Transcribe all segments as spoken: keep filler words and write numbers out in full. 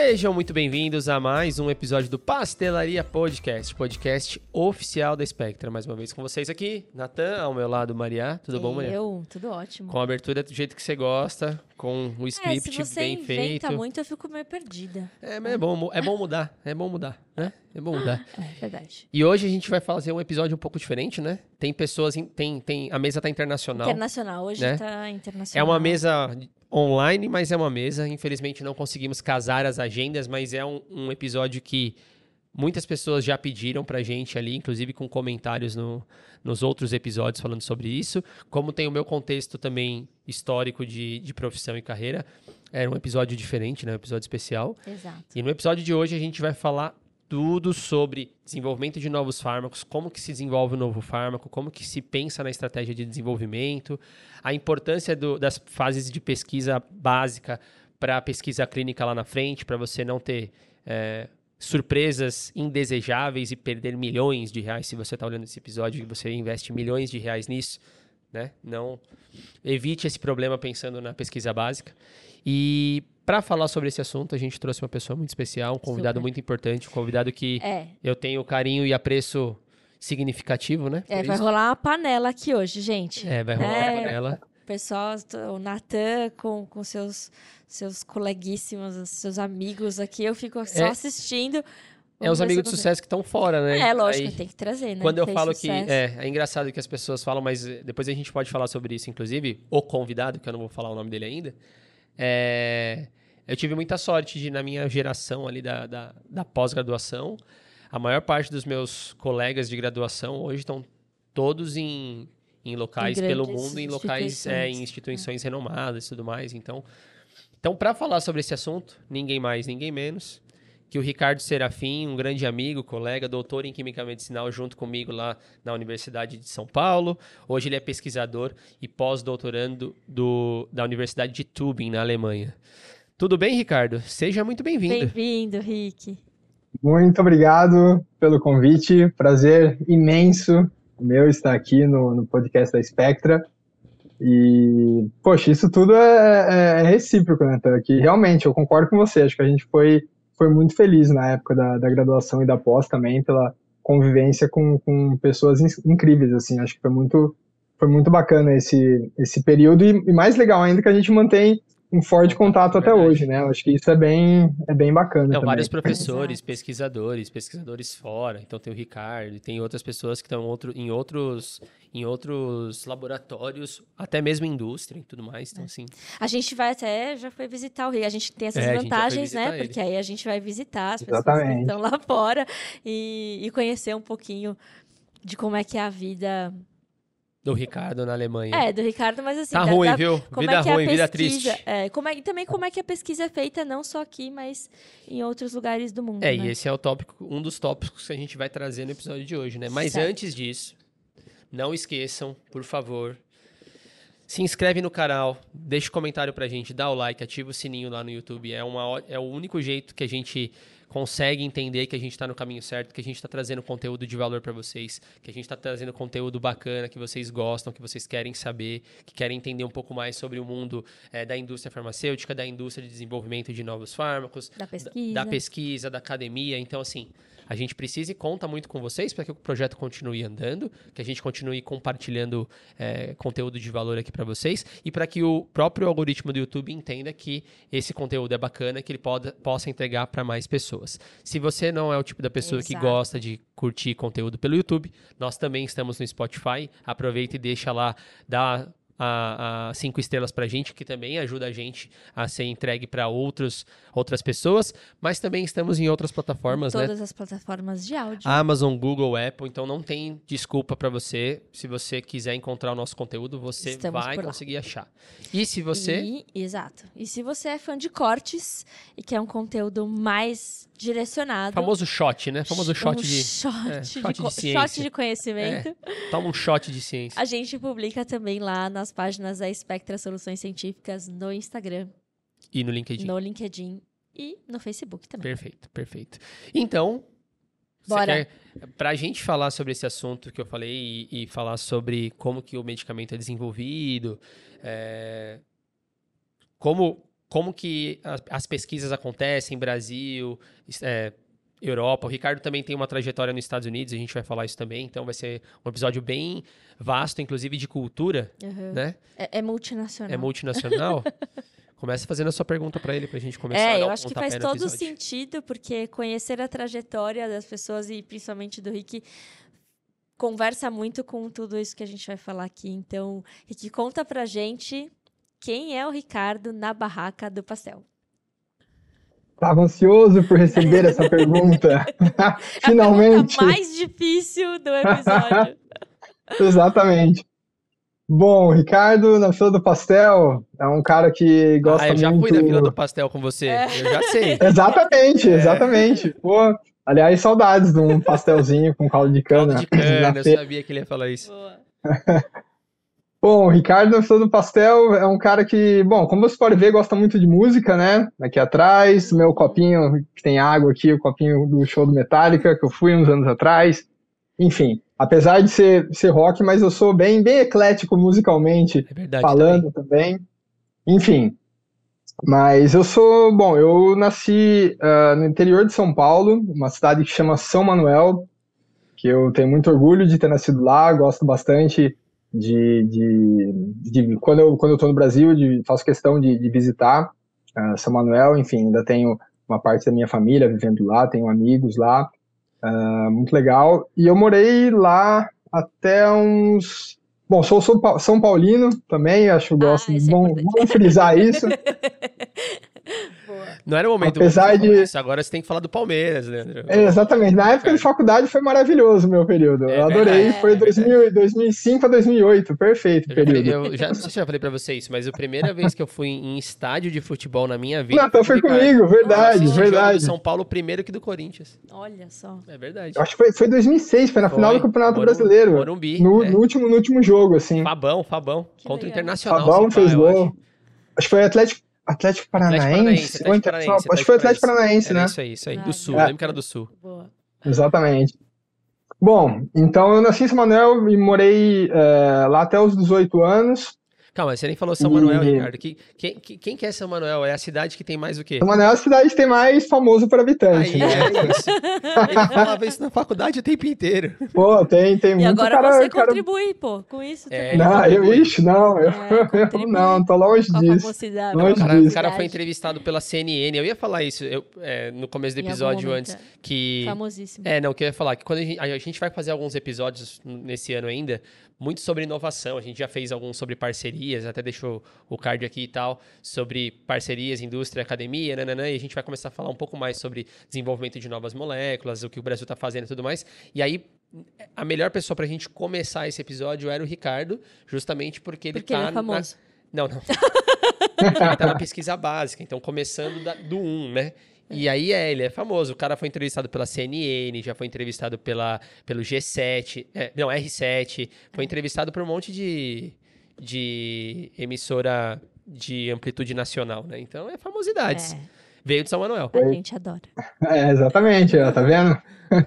Sejam muito bem-vindos a mais um episódio do Pastelaria Podcast, podcast oficial da Spectra. Mais uma vez com vocês aqui, Natan, ao meu lado, Maria. Tudo bom, Maria? Eu, tudo ótimo. Com a abertura do jeito que você gosta, com o script é, se você bem feito. Se inventa muito, eu fico meio perdida. É, mas é bom, é bom mudar, é bom mudar, né? É bom mudar. É verdade. E hoje a gente vai fazer um episódio um pouco diferente, né? Tem pessoas, tem, tem, a mesa tá internacional. Internacional, hoje né? tá internacional. É uma mesa online, mas é uma mesa. Infelizmente não conseguimos casar as agendas, mas é um, um episódio que muitas pessoas já pediram pra gente ali, inclusive com comentários no, nos outros episódios falando sobre isso. Como tem o meu contexto também histórico de, de profissão e carreira, era um episódio diferente, né? Um episódio especial. Exato. E no episódio de hoje a gente vai falar tudo sobre desenvolvimento de novos fármacos, como que se desenvolve um novo fármaco, como que se pensa na estratégia de desenvolvimento, a importância do, das fases de pesquisa básica para a pesquisa clínica lá na frente, para você não ter é, surpresas indesejáveis e perder milhões de reais. Se você está olhando esse episódio e você investe milhões de reais nisso, né? Não evite esse problema pensando na pesquisa básica. E para falar sobre esse assunto, a gente trouxe uma pessoa muito especial, um convidado Super. muito importante, um convidado que é. eu tenho carinho e apreço significativo, né? É, vai isso. rolar uma panela aqui hoje, gente. É, vai rolar é, uma panela. O pessoal, o Natan com, com seus, seus coleguíssimos, seus amigos aqui, eu fico só é. assistindo. É os amigos de sucesso que estão fora, né? É, lógico, Aí, tem que trazer, né? Quando eu Fez falo sucesso. que... É, é engraçado que as pessoas falam, mas depois a gente pode falar sobre isso, inclusive, o convidado, que eu não vou falar o nome dele ainda. É, eu tive muita sorte de, na minha geração ali da, da, da pós-graduação, a maior parte dos meus colegas de graduação hoje estão todos em, em locais em pelo mundo, em locais, é, em instituições é. renomadas e tudo mais. Então, então para falar sobre esse assunto, ninguém mais, ninguém menos que o Ricardo Serafim, um grande amigo, colega, doutor em Química Medicinal junto comigo lá na Universidade de São Paulo. Hoje ele é pesquisador e pós-doutorando do, da Universidade de Tübingen, na Alemanha. Tudo bem, Ricardo? Seja muito bem-vindo. Bem-vindo, Rick. Muito obrigado pelo convite. Prazer imenso meu estar aqui no, no podcast da Spectra. E, poxa, isso tudo é, é recíproco, né? Que realmente, eu concordo com você. Acho que a gente foi... foi muito feliz na época da, da graduação e da pós também, pela convivência com, com pessoas incríveis, assim, acho que foi muito, foi muito bacana esse, esse período, e, e mais legal ainda que a gente mantém um forte contato até hoje, né, acho que isso é bem, é bem bacana Não, também. Vários professores, pesquisadores, pesquisadores fora, então tem o Ricardo, tem outras pessoas que estão outro, em, outros, em outros laboratórios, até mesmo indústria e tudo mais, então é. assim... A gente vai até, já foi visitar o Rio, a gente tem essas é, vantagens, né, ele. porque aí a gente vai visitar as Exatamente. pessoas que estão lá fora e, e conhecer um pouquinho de como é que é a vida... Do Ricardo na Alemanha. É, do Ricardo, mas assim... Tá da, ruim, da, viu? Como vida é que ruim, é vida pesquisa, triste. É, como é, e também como é que a pesquisa é feita, não só aqui, mas em outros lugares do mundo, É, né? e esse é o tópico, um dos tópicos que a gente vai trazer no episódio de hoje, né? Mas certo. antes disso, não esqueçam, por favor, se inscreve no canal, deixa um comentário pra gente, dá o like, ativa o sininho lá no YouTube. É, uma, é o único jeito que a gente consegue entender que a gente está no caminho certo, que a gente está trazendo conteúdo de valor para vocês, que a gente está trazendo conteúdo bacana, que vocês gostam, que vocês querem saber, que querem entender um pouco mais sobre o mundo é, da indústria farmacêutica, da indústria de desenvolvimento de novos fármacos, da pesquisa, da, da pesquisa, da academia. Então, assim, a gente precisa e conta muito com vocês para que o projeto continue andando, que a gente continue compartilhando é, conteúdo de valor aqui para vocês e para que o próprio algoritmo do YouTube entenda que esse conteúdo é bacana, que ele pode, possa entregar para mais pessoas. Se você não é o tipo da pessoa Exato. que gosta de curtir conteúdo pelo YouTube, nós também estamos no Spotify. Aproveita e deixa lá, dá a, a cinco estrelas pra gente, que também ajuda a gente a ser entregue para outras pessoas, mas também estamos em outras plataformas, em todas né? as plataformas de áudio. Amazon, Google, Apple, então não tem desculpa para você. Se você quiser encontrar o nosso conteúdo, você Estamos vai por lá. conseguir achar. E se você... E, exato. E se você é fã de cortes e quer um conteúdo mais direcionado... Famoso shot, né? Famoso shot um de... Shot, é, de, shot de co- ciência. shot de conhecimento. É, toma um shot de ciência. A gente publica também lá nas páginas da Spectra Soluções Científicas no Instagram, E no LinkedIn. no LinkedIn e no Facebook também. Perfeito, perfeito. Então, Bora. Quer, pra gente falar sobre esse assunto que eu falei e, e falar sobre como que o medicamento é desenvolvido, é, como como que as, as pesquisas acontecem, Brasil, é, Europa. O Ricardo também tem uma trajetória nos Estados Unidos, a gente vai falar isso também, então vai ser um episódio bem vasto, inclusive de cultura, Uhum. né? É, é multinacional. É multinacional. Começa fazendo a sua pergunta para ele, pra gente começar a É, dar eu um acho que pontapé faz no todo episódio. sentido, porque conhecer a trajetória das pessoas e principalmente do Rick conversa muito com tudo isso que a gente vai falar aqui. Então, Rick, conta pra gente quem é o Ricardo na barraca do pastel. Tava ansioso por receber essa pergunta. Finalmente. É a pergunta mais difícil do episódio. Exatamente. Bom, o Ricardo, na fila do pastel, é um cara que gosta Ah, eu já muito... fui na fila do pastel com você, É. eu já sei. Exatamente, É. exatamente. Pô, aliás, saudades de um pastelzinho com caldo de cana. Caldo de cana, na eu feira. sabia que ele ia falar isso. Boa. Bom, o Ricardo, na fila do pastel, é um cara que, bom, como você pode ver, gosta muito de música, né? Aqui atrás, meu copinho, que tem água aqui, o copinho do show do Metallica, que eu fui uns anos atrás. Enfim, apesar de ser, ser rock, mas eu sou bem, bem eclético musicalmente, É verdade falando também. Enfim, mas eu sou, bom, eu nasci uh, no interior de São Paulo, uma cidade que chama São Manuel, que eu tenho muito orgulho de ter nascido lá, gosto bastante de, de, de quando eu quando eu estou no Brasil, de, faço questão de, de visitar uh, São Manuel, enfim, ainda tenho uma parte da minha família vivendo lá, tenho amigos lá, uh, muito legal, e eu morei lá até uns... Bom, sou, sou São Paulino também, acho que gosto, Ah, isso é bom, importante. vamos frisar isso. Boa. Não era o momento Apesar bom pra falar de- isso, agora você tem que falar do Palmeiras, Leandro. É, exatamente, na época de faculdade foi maravilhoso o meu período, É eu adorei, verdade, foi é dois mil, dois mil e cinco a dois mil e oito, perfeito o Eu já falei, período. eu já, não sei se eu já falei pra você isso, mas a primeira vez que eu fui em estádio de futebol na minha vida. Não, então foi com o Ricardo. comigo, Eu verdade, assisti jogo do verdade. São Paulo primeiro que do Corinthians. Olha só. É verdade. Eu acho que foi, foi dois mil e seis, foi na Foi, final do Campeonato Morumbi, Brasileiro, Morumbi, no, é. no último, no último jogo, assim. Fabão, Fabão. Que Contra o legal. Internacional. Fabão se pá, fez eu gol. acho. Acho que foi Atlético, Atlético Paranaense. Paranaense, ou Atlético Internacional. Paranaense, Acho que foi Atlético Paranaense, Era né? isso aí, isso aí. Ah, Do Sul, legal. eu lembro que era do Sul. Boa. Exatamente. Bom, então eu nasci em São Manuel e morei é, lá até os dezoito anos. Calma, você nem falou São E- Manuel, Ricardo. Que, quem, que- quem que é São Manuel? É a cidade que tem mais o quê? São Manuel é a cidade que tem mais famoso por habitante, Aí, né? é isso. Ele falava isso na faculdade o tempo inteiro. Pô, tem, tem E muito agora cara... você cara... contribui, pô, com isso É, também. ele Não, eu, contribui. ixi, não, eu, É, eu contribui não, tô longe Com a disso. famosidade. Longe O cara, disso. o cara foi entrevistado pela C N N. Eu ia falar isso eu, é, no começo do Em algum episódio momento, antes. é. Que. Famosíssimo. É, não, que eu ia falar que quando a gente, a gente vai fazer alguns episódios nesse ano ainda, muito sobre inovação. A gente já fez alguns sobre parcerias, até deixou o card aqui e tal, sobre parcerias, indústria, academia, nananã, e a gente vai começar a falar um pouco mais sobre desenvolvimento de novas moléculas, o que o Brasil está fazendo e tudo mais. E aí, a melhor pessoa pra gente começar esse episódio era o Ricardo, justamente porque ele Porque tá ele é famoso. na... Não, não. Ele tá na pesquisa básica, então começando da- do um, né? E aí é, ele é famoso. O cara foi entrevistado pela C N N, já foi entrevistado pela, pelo G sete, é, não, R sete, foi entrevistado por um monte de, de emissora de amplitude nacional, né? Então é famosidades. É, Veio de São Manuel. a gente adora. É, exatamente, ó, tá vendo?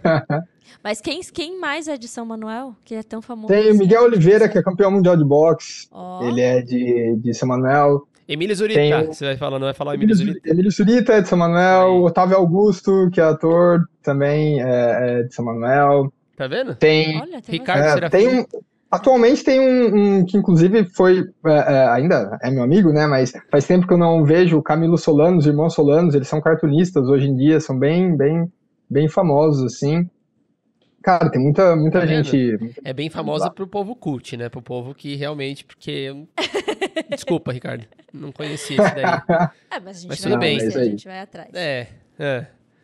Mas quem, quem mais é de São Manuel? Que é tão famoso? Tem o assim? Miguel Oliveira, que é campeão mundial de boxe. Ó, Ele é de, de São Manuel. Emílio Zurita, Tem o- você vai falar, não vai falar o Emílio Emílio, Zurita? Emílio Surita é de São Manuel. Aí. Otávio Augusto, que é ator, também é, é de São Manuel. Tá vendo? Tem, olha, tem Ricardo é, Serafim. tem um, atualmente tem um, um que inclusive foi, é, é, ainda é meu amigo, né, mas faz tempo que eu não vejo o Camilo Solano, os irmãos Solanos, eles são cartunistas hoje em dia, são bem, bem, bem famosos, assim. Cara, tem muita, muita Tá vendo? gente... É bem famosa pro povo cult, né? Pro povo que realmente, porque... eu- Desculpa, Ricardo, não conhecia esse daí. É, mas a gente Mas vai tudo bem. conhecer, Mas a aí. gente vai atrás. É, é.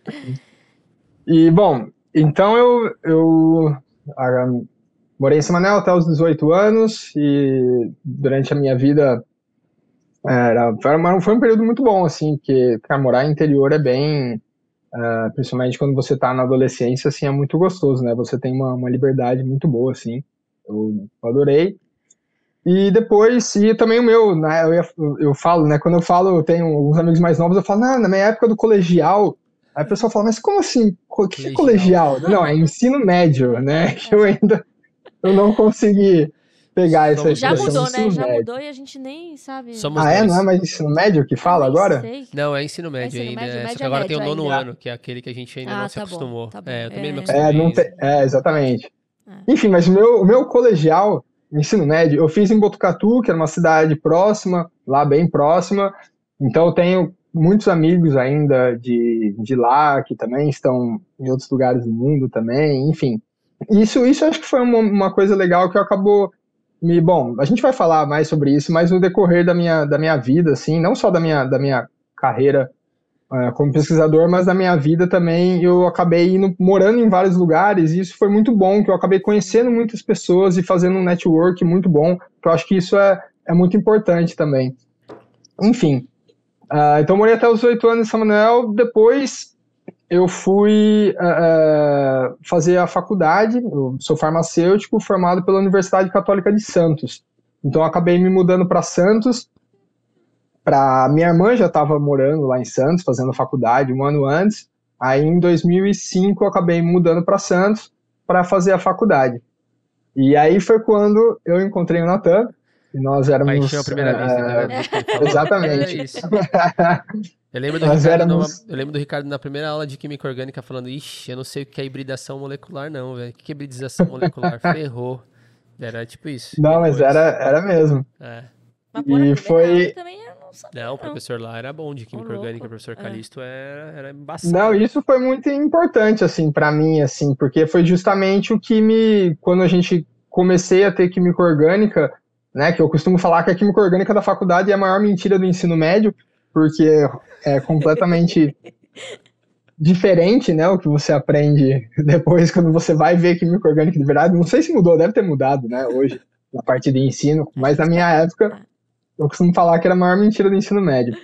E, bom, então eu, eu ah, morei em São Manuel até os dezoito anos e durante a minha vida era, foi, uma- foi um período muito bom, assim, porque, cara, morar em interior é bem, ah, principalmente quando você tá na adolescência, assim, é muito gostoso, né? Você tem uma, uma liberdade muito boa, assim, eu adorei. E depois, e também o meu, né, eu, ia- eu falo, né, quando eu falo, eu tenho alguns amigos mais novos, eu falo, não, na minha época do colegial, aí a pessoa fala, mas como assim, o que é Colegial. colegial? Não, é ensino médio, né, que eu ainda, eu não consegui, pegar essa Somos Já dois. expressão mudou, né? ensino Já médio. mudou e a gente nem sabe. Somos Ah, é? dois. Não é mais ensino médio que fala Eu nem agora? sei. Não, é ensino médio ensino ainda. médio, é, só médio que é agora tem o médio nono ainda. ano, que é aquele que a gente ainda Ah, não se tá bom, acostumou. tá bom. É, eu também não me É. acostumei. É, não ainda. te- é, exatamente. É. Enfim, mas o meu, o meu colegial, ensino médio, eu fiz em Botucatu, que era uma cidade próxima, lá bem próxima. Então eu tenho muitos amigos ainda de, de lá, que também estão em outros lugares do mundo também, enfim. Isso, isso acho que foi uma, uma coisa legal que acabou me... Bom, a gente vai falar mais sobre isso, mas no decorrer da minha, da minha vida, assim, não só da minha, da minha carreira é, como pesquisador, mas da minha vida também, eu acabei indo, morando em vários lugares, e isso foi muito bom, que eu acabei conhecendo muitas pessoas e fazendo um network muito bom, que eu acho que isso é, é muito importante também. Enfim, uh, então eu morei até os oito anos em São Manuel, depois eu fui uh, uh, fazer a faculdade, eu sou farmacêutico formado pela Universidade Católica de Santos, então eu acabei me mudando para Santos. Pra... Minha irmã já estava morando lá em Santos, fazendo faculdade um ano antes. Aí, em dois mil e cinco, eu acabei mudando para Santos para fazer a faculdade. E aí foi quando eu encontrei o Natan. E nós éramos... Paixão à primeira vista, tá vendo? Isso que ele falou. Exatamente. É isso. Eu lembro, do Nós Ricardo éramos- numa- eu lembro do Ricardo na primeira aula de Química Orgânica falando, ixi, eu não sei o que é hibridação molecular não, velho. O que é hibridização molecular? Ferrou. Era tipo isso. Não, mas Depois- era, era mesmo. É. Mas pô, na E primeira foi- aula também eu não sabia. Não, o professor lá era bom de Química Ô, louco. Orgânica, o professor É. Calixto era, era embaçado. Não, isso foi muito importante, assim, para mim, assim, porque foi justamente o que me... Quando a gente comecei a ter Química Orgânica, né, que eu costumo falar que a Química Orgânica da faculdade é a maior mentira do ensino médio, porque é completamente diferente, né, o que você aprende depois quando você vai ver Química Orgânica de verdade. Não sei se mudou, deve ter mudado, né, hoje, na parte de ensino, mas na minha época, eu costumo falar que era a maior mentira do ensino médio.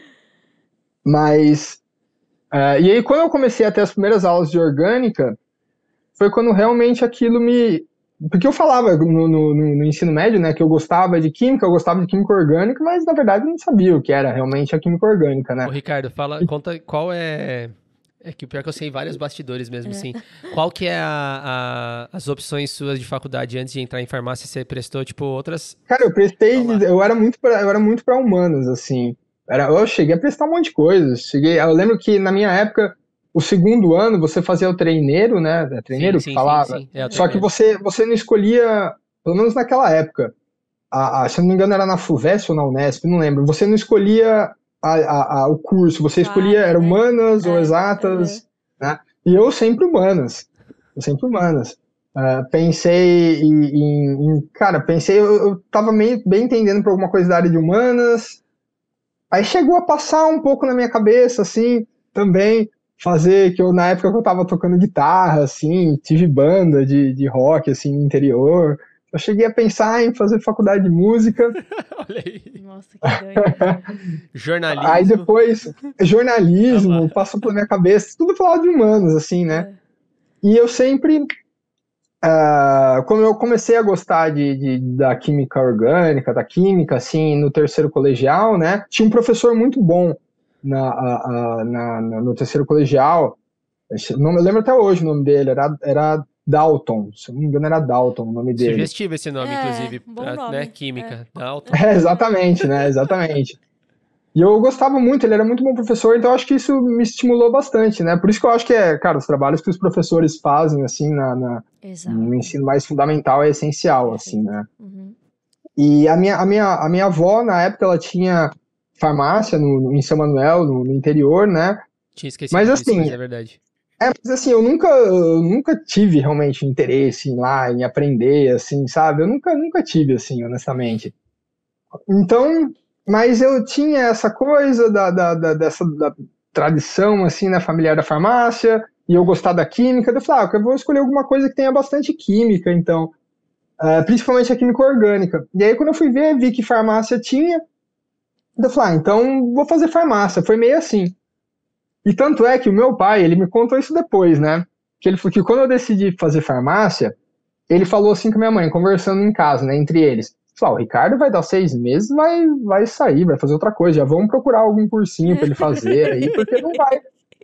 Mas, uh, e aí quando eu comecei a ter as primeiras aulas de orgânica, foi quando realmente aquilo me... Porque eu falava no, no, no ensino médio, né, que eu gostava de química, eu gostava de química orgânica, mas na verdade eu não sabia o que era realmente a química orgânica, né? Ô, Ricardo, fala, conta qual é... É que pior que eu sei vários bastidores mesmo, assim. Qual que é a, a- as opções suas de faculdade antes de entrar em farmácia? Você prestou, tipo, outras... Cara, eu prestei, Olá. eu era muito pra, eu era muito para humanas, assim. Era, eu cheguei a prestar um monte de coisa. Cheguei, eu lembro que na minha época, o segundo ano, você fazia o treineiro, né? É treineiro sim, que sim, falava. sim, sim. É, o Só que treineiro. você, você não escolhia, pelo menos naquela época, a, a, se eu não me engano era na FUVEST ou na Unesp, não lembro. Você não escolhia a, a, a, o curso, você Sua escolhia, área, era né? humanas ou É, exatas, né? E eu sempre humanas, eu sempre humanas. Uh, pensei em, em, em- cara, pensei, eu, eu tava meio, bem entendendo para alguma coisa da área de humanas, aí chegou a passar um pouco na minha cabeça, assim, também, fazer, que eu, na época que eu tava tocando guitarra, assim, tive banda de, de rock, assim, no interior, eu cheguei a pensar em fazer faculdade de música, Olha aí. Nossa, que doido. Jornalismo. aí depois, Ah jornalismo, lá. passou pela minha cabeça, tudo falava de humanos, assim, né? É. E eu sempre, ah, como eu comecei a gostar de, de- da química orgânica, da química, assim, no terceiro colegial, né? Tinha um professor muito bom na, a- a- na- na- no terceiro colegial. Esse nome- eu lembro até hoje o nome dele, era, era Dalton, se eu não me engano era Dalton o nome dele. Sugestivo esse nome, É, inclusive. bom pra, nome. Né? Química. Dalton. É, exatamente, né? Exatamente. E eu gostava muito, ele era muito bom professor, então eu acho que isso me estimulou bastante, né? Por isso que eu acho que é, cara, os trabalhos que os professores fazem, assim, na, na- Exato. no ensino mais fundamental é essencial, assim, né? Uhum. E a minha, a minha, a minha avó, na época, ela tinha farmácia no, no- em São Manuel, no, no interior, né? Tinha esquecido Mas disso, assim, mas é verdade. É, mas assim, eu nunca, eu nunca tive realmente interesse em lá, em aprender, assim, sabe? Eu nunca, nunca tive, assim, honestamente. Então, mas eu tinha essa coisa da, da, da- dessa da tradição, assim, na familiar da farmácia, e eu gostar da química, eu falei, ah, eu vou escolher alguma coisa que tenha bastante química, então, ah, principalmente a química orgânica. E aí, quando eu fui ver, vi que farmácia tinha, eu falei, ah, então vou fazer farmácia. Foi meio assim. E tanto é que o meu pai, ele me contou isso depois, né? Que ele falou que quando eu decidi fazer farmácia, ele falou assim com a minha mãe, conversando em casa, né, entre eles. Falou, ah, o Ricardo vai dar seis meses, vai, vai sair, vai fazer outra coisa, já vamos procurar algum cursinho para ele fazer aí, porque não vai,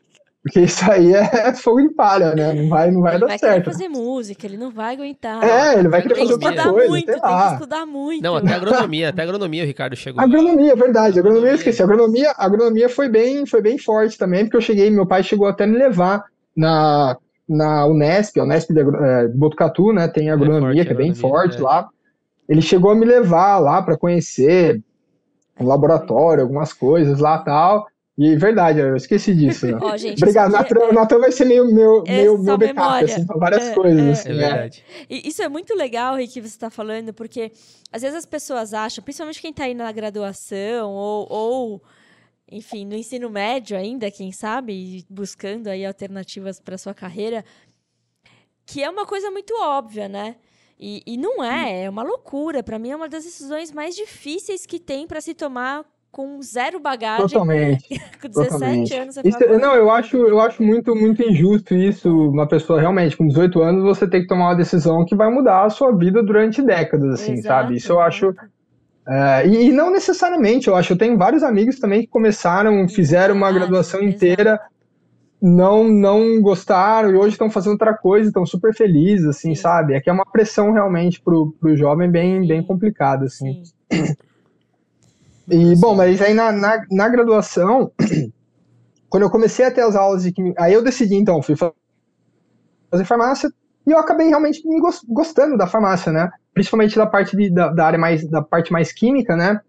Porque isso aí é fogo de palha, né? Não vai, não vai Ele dar vai certo. querer fazer música, ele não vai aguentar. É, ele vai querer Tem que fazer outra estudar coisa, muito, sei tem que lá. estudar muito. Não, até agronomia, até agronomia o Ricardo chegou. Agronomia, verdade. Agronomia, Agronomia. eu esqueci. Agronomia, agronomia foi bem, foi bem forte também, porque eu cheguei, meu pai chegou até me levar na, na Unesp, a Unesp de, agro- é, de Botucatu, né? Tem agronomia, forte, que é bem agronomia, forte é. lá. Ele chegou a me levar lá para conhecer um laboratório, algumas coisas lá e tal. E verdade, eu esqueci disso. Né? Ó, gente, Obrigado, isso aqui Natan. é- O Natan vai ser meu, meu, É meu, só meu backup, memória. assim, para várias É, coisas. é. Assim, É né? verdade. E isso é muito legal, Rick, que você está falando, porque às vezes as pessoas acham, principalmente quem está aí na graduação ou, ou, enfim, no ensino médio ainda, quem sabe, buscando aí alternativas para sua carreira, que é uma coisa muito óbvia, né? E, e não é, é uma loucura. Para mim é uma das decisões mais difíceis que tem para se tomar com zero bagagem. Totalmente. Com dezessete Totalmente. anos, você Isso, fala, não, eu acho, eu acho muito, muito injusto isso, uma pessoa realmente, com dezoito anos, você tem que tomar uma decisão que vai mudar a sua vida durante décadas, assim, Exato, sabe? Isso eu acho. exato. É, e, e não necessariamente, eu acho, eu tenho vários amigos também que começaram, E fizeram uma mudaram, graduação exato. inteira, não, não gostaram e hoje estão fazendo outra coisa, estão super felizes, assim, Sim. sabe? É que é uma pressão realmente pro, pro jovem bem, Sim, bem complicada, assim. Sim. E, bom, Sim. mas aí na, na, na graduação, quando eu comecei a ter as aulas de química, aí eu decidi, então, fui fazer farmácia e eu acabei realmente me gos- gostando da farmácia, né? Principalmente da parte de, da, da área mais, da parte mais química, né?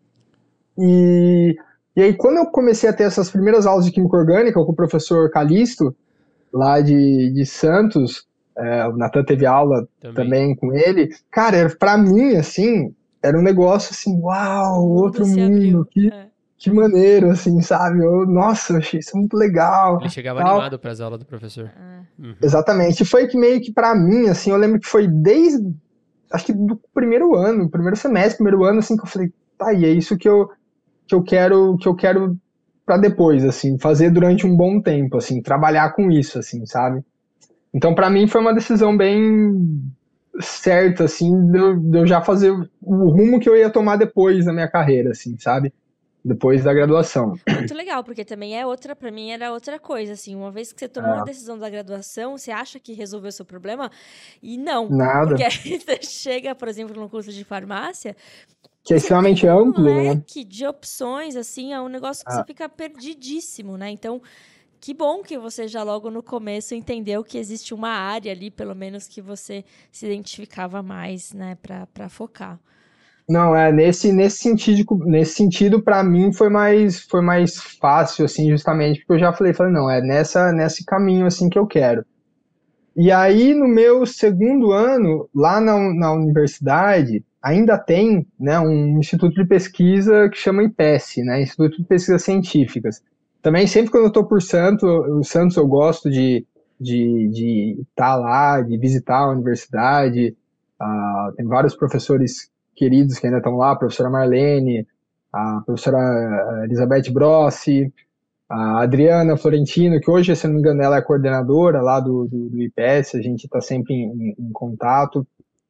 E, e aí, quando eu comecei a ter essas primeiras aulas de química orgânica com o professor Calixto, lá de, de Santos, é, o Natan teve aula Também. também com ele, cara, era- pra mim, assim, era um negócio assim, uau, O mundo outro se mundo, abriu. que, É. que maneiro, assim, sabe? Eu, nossa, eu achei isso muito legal. Ele chegava tal. animado para as aulas do professor. Ah. Uhum. Exatamente. E foi que meio que pra mim, assim, eu lembro que foi desde, acho que do primeiro ano, primeiro semestre, primeiro ano, assim, que eu falei, tá, e é isso que eu, que eu quero, que eu quero pra depois, assim, fazer durante um bom tempo, assim, trabalhar com isso, assim, sabe? Então, pra mim, foi uma decisão bem certa, assim, de eu, de eu já fazer o rumo que eu ia tomar depois na minha carreira, assim, sabe? Depois da graduação. Muito legal, porque também é outra, pra mim era outra coisa, assim, uma vez que você tomou É. a decisão da graduação, você acha que resolveu o seu problema? E não, Nada. porque aí você chega, por exemplo, no curso de farmácia, Que é você tem extremamente um amplo, né? leque de opções, assim, é um negócio que Ah. você fica perdidíssimo, né? Então, que bom que você já logo no começo entendeu que existe uma área ali, pelo menos, que você se identificava mais, né, pra, pra focar. Não, é, nesse, nesse sentido, nesse sentido, para mim, foi mais, foi mais fácil, assim, justamente, porque eu já falei, falei, não, é nessa, nesse caminho, assim, que eu quero. E aí, no meu segundo ano, lá na, na universidade, ainda tem, né, um instituto de pesquisa que chama IPESC, né, Instituto de Pesquisas Científicas. Também, sempre que eu estou por Santo, o Santos, eu gosto de de de estar lá, de visitar a universidade. Ah, tem vários professores queridos que ainda estão lá, a professora Marlene, a professora Elizabeth Brossi, a Adriana Florentino, que hoje, se não me engano, ela é coordenadora lá do, do, do IPESC, a gente está sempre em, em contato.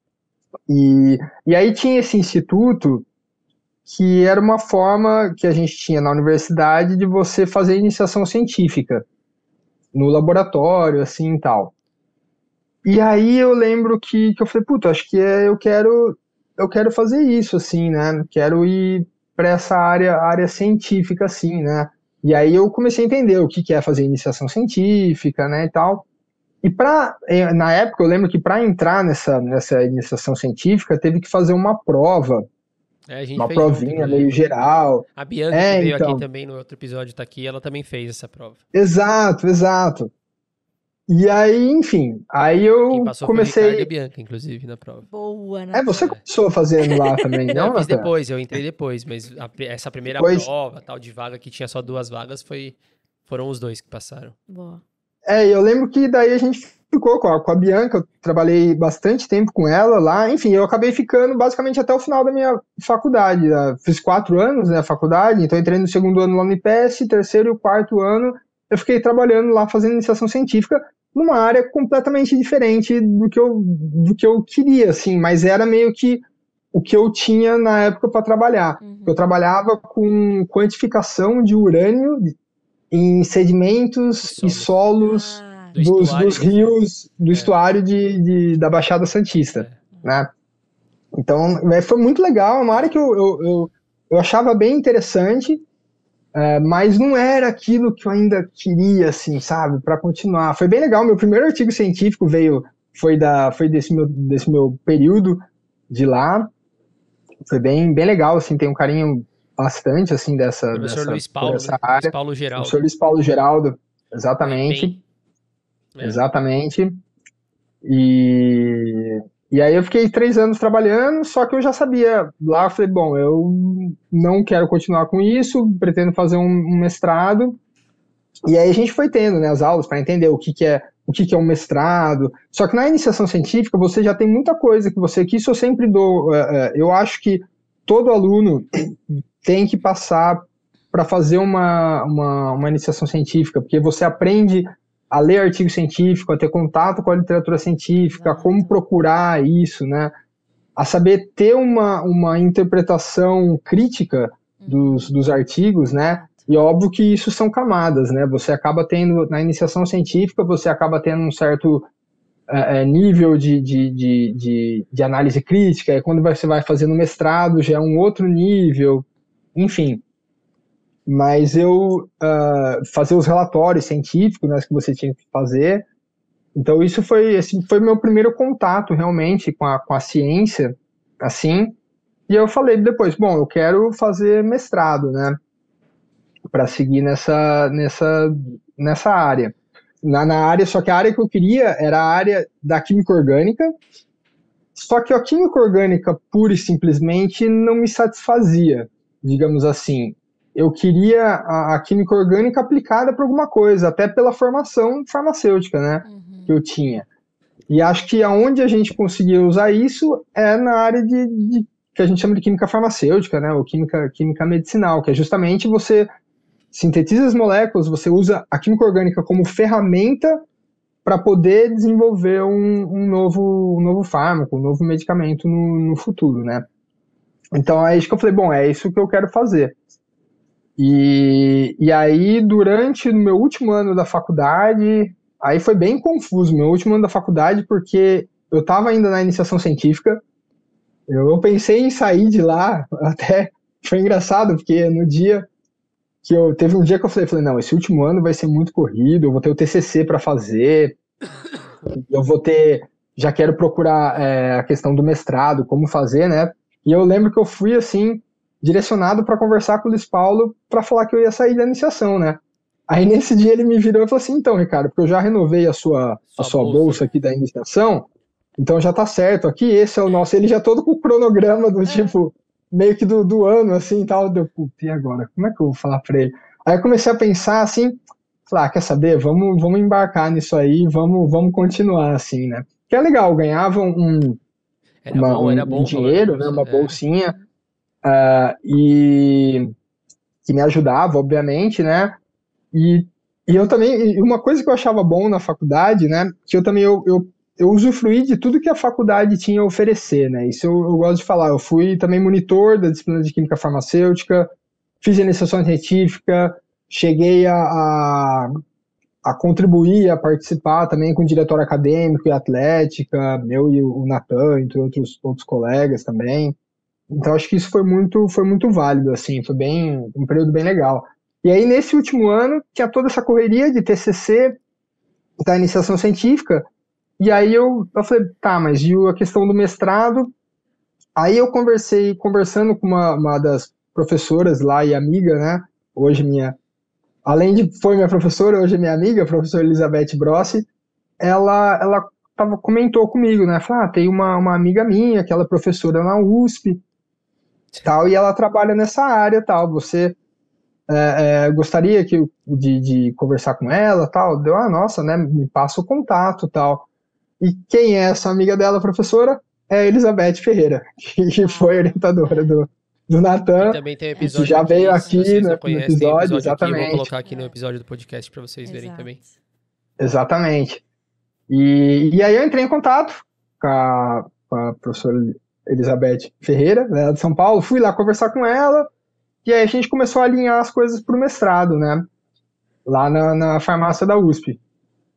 E, e aí tinha esse instituto que era uma forma que a gente tinha na universidade de você fazer iniciação científica no laboratório, assim, e tal. E aí eu lembro que, que eu falei, puta, acho que é, eu quero eu quero fazer isso, assim, né? Quero ir para essa área, área científica, assim, né? E aí eu comecei a entender o que, que é fazer iniciação científica, né, e tal. E para na época eu lembro que para entrar nessa, nessa iniciação científica teve que fazer uma prova, É, a gente uma fez junto, provinha meio inclusive. geral. A Bianca, que É, veio aqui então, também no outro episódio, tá aqui, ela também fez essa prova. exato, exato. E aí, enfim, aí Quem eu passou foi o Ricardo e a comecei. Bianca, inclusive, na prova. Boa, É, Natan. você começou fazendo lá também, Não, não, eu fiz Natan? depois, eu entrei depois, mas a- essa primeira Depois. prova, tal, de vaga, que tinha só duas vagas, foi, foram os dois que passaram. Boa. É, eu lembro que daí a gente ficou com a, com a Bianca, eu trabalhei bastante tempo com ela lá, enfim, eu acabei ficando basicamente até o final da minha faculdade. Eu fiz quatro anos, né, faculdade, então eu entrei no segundo ano lá no IPESC, terceiro e o quarto ano eu fiquei trabalhando lá fazendo iniciação científica numa área completamente diferente do que eu, do que eu queria, assim, mas era meio que o que eu tinha na época para trabalhar. Uhum. Eu trabalhava com quantificação de urânio em sedimentos e solos Ah, Do dos, estuário dos de- rios, do É. estuário de, de- da Baixada Santista, É. né? Então, é, foi muito legal, é uma área que eu, eu, eu, eu achava bem interessante, é, mas não era aquilo que eu ainda queria, assim, sabe, para continuar. Foi bem legal, meu primeiro artigo científico veio, foi, da, foi desse, meu, desse meu período de lá, foi bem, bem legal, assim, tem um carinho bastante, assim, dessa, Professor dessa, Luiz por Paulo, essa né? área. Luiz Paulo Geraldo. Professor Luiz Paulo Geraldo, do exatamente, IPEM. É. exatamente. E, e aí eu fiquei três anos trabalhando, só que eu já sabia, lá eu falei, bom, eu não quero continuar com isso, pretendo fazer um, um mestrado, e aí a gente foi tendo, né, as aulas para entender o que, que é o que, que é um mestrado, só que na iniciação científica você já tem muita coisa que você, que isso eu sempre dou, é, é, eu acho que todo aluno tem que passar para fazer uma, uma, uma iniciação científica, porque você aprende a ler artigo científico, a ter contato com a literatura científica, a como procurar isso, né? A saber ter uma, uma interpretação crítica dos, dos artigos, né? E óbvio que isso são camadas, né? Você acaba tendo, na iniciação científica, você acaba tendo um certo é, nível de, de, de, de, de análise crítica, e quando você vai fazendo mestrado já é um outro nível, enfim. Mas eu uh, fazer os relatórios científicos, né, que você tinha que fazer. Então isso foi esse foi meu primeiro contato realmente com a, com a ciência, assim. E eu falei depois, bom, eu quero fazer mestrado, né, para seguir nessa nessa nessa área. Na, na área, só que a área que eu queria era a área da química orgânica. Só que a química orgânica pura e simplesmente não me satisfazia, digamos assim. Eu queria a, a química orgânica aplicada para alguma coisa, até pela formação farmacêutica, né, Uhum. que eu tinha. E acho que aonde a gente conseguia usar isso é na área de, de que a gente chama de química farmacêutica, né, ou química, química medicinal, que é justamente você sintetiza as moléculas, você usa a química orgânica como ferramenta para poder desenvolver um, um, novo, um novo fármaco, um novo medicamento no, no futuro, né? Então é isso que eu falei, bom, é isso que eu quero fazer. E, e aí, durante o meu último ano da faculdade, aí foi bem confuso, meu último ano da faculdade, porque eu estava ainda na iniciação científica, eu, eu pensei em sair de lá, até foi engraçado, porque no dia que eu, teve um dia que eu falei, falei, não, esse último ano vai ser muito corrido, eu vou ter o T C C para fazer, eu vou ter, já quero procurar é, a questão do mestrado, como fazer, né? E eu lembro que eu fui, assim, direcionado para conversar com o Luiz Paulo para falar que eu ia sair da iniciação, né? Aí nesse dia ele me virou e falou assim, então, Ricardo, porque eu já renovei a sua, Sua a sua bolsa. bolsa aqui da iniciação, então já tá certo, aqui esse é o nosso, ele já todo com o cronograma do tipo, meio que do, do ano, assim, e tal, deu, putz, e agora? Como é que eu vou falar para ele? Aí eu comecei a pensar, assim, falar, ah, quer saber, vamos, vamos embarcar nisso aí, vamos, vamos continuar, assim, né? Que é legal, ganhava um, Era uma, bom, um, era um bom o valor da dinheiro, né, bolsa. uma É. bolsinha, uh, e que me ajudava, obviamente, né? E, e eu também, e uma coisa que eu achava bom na faculdade, né, que eu também, eu, eu, eu usufruí de tudo que a faculdade tinha a oferecer, né? Isso eu, eu gosto de falar. Eu fui também monitor da disciplina de química farmacêutica, fiz iniciação científica, cheguei a, a a contribuir, a participar também com o diretório acadêmico e atlética, eu e o Natan, entre outros, outros colegas também. Então acho que isso foi muito, foi muito válido, assim, foi bem, um período bem legal. E aí nesse último ano tinha toda essa correria de T C C, da iniciação científica, e aí eu, eu falei, tá, mas e a questão do mestrado? Aí eu conversei, conversando com uma, uma das professoras lá e amiga, né, hoje minha além de foi minha professora, hoje é minha amiga, a professora Elizabeth Brossi, ela, ela tava, comentou comigo, né? Falou, ah, tem uma, uma amiga minha, que ela é professora na U S P, tal, e ela trabalha nessa área, tal, você é, é, gostaria que, de, de conversar com ela, tal? Deu, ah, nossa, né? Me passa o contato, tal. E quem é essa amiga dela, professora? É a Elizabeth Ferreira, que foi orientadora do, do Que Natan, também tem um que episódio já aqui, veio se aqui vocês no, não no conhecem, tem episódio, episódio aqui, eu vou exatamente. colocar aqui no episódio do podcast para vocês verem Exato. também. Exatamente. E, e aí eu entrei em contato com a, com a professora Elizabeth Ferreira, né, de São Paulo, fui lá conversar com ela, e aí a gente começou a alinhar as coisas para o mestrado, né? lá na, na farmácia da U S P.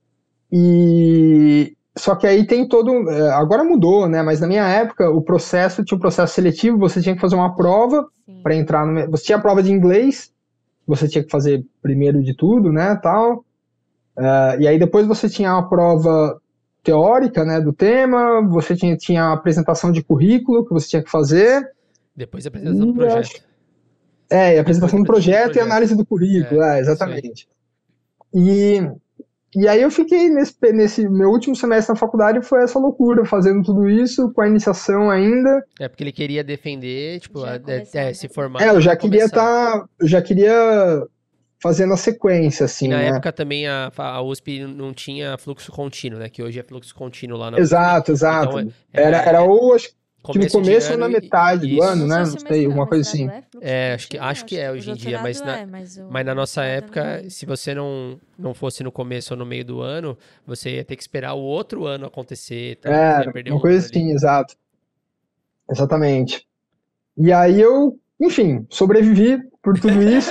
E só que aí tem todo, agora mudou, né? Mas na minha época o processo tinha um processo seletivo, você tinha que fazer uma prova para entrar no, você tinha a prova de inglês, você tinha que fazer primeiro de tudo, né, tal. Uh, e aí depois você tinha a prova teórica, né, do tema, você tinha, tinha a apresentação de currículo que você tinha que fazer. Depois a apresentação do projeto. É, e a apresentação do projeto, projeto e análise do currículo, é, é exatamente. E, e aí eu fiquei nesse, nesse meu último semestre na faculdade, foi essa loucura, fazendo tudo isso, com a iniciação ainda. É, porque ele queria defender, tipo, a, começar, é, né? se formar. É, eu já queria estar, tá, eu já queria fazendo a sequência, assim, e na né? época também a, a U S P não tinha fluxo contínuo, né? Que hoje é fluxo contínuo lá na exato, U S P. Exato, Então, é, era, era ou, acho que no começo ou na metade e, do ano, né? Não sei, mestrado, alguma coisa assim. É, é, acho que, acho que é hoje em dia, mas na, é, mas, mas na nossa época, se você não, não fosse no começo ou no meio do ano, você ia ter que esperar o outro ano acontecer. Então, é, ia perder uma um coisa assim, ali. exato. Exatamente. E aí eu, enfim, sobrevivi por tudo isso.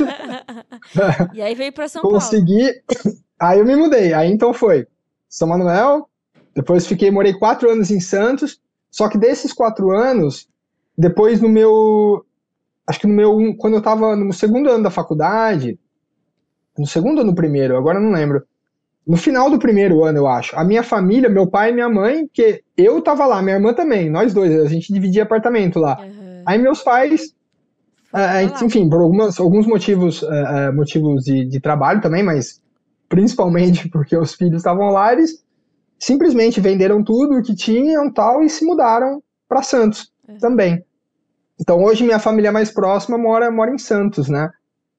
E aí veio para São Consegui. Paulo. Aí eu me mudei. Aí então foi São Manuel, depois fiquei, morei quatro anos em Santos, só que desses quatro anos, depois no meu, acho que no meu, quando eu tava no segundo ano da faculdade, no segundo ou no primeiro, agora eu não lembro, no final do primeiro ano, eu acho, a minha família, meu pai e minha mãe, que eu tava lá, minha irmã também, nós dois, a gente dividia apartamento lá. Uhum. Aí meus pais, é, enfim, por algumas, alguns motivos, é, motivos de, de trabalho também, mas principalmente porque os filhos estavam lá, eles simplesmente venderam tudo o que tinham tal e se mudaram para Santos uhum. também. Então hoje minha família mais próxima mora, mora em Santos, né?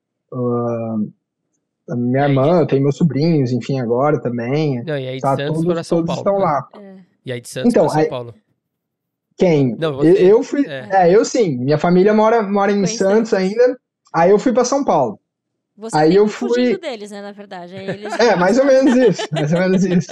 Uh, a minha aí, irmã, eu tenho meus sobrinhos, enfim, agora também. Não, e aí de tá, Santos todos, para São todos Paulo. estão lá. É. E aí de Santos então, para São aí, Paulo. Quem? Não, você. Eu fui. É. é, eu sim. Minha família mora, mora em Santos, Santos ainda. Aí eu fui para São Paulo. Você aí eu fui fugindo deles, né, na verdade. Aí eles é, mais ou menos isso, mais ou menos isso.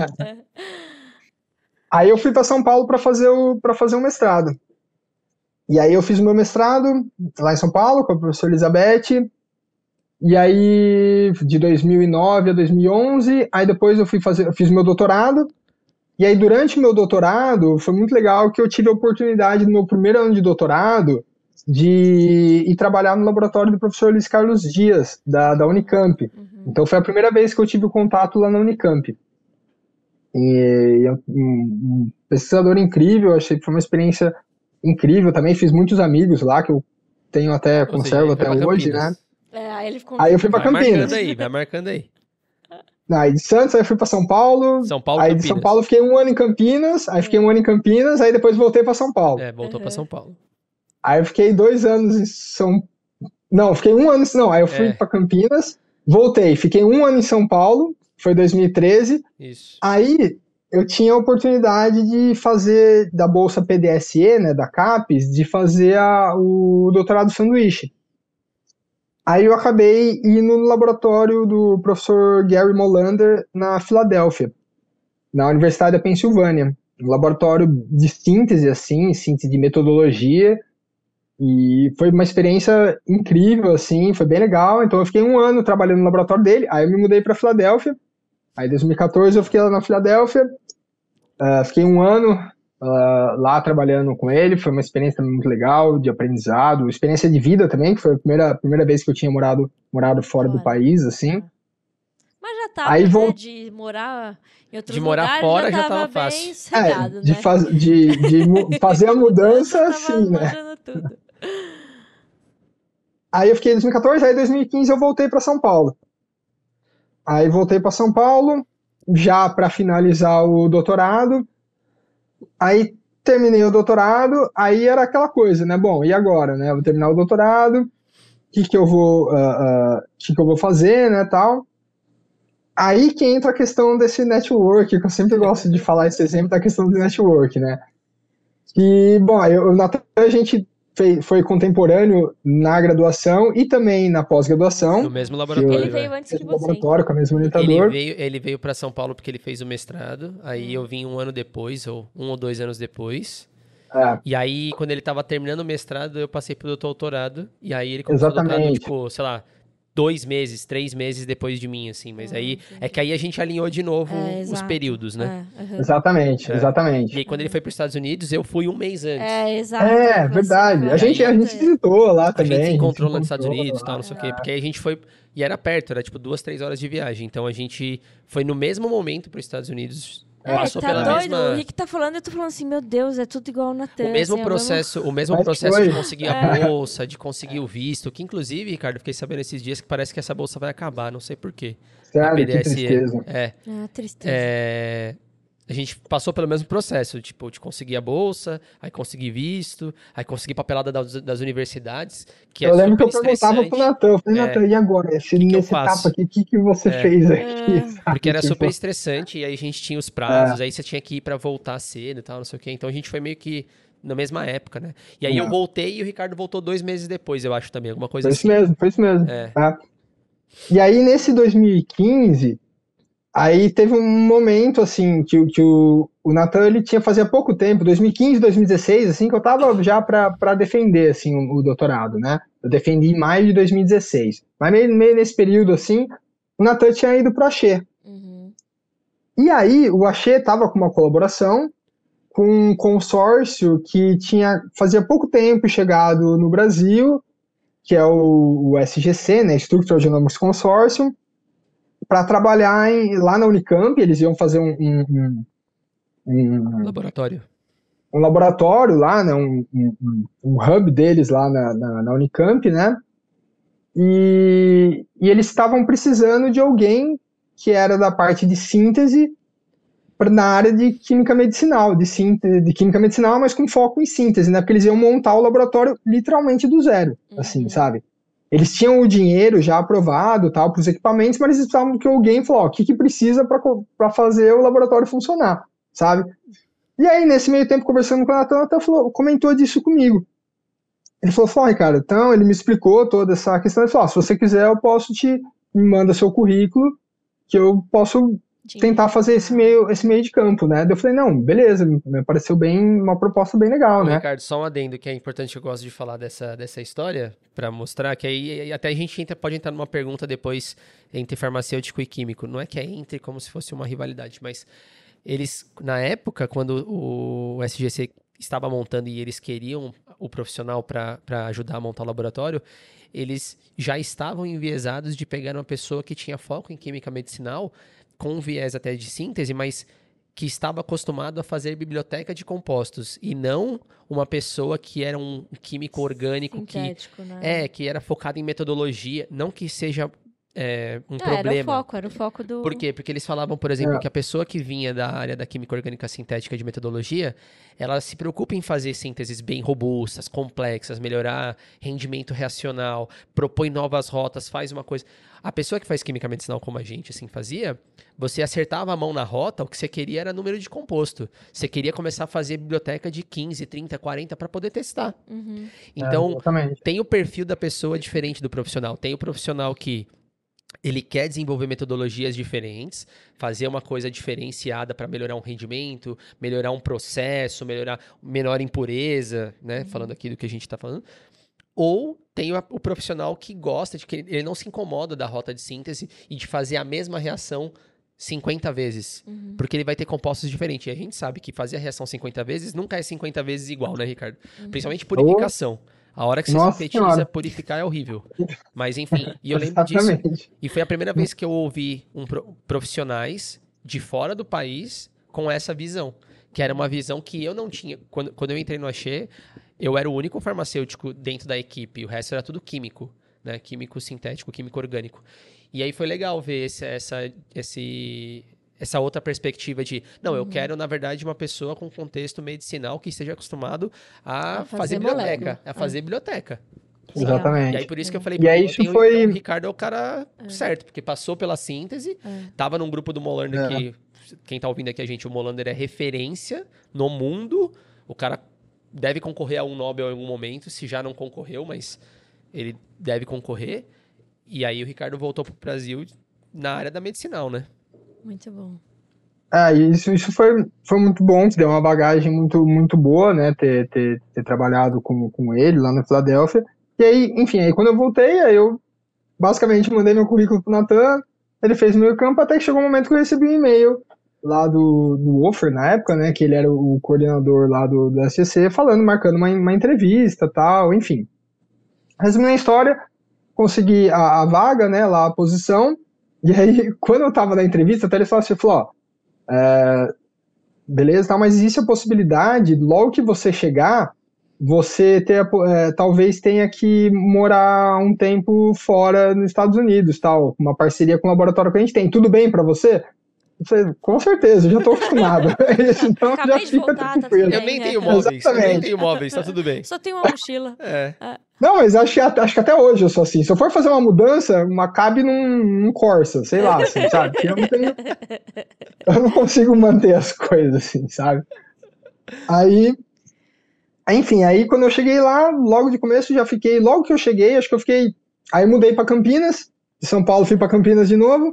Aí eu fui para São Paulo para fazer o para fazer o mestrado. E aí eu fiz o meu mestrado lá em São Paulo com a professora Elizabeth. E aí de dois mil e nove a dois mil e onze, aí depois eu fui fazer, eu fiz o meu doutorado. E aí durante o meu doutorado foi muito legal que eu tive a oportunidade no meu primeiro ano de doutorado de ir trabalhar no laboratório do professor Luiz Carlos Dias, da, da Unicamp. Uhum. Então foi a primeira vez que eu tive contato lá na Unicamp. E um, um pesquisador incrível, achei que foi uma experiência incrível também, fiz muitos amigos lá, que eu tenho até, Ou conservo seja, até hoje, né? É, aí, ele ficou aí eu fui pra vai Campinas. Vai marcando aí, vai marcando aí. Aí de Santos, aí fui pra São Paulo. São Paulo, aí Campinas. de São Paulo fiquei um ano em Campinas, aí fiquei um ano em Campinas, aí depois voltei pra São Paulo. É, voltou uhum. pra São Paulo. Aí eu fiquei dois anos em São... Não, fiquei um ano... Não, aí eu fui é. pra Campinas, voltei, fiquei um ano em São Paulo, foi dois mil e treze. Isso. Aí eu tinha a oportunidade de fazer, da Bolsa P D S E, né, da CAPES, de fazer a, o doutorado sanduíche. Aí eu acabei indo no laboratório do professor Gary Molander na Filadélfia, na Universidade da Pensilvânia. Um laboratório de síntese, assim, síntese de metodologia. E foi uma experiência incrível, assim, foi bem legal. Então eu fiquei um ano trabalhando no laboratório dele, aí eu me mudei para Filadélfia. Aí em dois mil e quatorze eu fiquei lá na Filadélfia, uh, fiquei um ano uh, lá trabalhando com ele, foi uma experiência muito legal, de aprendizado, experiência de vida também, que foi a primeira, primeira vez que eu tinha morado, morado fora Olha. do país, assim. Mas já tava, aí, né, vou... de morar em outros De morar lugares, fora já já tava, tava bem fácil. cegado, é, de, né? faz... de, de fazer a mudança, sim, né? Tudo. Aí eu fiquei em dois mil e quatorze, aí em dois mil e quinze eu voltei para São Paulo. Aí voltei para São Paulo, já para finalizar o doutorado. Aí terminei o doutorado, aí era aquela coisa, né? Bom, e agora, né? Vou terminar o doutorado, o que que eu vou, uh, uh, que que eu vou fazer, né, tal. Aí que entra a questão desse network, que eu sempre gosto de falar esse exemplo da questão do network, né? Que, bom, eu, na a gente fez, foi contemporâneo na graduação e também na pós-graduação. No mesmo laboratório. Ele veio antes que você. Laboratório, com o mesmo orientador. Ele veio, ele veio para São Paulo porque ele fez o mestrado, aí hum. eu vim um ano depois, ou um ou dois anos depois. É. E aí, quando ele tava terminando o mestrado, eu passei pro doutorado, e aí ele começou Exatamente. o doutorado, tipo, sei lá, dois meses, três meses depois de mim, assim. Mas Ah, aí, entendi. é que aí a gente alinhou de novo É, os exato. períodos, né? É, aham. Exatamente, É. exatamente. E aí, quando ele foi para os Estados Unidos, eu fui um mês antes. É, exato. É, Você verdade. foi A gente, a junto, gente visitou lá A também. gente se encontrou se lá nos Estados encontrou Unidos e lá. tal, não sei o quê. Porque aí a gente foi... E era perto, era tipo duas, três horas de viagem. Então a gente foi no mesmo momento para os Estados Unidos. É, Passou tá pela doido? mesma... O Rick tá falando e eu tô falando assim, meu Deus, é tudo igual na Natan. O mesmo assim, é processo, o mesmo Mas processo foi. de conseguir a bolsa, de conseguir o visto, que inclusive, Ricardo, fiquei sabendo esses dias que parece que essa bolsa vai acabar, não sei porquê. Sério, que tristeza. É, Ah, tristeza. é, a gente passou pelo mesmo processo, tipo, de conseguir a bolsa, aí conseguir visto, aí conseguir papelada das, das universidades, que Eu é lembro que eu super perguntava pro estressante. Natan, eu falei, É. Natan, e agora? Esse, Que que eu nesse etapa faço? aqui, o que, que você É. fez aqui? É. sabe? Porque era Tipo, super estressante, e aí a gente tinha os É. prazos, aí você tinha que ir pra voltar cedo e tal, não sei o quê. Então a gente foi meio que na mesma época, né? E aí É. eu voltei e o Ricardo voltou dois meses depois, eu acho também, alguma coisa Foi assim. isso mesmo, foi isso mesmo. É. Tá? E aí, nesse dois mil e quinze, aí teve um momento, assim, que, o- que o, o Natan, ele tinha, fazia pouco tempo, dois mil e quinze, dois mil e dezesseis, assim, que eu tava já pra, pra defender, assim, o, o doutorado, né? Eu defendi em maio de dois mil e dezesseis. Mas meio, meio nesse período, assim, o Natan tinha ido pro Axê. Uhum. E aí, o Axê tava com uma colaboração com um consórcio que tinha, fazia pouco tempo chegado no Brasil, que é o, o S G C, né, Structural Genomics Consortium, para trabalhar em, lá na Unicamp. Eles iam fazer um, um, um, um, Laboratório. um laboratório lá, né, um, um, um- um hub deles lá na, na, na Unicamp, né, e, e eles estavam precisando de alguém que era da parte de síntese pra- na área de química medicinal, de, síntese, de química medicinal, mas com foco em síntese, né, porque eles iam montar o laboratório literalmente do zero, assim, Uhum. sabe? Eles tinham o dinheiro já aprovado, tal, para os equipamentos, mas eles precisavam que alguém falou, ó, o que, que precisa para fazer o laboratório funcionar, sabe? E aí, nesse meio tempo, conversando com o Natan, o Natan falou, comentou disso comigo. Ele falou, falou, Ricardo, então, ele me explicou toda essa questão, ele falou, ó, se você quiser, eu posso te, me manda seu currículo, que eu posso tentar fazer esse meio, esse meio de campo, né? Daí eu falei, não, beleza, me pareceu bem, uma proposta bem legal, Ô, né? Ricardo, só um adendo que é importante, eu gosto de falar dessa, dessa história, para mostrar que aí aí até a gente entra, pode entrar numa pergunta depois entre farmacêutico e químico. Não é que é entre como se fosse uma rivalidade, mas eles, na época, quando o S G C estava montando e eles queriam o profissional para ajudar a montar o laboratório, eles já estavam enviesados de pegar uma pessoa que tinha foco em química medicinal, com um viés até de síntese, mas que estava acostumado a fazer biblioteca de compostos e não uma pessoa que era um químico orgânico Sintético, né? que é que era focado em metodologia, não que seja é, um Ah, problema. era o foco, era o foco do... Por quê? Porque eles falavam, por exemplo, É. que a pessoa que vinha da área da química orgânica sintética de metodologia, ela se preocupa em fazer sínteses bem robustas, complexas, melhorar rendimento reacional, propõe novas rotas, faz uma coisa... A pessoa que faz química medicinal como a gente assim fazia, você acertava a mão na rota, o que você queria era número de composto. Você queria começar a fazer biblioteca de quinze, trinta, quarenta para poder testar. Uhum. Então, É, exatamente. tem o perfil da pessoa diferente do profissional. Tem o profissional que ele quer desenvolver metodologias diferentes, fazer uma coisa diferenciada para melhorar um rendimento, melhorar um processo, melhorar menor impureza, né? Falando aqui do que a gente está falando. Ou tem o, o profissional que gosta de que ele não se incomoda da rota de síntese e de fazer a mesma reação cinquenta vezes. Uhum. Porque ele vai ter compostos diferentes. E a gente sabe que fazer a reação cinquenta vezes nunca é cinquenta vezes igual, né, Ricardo? Uhum. Principalmente purificação. A hora que você Nossa sintetiza, Senhora. purificar é horrível. Mas enfim, e eu lembro disso. Exatamente. E foi a primeira vez que eu ouvi um pro- profissionais de fora do país com essa visão. Que era uma visão que eu não tinha. Quando, quando eu entrei no Axê, eu era o único farmacêutico dentro da equipe. O resto era tudo químico, né? Químico sintético, químico orgânico. E aí foi legal ver esse, essa, esse, essa outra perspectiva de... Não, eu quero, na verdade, uma pessoa com contexto medicinal que esteja acostumado a, A fazer fazer biblioteca. molécula. A fazer biblioteca. Legal. Exatamente. E aí por isso que eu falei, E aí pô, isso tem o- foi- então, o Ricardo é o cara certo, porque passou pela síntese, É. tava num grupo do Molander É. que, quem tá ouvindo aqui a gente, o Molander é referência no mundo, o cara deve concorrer a um Nobel em algum momento, se já não concorreu, mas ele deve concorrer, e aí o Ricardo voltou pro Brasil na área da medicinal, né? Muito bom. Ah, isso, isso foi, foi muito bom, deu uma bagagem muito, muito boa, né, ter, ter, ter trabalhado com, com ele lá na Filadélfia. E aí, enfim, aí quando eu voltei, aí eu basicamente mandei meu currículo pro Natan, ele fez meio campo, até que chegou um momento que eu recebi um e-mail lá do, do Offer, na época, né, que ele era o coordenador lá do, do S G C, falando, marcando uma, uma entrevista, tal, enfim. Resumindo a história, consegui a, a vaga, né, lá a posição, e aí, quando eu tava na entrevista, até ele falou assim, falou, ó, é, beleza, tá, mas existe a possibilidade, logo que você chegar, você ter, é, talvez tenha que morar um tempo fora nos Estados Unidos, tal, uma parceria com o laboratório que a gente tem, tudo bem pra você? Eu falei, com certeza, eu já tô acostumado. Então Acabei já de fica voltar, tá tranquilo. tudo Eu bem, nem tenho é. móveis, eu nem Exatamente. tenho móveis, tá tudo bem. Só tenho uma mochila. É. Não, mas acho que, acho que até hoje eu sou assim. Se eu for fazer uma mudança, uma cabe num, num Corsa, sei lá, assim, sabe? Porque eu não tenho. Eu não consigo manter as coisas, assim, sabe? Aí. Enfim, aí quando eu cheguei lá, logo de começo já fiquei. Logo que eu cheguei, acho que eu fiquei. Aí mudei pra Campinas. De São Paulo fui pra Campinas de novo.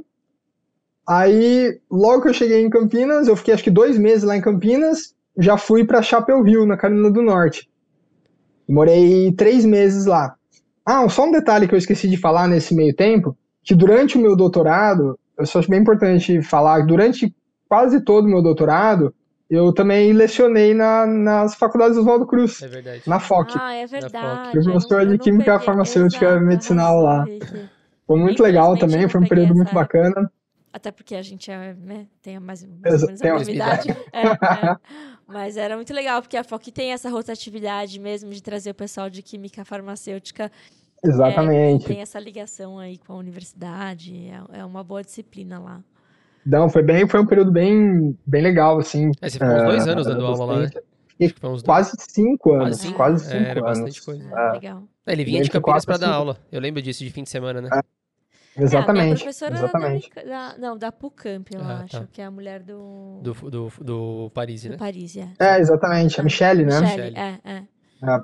Aí, logo que eu cheguei em Campinas, eu fiquei acho que dois meses lá em Campinas, já fui pra Chapel Hill, na Carolina do Norte. Morei três meses lá. Ah, só um detalhe que eu esqueci de falar nesse meio tempo, que durante o meu doutorado, eu só acho bem importante falar, durante quase todo o meu doutorado, eu também lecionei na, nas faculdades Oswaldo Cruz, É verdade. na F O C. Ah, é F O C. verdade. Fui eu não- professor eu de não Química peguei. Farmacêutica Exato, Medicinal arrasou, lá. Rick. Foi muito legal Infelizmente, também, não foi um peguei período muito essa época. bacana. Até porque a gente é, né, tem mais, mais Exa- ou menos a tem mesma uma idade. idade. É, é. Mas era muito legal, porque a F O C tem essa rotatividade mesmo de trazer o pessoal de química farmacêutica. É, e Exatamente. tem essa ligação aí com a universidade. É, é uma boa disciplina lá. Não, foi bem, foi um período bem, bem legal, assim. É, você ficou uns dois anos dando uh, aula lá, né? Fiquei Acho que foi uns dois. quase cinco Quase anos, cinco? quase É, cinco era anos. bastante coisa. Ah, É, legal. É, ele vinha de entre Campinas quatro pra a dar cinco. aula. Eu lembro disso de fim de semana, né? É, É, a minha Exatamente, professora era da, exatamente. Unica, da Não, da PUCamp, eu Ah, acho, tá. que é a mulher do, Do, do, do Paris, do né? Paris, é. É, exatamente, a Ah, Michelle, né? Michele, Michele. é, é. É.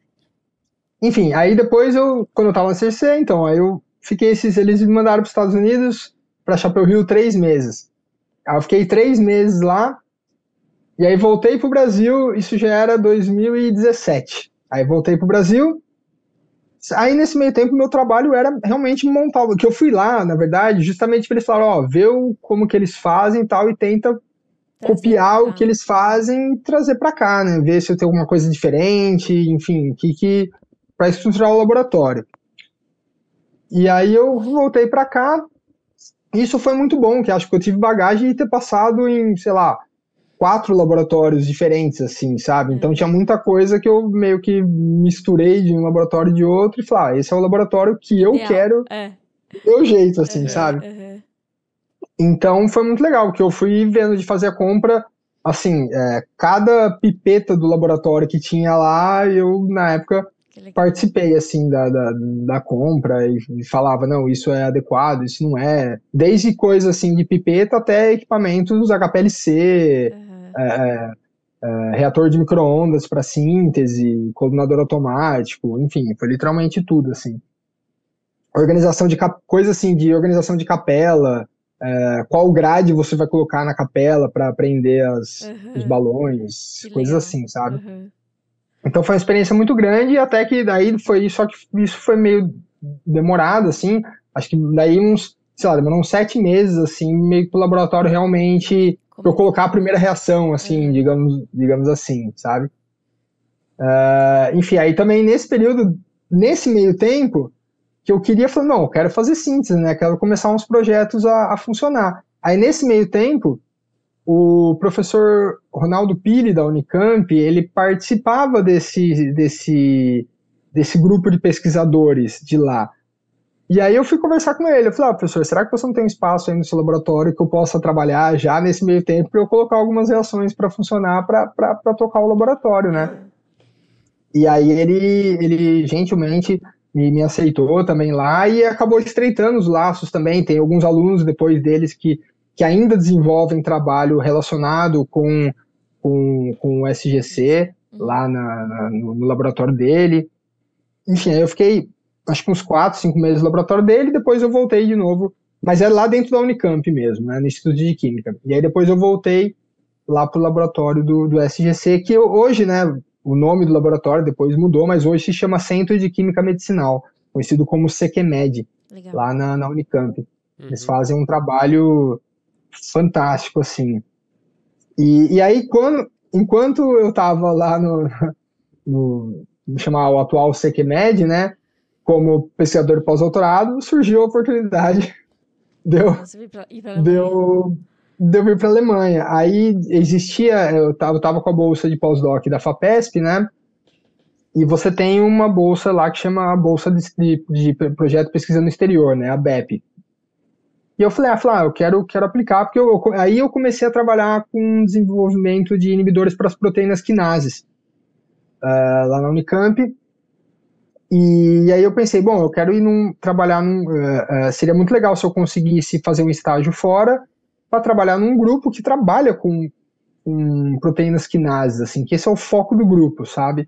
Enfim, aí depois eu, quando eu tava na C C, então, aí eu fiquei esses, eles me mandaram para os Estados Unidos, para Chapel Hill, três meses. Aí eu fiquei três meses lá, e aí voltei pro Brasil, isso já era dois mil e dezessete. Aí voltei pro Brasil, aí nesse meio tempo meu trabalho era realmente montar, que eu fui lá, na verdade, justamente para eles falaram, ó, vê o, como que eles fazem e tal, e tenta Trazer copiar pra o cá. que eles fazem e trazer para cá, né? Ver se eu tenho alguma coisa diferente, enfim, que que para estruturar o laboratório. E aí eu voltei para cá. Isso foi muito bom, que acho que eu tive bagagem de ter passado em, sei lá, quatro laboratórios diferentes, assim, sabe? Então É. tinha muita coisa que eu meio que misturei de um laboratório e de outro e falei, ah, esse é o laboratório que eu Ideal. quero É. do meu jeito, assim, Uhum, sabe? uhum. Então foi muito legal, porque eu fui vendo de fazer a compra, assim, é, cada pipeta do laboratório que tinha lá, eu, na época, Que legal. participei, assim, da, da, da compra e, e falava, não, isso é adequado, isso não é. Desde coisa, assim, de pipeta até equipamentos H P L C, Uhum. é, é, reator de micro-ondas para síntese, colunador automático, enfim, foi literalmente tudo, assim. Organização de cap... coisa assim de organização de capela, é, qual grade você vai colocar na capela para prender as, Uhum. os balões, Que coisas legal. assim, sabe? Uhum. Então foi uma experiência muito grande, até que daí foi, só que isso foi meio demorado, assim, acho que daí uns, sei lá, demorou uns sete meses, assim, meio que o laboratório realmente, pra eu colocar a primeira reação, assim, Uhum. digamos, digamos assim, sabe? Uh, enfim, aí também nesse período, nesse meio tempo, que eu queria, falar, não, eu quero fazer síntese, né, quero começar uns projetos a, a funcionar. Aí nesse meio tempo, o professor Ronaldo Pili, da Unicamp, ele participava desse, desse, desse grupo de pesquisadores de lá. E aí eu fui conversar com ele, eu falei, ah, professor, será que você não tem um espaço aí no seu laboratório que eu possa trabalhar já nesse meio tempo para eu colocar algumas reações para funcionar, para tocar o laboratório, né? E aí ele, ele gentilmente me, me aceitou também lá e acabou estreitando os laços também. Tem alguns alunos depois deles que, que ainda desenvolvem trabalho relacionado com, com, com o S G C, Uhum. lá na, na, no, no laboratório dele. Enfim, aí eu fiquei acho que uns quatro, cinco meses no laboratório dele, e depois eu voltei de novo, mas é lá dentro da Unicamp mesmo, né, no Instituto de Química. E aí depois eu voltei lá para o laboratório do, do S G C, que hoje, né, o nome do laboratório depois mudou, mas hoje se chama Centro de Química Medicinal, conhecido como CQMed. Legal. lá na, na Unicamp. Uhum. Eles fazem um trabalho fantástico, assim. E, e aí, quando, enquanto eu estava lá no, no, vamos chamar o atual SECMED, né, como pesquisador pós-doutorado, surgiu a oportunidade de eu, Você veio pra, ir pra de Alemanha. eu, de eu vir para a Alemanha. Aí existia, eu estava eu tava com a bolsa de pós-doc da FAPESP, né, e você tem uma bolsa lá que chama a Bolsa de, de, de Projeto de Pesquisa no Exterior, né, a B E P. E eu falei, ah, falei, ah eu quero, quero aplicar, porque eu, eu, aí eu comecei a trabalhar com desenvolvimento de inibidores para as proteínas quinases, uh, lá na Unicamp. E aí eu pensei, bom, eu quero ir num, trabalhar num... Uh, uh, seria muito legal se eu conseguisse fazer um estágio fora para trabalhar num grupo que trabalha com, com proteínas quinases, assim, que esse é o foco do grupo, sabe?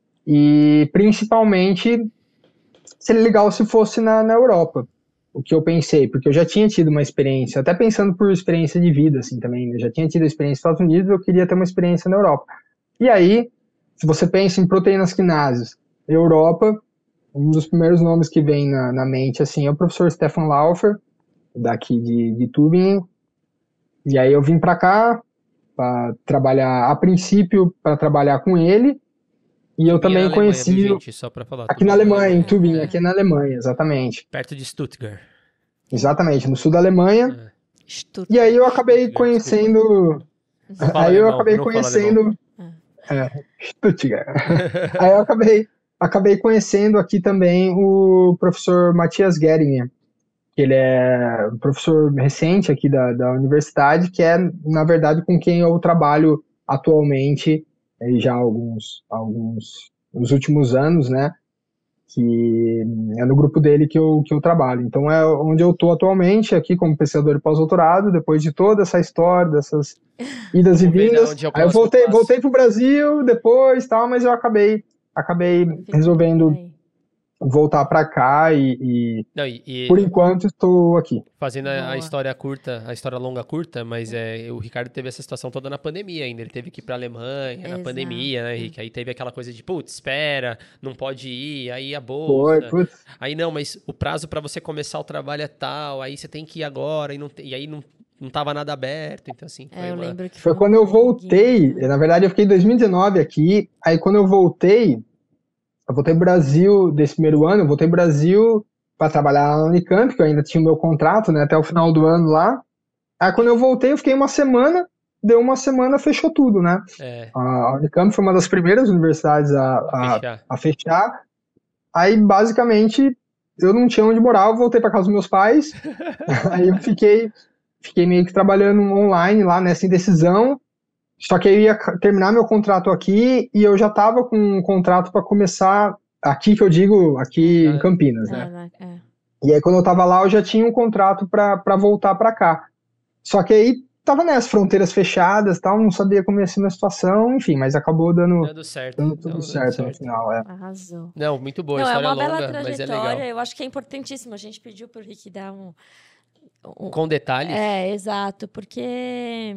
E principalmente seria legal se fosse na, na Europa. O que eu pensei, porque eu já tinha tido uma experiência, até pensando por experiência de vida, assim, também, eu já tinha tido experiência nos Estados Unidos, eu queria ter uma experiência na Europa. E aí, se você pensa em proteínas quinases, Europa, um dos primeiros nomes que vem na, na mente, assim, é o professor Stefan Laufer, daqui de, de Tübingen, e aí eu vim para cá, para trabalhar, a princípio, para trabalhar com ele, e eu também na Alemanha, conheci... viu, gente? Só para falar. Aqui na Alemanha, em Tübingen, é. aqui na Alemanha, exatamente. Perto de Stuttgart. Exatamente, no sul da Alemanha. É. Stuttgart. E aí eu acabei Stuttgart, conhecendo... Fala Aí eu alemão, acabei não fala conhecendo... É, Stuttgart. Aí eu acabei, acabei conhecendo aqui também o professor Matthias Geringer, que ele é um professor recente aqui da, da universidade, que é, na verdade, com quem eu trabalho atualmente, aí já há alguns, alguns, nos últimos anos, né? Que é no grupo dele que eu, que eu trabalho. Então é onde eu estou atualmente, aqui como pesquisador pós-doutorado, depois de toda essa história, dessas idas e vindas. É aí eu voltei, voltei para o Brasil depois, tal, mas eu acabei, acabei resolvendo voltar para cá e, e, Não, e, e por enquanto estou aqui. Fazendo a, a história curta, a história longa curta, mas é, o Ricardo teve essa situação toda na pandemia ainda. Ele teve que ir pra Alemanha, Exato. na pandemia, né, Rick? Aí teve aquela coisa de, putz, espera, não pode ir, aí a bolsa. Foi, putz. Aí não, mas o prazo pra você começar o trabalho é tal, aí você tem que ir agora, e, não tem, e aí não, não tava nada aberto, então assim... Foi, é, eu uma... lembro que foi, foi quando eu voltei, na verdade eu fiquei em dois mil e dezenove aqui, aí quando eu voltei, eu voltei pro Brasil desse primeiro ano, eu voltei pro Brasil para trabalhar na Unicamp, que eu ainda tinha o meu contrato, né, até o final do ano lá. Aí quando eu voltei, eu fiquei uma semana, deu uma semana, fechou tudo, né? É. A Unicamp foi uma das primeiras universidades a, a, a, fechar. a fechar. Aí, basicamente, eu não tinha onde morar, eu voltei para casa dos meus pais. Aí eu fiquei, fiquei meio que trabalhando online lá nessa indecisão. Só que eu ia terminar meu contrato aqui e eu já estava com um contrato para começar aqui, que eu digo, aqui é, em Campinas, né? É, é. E aí, quando eu estava lá, eu já tinha um contrato para voltar para cá. Só que aí tava nessas fronteiras fechadas, tal, não sabia como ia ser a situação, enfim, mas acabou dando, dando certo, dando tudo dando certo, certo no final. É. Arrasou. Não, muito boa, não, história é uma longa, bela trajetória, mas é legal. Eu acho que é importantíssimo. A gente pediu pro Rick dar um, um... Com detalhes? É, exato, porque...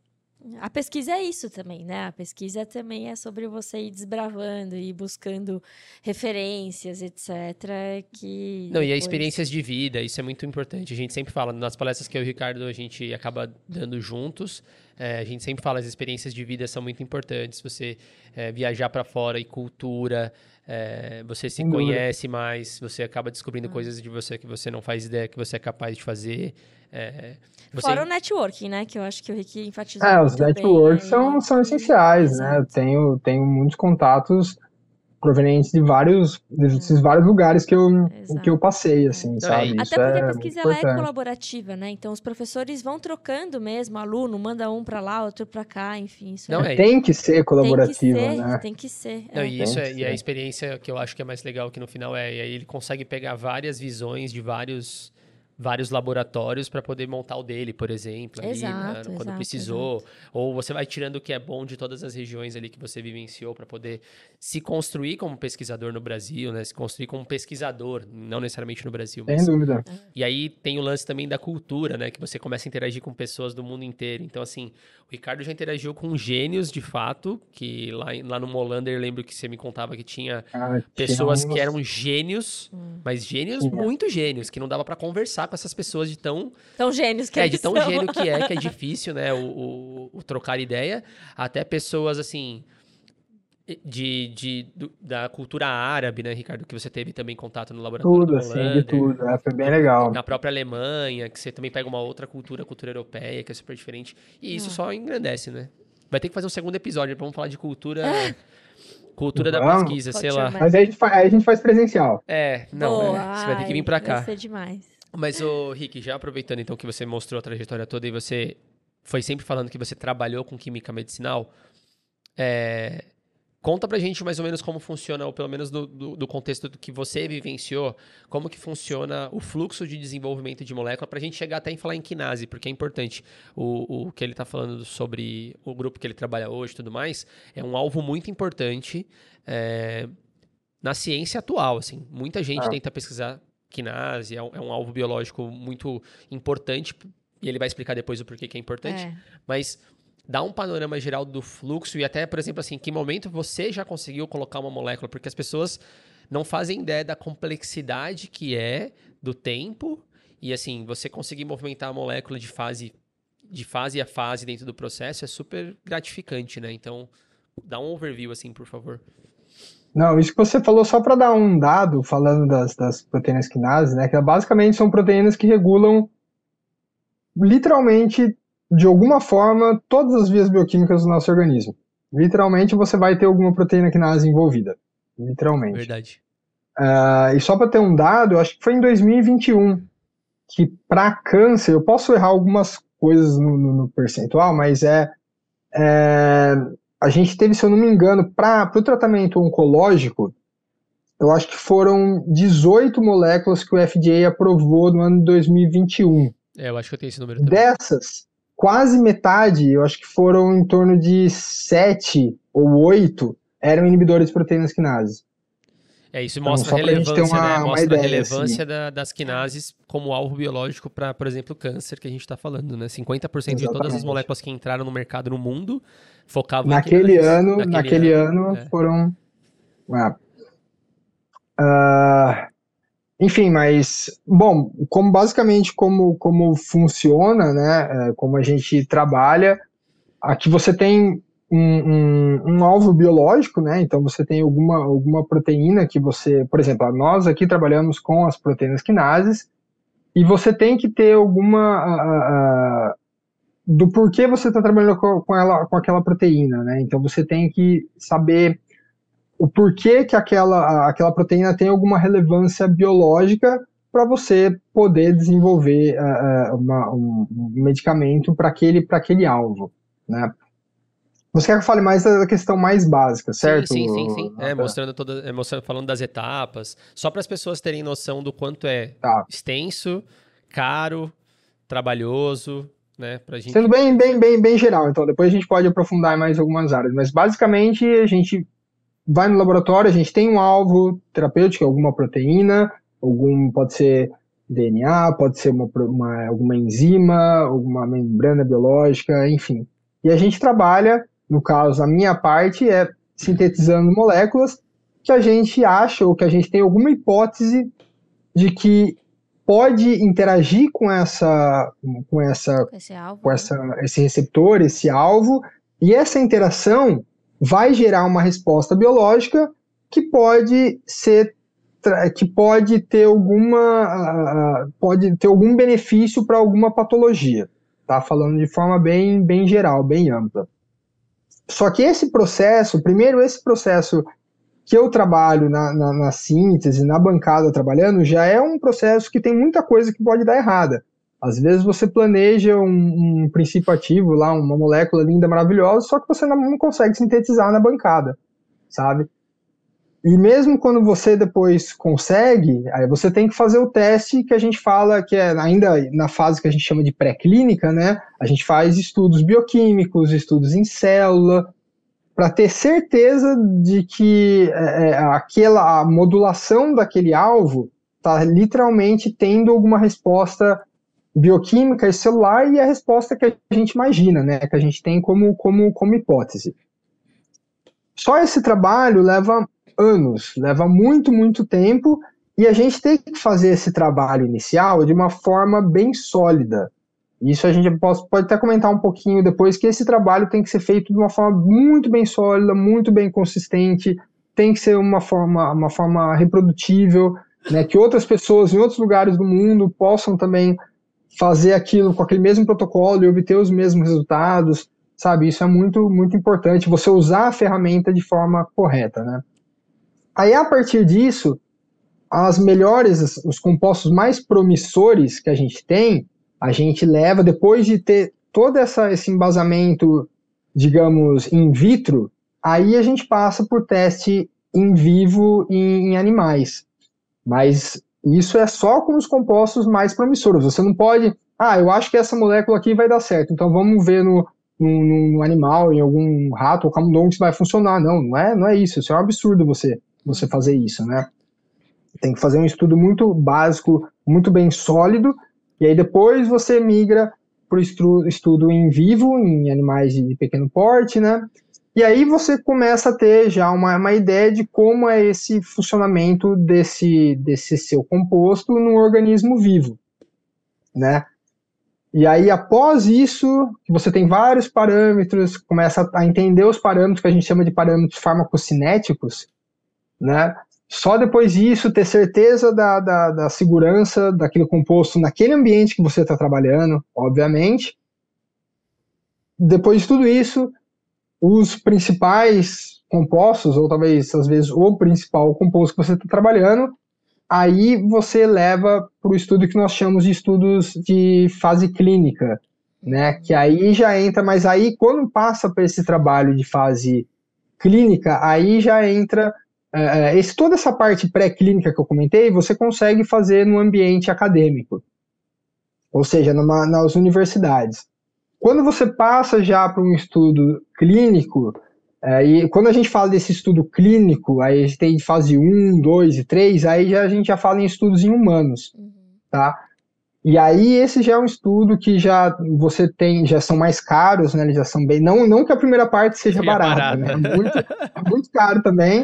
A pesquisa é isso também, né? A pesquisa também é sobre você ir desbravando e buscando referências, etcétera. Que Não, depois... e as experiências de vida, isso é muito importante. A gente sempre fala, nas palestras que eu e o Ricardo a gente acaba dando juntos, é, a gente sempre fala, as experiências de vida são muito importantes. Você é, viajar para fora e cultura, é, você se Sem conhece dúvida. mais, você acaba descobrindo hum. coisas de você que você não faz ideia que você é capaz de fazer. É, você... Fora o networking, né? Que eu acho que o Rick enfatizou É, muito os networks bem, são, são que... essenciais, Exato. né? Eu tenho, tenho muitos contatos provenientes de vários, desses é. vários lugares que eu, que eu passei, assim, é. sabe? Não, Isso Até porque é a pesquisa ela importante. é colaborativa, né? Então, os professores vão trocando mesmo, aluno manda um para lá, outro para cá, enfim. Isso Não, é... Tem que ser colaborativa, tem que ser, né? Tem que ser. Não, é. e isso é, ser. e a experiência que eu acho que é mais legal que no final é, e aí ele consegue pegar várias visões de vários vários laboratórios para poder montar o dele, por exemplo, ali, Exato, né, quando exato, precisou. exato. Ou você vai tirando o que é bom de todas as regiões ali que você vivenciou para poder se construir como pesquisador no Brasil, né? Se construir como pesquisador, não necessariamente no Brasil, Sem mas... dúvida. E aí tem o lance também da cultura, né? Que você começa a interagir com pessoas do mundo inteiro. Então, assim, o Ricardo já interagiu com gênios, de fato, que lá, em- lá no Molander, eu lembro que você me contava que tinha Ah, pessoas tinha que uns- eram gênios, mas gênios, Tinha. muito gênios, que não dava pra conversar com essas pessoas de tão... Tão gênios que É, de eles tão são. gênio que é, que é difícil, né? O, o- o trocar ideia. Até pessoas, assim... De, de, do- da cultura árabe, né, Ricardo? Que você teve também contato no laboratório do Tudo, assim, de Molander. tudo. É, foi bem No- legal. Na própria Alemanha, que você também pega uma outra cultura, a cultura europeia, que é super diferente. E isso só engrandece, né? Vai ter que fazer um segundo episódio, vamos falar de cultura... Cultura da Vamos. pesquisa, sei Culture lá. man. Mas aí a gente faz, aí a gente faz presencial. É, não, Boa, é, você vai ter que vir ai, pra Vai cá. ser demais. Mas, ô, Rick, já aproveitando então que você mostrou a trajetória toda e você foi sempre falando que você trabalhou com química medicinal, é, conta pra gente mais ou menos como funciona, ou pelo menos do, do, do contexto do que você vivenciou, como que funciona o fluxo de desenvolvimento de molécula, pra gente chegar até em falar em quinase, porque é importante. O, o que ele tá falando sobre o grupo que ele trabalha hoje e tudo mais, é um alvo muito importante é, na ciência atual, assim. Muita gente Ah. tenta pesquisar quinase, é um, é um alvo biológico muito importante, e ele vai explicar depois o porquê que é importante, É. mas dá um panorama geral do fluxo e até, por exemplo, assim, que momento você já conseguiu colocar uma molécula, porque as pessoas não fazem ideia da complexidade que é do tempo e, assim, você conseguir movimentar a molécula de fase, de fase a fase dentro do processo é super gratificante, né? Então, dá um overview, assim, por favor. Não, isso que você falou, só para dar um dado, falando das, das proteínas quinases, né, que basicamente são proteínas que regulam, literalmente, de alguma forma, todas as vias bioquímicas do nosso organismo. Literalmente, você vai ter alguma proteína quinase envolvida. Literalmente. Verdade. Uh, e só para ter um dado, eu acho que foi em dois mil e vinte e um, que para câncer, eu posso errar algumas coisas no, no, no percentual, mas é... é a gente teve, se eu não me engano, para o tratamento oncológico, eu acho que foram dezoito moléculas que o F D A aprovou no ano de dois mil e vinte e um. É, eu acho que eu tenho esse número também. Dessas, quase metade, eu acho que foram em torno de sete ou oito, eram inibidores de proteínas quinases. É, isso Então, mostra só a pra gente ter relevância, uma- né? uma Mostra ideia, a relevância assim. da- das quinases como alvo biológico para, por exemplo, câncer, que a gente está falando, né? cinquenta por cento de todas as Exatamente. moléculas que entraram no mercado no mundo focavam Naquele em quinases. ano, naquele ano, é. foram... Ah, ah, enfim, mas, bom, como basicamente como, como funciona, né, é, como a gente trabalha, aqui você tem um, um, um alvo biológico, né, então você tem alguma, alguma proteína que você, por exemplo, nós aqui trabalhamos com as proteínas quinases, e você tem que ter alguma, a, a, do porquê você está trabalhando com, com, ela, com aquela proteína, né, então você tem que saber o porquê que aquela, aquela proteína tem alguma relevância biológica para você poder desenvolver uh, uma, um, um medicamento para aquele, para aquele alvo, né? Você quer que eu fale mais da questão mais básica, certo? Sim, sim, sim, sim. É, Natan? mostrando toda, é, mostrando, falando das etapas, só para as pessoas terem noção do quanto é Tá. extenso, caro, trabalhoso, né? Pra gente... Sendo bem, bem, bem, bem geral, então depois a gente pode aprofundar em mais algumas áreas, mas basicamente a gente vai no laboratório, a gente tem um alvo terapêutico, alguma proteína, algum, pode ser D N A, pode ser uma, uma, alguma enzima, alguma membrana biológica, enfim. E a gente trabalha, no caso, a minha parte é sintetizando moléculas que a gente acha ou que a gente tem alguma hipótese de que pode interagir com essa, com essa, Esse alvo. com né? essa, esse receptor, esse alvo, e essa interação vai gerar uma resposta biológica que pode ser, que pode ter alguma, pode ter algum benefício para alguma patologia, tá? Falando de forma bem, bem geral, bem ampla. Só que esse processo, primeiro esse processo que eu trabalho na, na, na síntese, na bancada trabalhando, já é um processo que tem muita coisa que pode dar errada. Às vezes você planeja um, um princípio ativo lá, uma molécula linda, maravilhosa, só que você não, não consegue sintetizar na bancada, sabe? E mesmo quando você depois consegue, aí você tem que fazer o teste que a gente fala, que é ainda na fase que a gente chama de pré-clínica, né? A gente faz estudos bioquímicos, estudos em célula, para ter certeza de que é, aquela, a modulação daquele alvo está literalmente tendo alguma resposta bioquímica e celular, e a resposta que a gente imagina, né? Que a gente tem como, como, como hipótese. Só esse trabalho leva anos, leva muito, muito tempo, e a gente tem que fazer esse trabalho inicial de uma forma bem sólida. Isso a gente pode, pode até comentar um pouquinho depois, que esse trabalho tem que ser feito de uma forma muito bem sólida, muito bem consistente, tem que ser uma forma, uma forma reprodutível, né, que outras pessoas em outros lugares do mundo possam também fazer aquilo com aquele mesmo protocolo e obter os mesmos resultados, sabe? Isso é muito, muito importante, você usar a ferramenta de forma correta, né? Aí, a partir disso, as melhores, os compostos mais promissores que a gente tem, a gente leva, depois de ter todo essa, esse embasamento, digamos, in vitro, aí a gente passa por teste in vivo em, em animais. Mas isso é só com os compostos mais promissores. Você não pode, ah, eu acho que essa molécula aqui vai dar certo, então vamos ver no, no, no animal, em algum rato ou camundongo se vai funcionar. Não, não é, não é isso. Isso é um absurdo você, você fazer isso, né? Tem que fazer um estudo muito básico, muito bem sólido, e aí depois você migra para o estudo em vivo, em animais de pequeno porte, né? E aí você começa a ter já uma, uma ideia de como é esse funcionamento desse, desse seu composto no organismo vivo, né? E aí, após isso, você tem vários parâmetros, começa a entender os parâmetros que a gente chama de parâmetros farmacocinéticos, né? Só depois disso, ter certeza da, da, da segurança daquele composto naquele ambiente que você está trabalhando, obviamente. Depois de tudo isso, os principais compostos, ou talvez, às vezes, o principal composto que você está trabalhando, aí você leva para o estudo que nós chamamos de estudos de fase clínica, né? Que aí já entra, mas aí quando passa para esse trabalho de fase clínica, aí já entra... Uh, esse, toda essa parte pré-clínica que eu comentei, você consegue fazer no ambiente acadêmico, ou seja, numa, nas universidades. Quando você passa já para um estudo clínico, uh, e quando a gente fala desse estudo clínico, aí a gente tem fase um, dois e três, aí já, a gente já fala em estudos em humanos, uhum. Tá? E aí esse já é um estudo que já você tem, já são mais caros, né? Eles já são bem, não, não que a primeira parte seja barata, né? É muito, é muito caro também.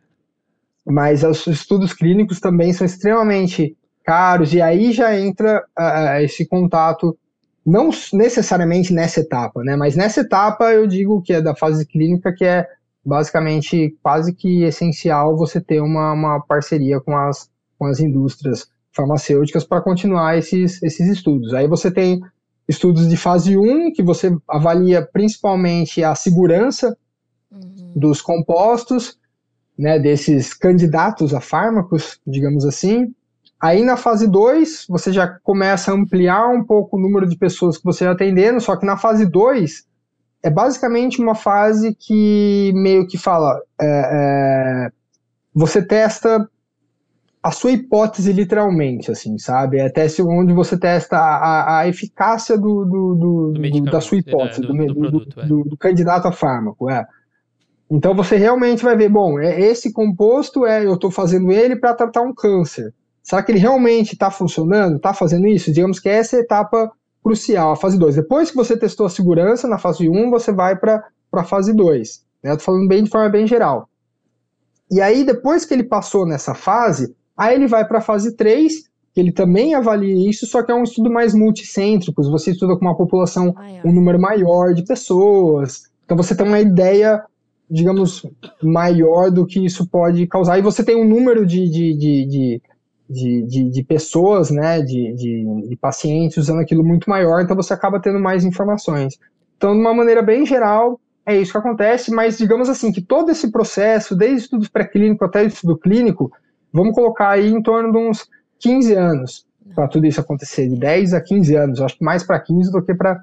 Mas os estudos clínicos também são extremamente caros, e aí já entra uh, esse contato, não necessariamente nessa etapa, né? Mas nessa etapa eu digo que é da fase clínica, que é basicamente quase que essencial você ter uma, uma parceria com as, com as indústrias farmacêuticas para continuar esses, esses estudos. Aí você tem estudos de fase um, que você avalia principalmente a segurança uhum. dos compostos, né, desses candidatos a fármacos, digamos assim. Aí na fase dois, você já começa a ampliar um pouco o número de pessoas que você está atendendo, só que na fase dois é basicamente uma fase que meio que fala, é, é, você testa a sua hipótese literalmente, assim, sabe? É teste onde você testa a, a, a eficácia do, do, do, do da sua hipótese, é, do, do, do, produto, do, é. do candidato a fármaco, é. Então você realmente vai ver, bom, esse composto, é, eu estou fazendo ele para tratar um câncer. Será que ele realmente está funcionando? Está fazendo isso? Digamos que essa é a etapa crucial, a fase dois. Depois que você testou a segurança, na fase um, você vai para a fase dois. Né? Eu estou falando bem de forma bem geral. E aí, depois que ele passou nessa fase, aí ele vai para a fase três, que ele também avalia isso, só que é um estudo mais multicêntrico. Você estuda com uma população, maior. um número maior de pessoas. Então você tem uma ideia, digamos, maior do que isso pode causar, e você tem um número de, de, de, de, de, de, de pessoas, né, de, de, de pacientes usando aquilo muito maior, então você acaba tendo mais informações. Então, de uma maneira bem geral, é isso que acontece, mas digamos assim, que todo esse processo, desde estudos pré-clínico até estudo clínico, vamos colocar aí em torno de uns quinze anos para tudo isso acontecer, de dez a quinze anos, eu acho que mais para quinze do que para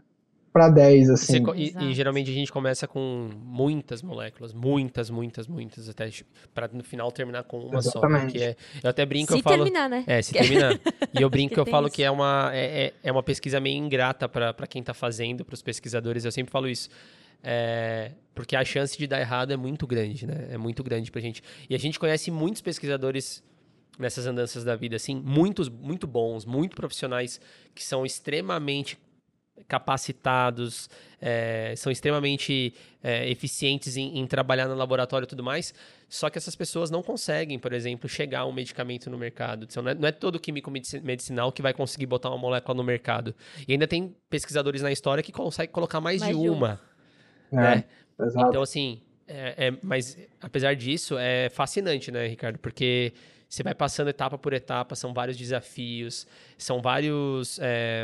para dez, Você assim. co- e, Exato. e geralmente a gente começa com muitas moléculas, muitas, muitas, muitas, até para no final terminar com uma só, né? Exatamente. Que é, eu até brinco, Se eu falo, terminar, né? é, se terminar. E eu brinco, que eu tem falo isso. que é uma, é, é- é uma pesquisa meio ingrata para quem está fazendo, para os pesquisadores. Eu sempre falo isso. É, porque a chance de dar errado é muito grande, né? É muito grande pra gente. E a gente conhece muitos pesquisadores nessas andanças da vida, assim, muitos, muito bons, muito profissionais que são extremamente capacitados, é, são extremamente é, eficientes em, em trabalhar no laboratório e tudo mais, só que essas pessoas não conseguem, por exemplo, chegar a um medicamento no mercado. Então, não, é, não é todo químico medici- medicinal que vai conseguir botar uma molécula no mercado. E ainda tem pesquisadores na história que conseguem colocar mais, Mais de de uma, É, né? exato. Então, assim, é, é- mas apesar disso, é fascinante, né, Ricardo? Porque você vai passando etapa por etapa, são vários desafios, são vários é,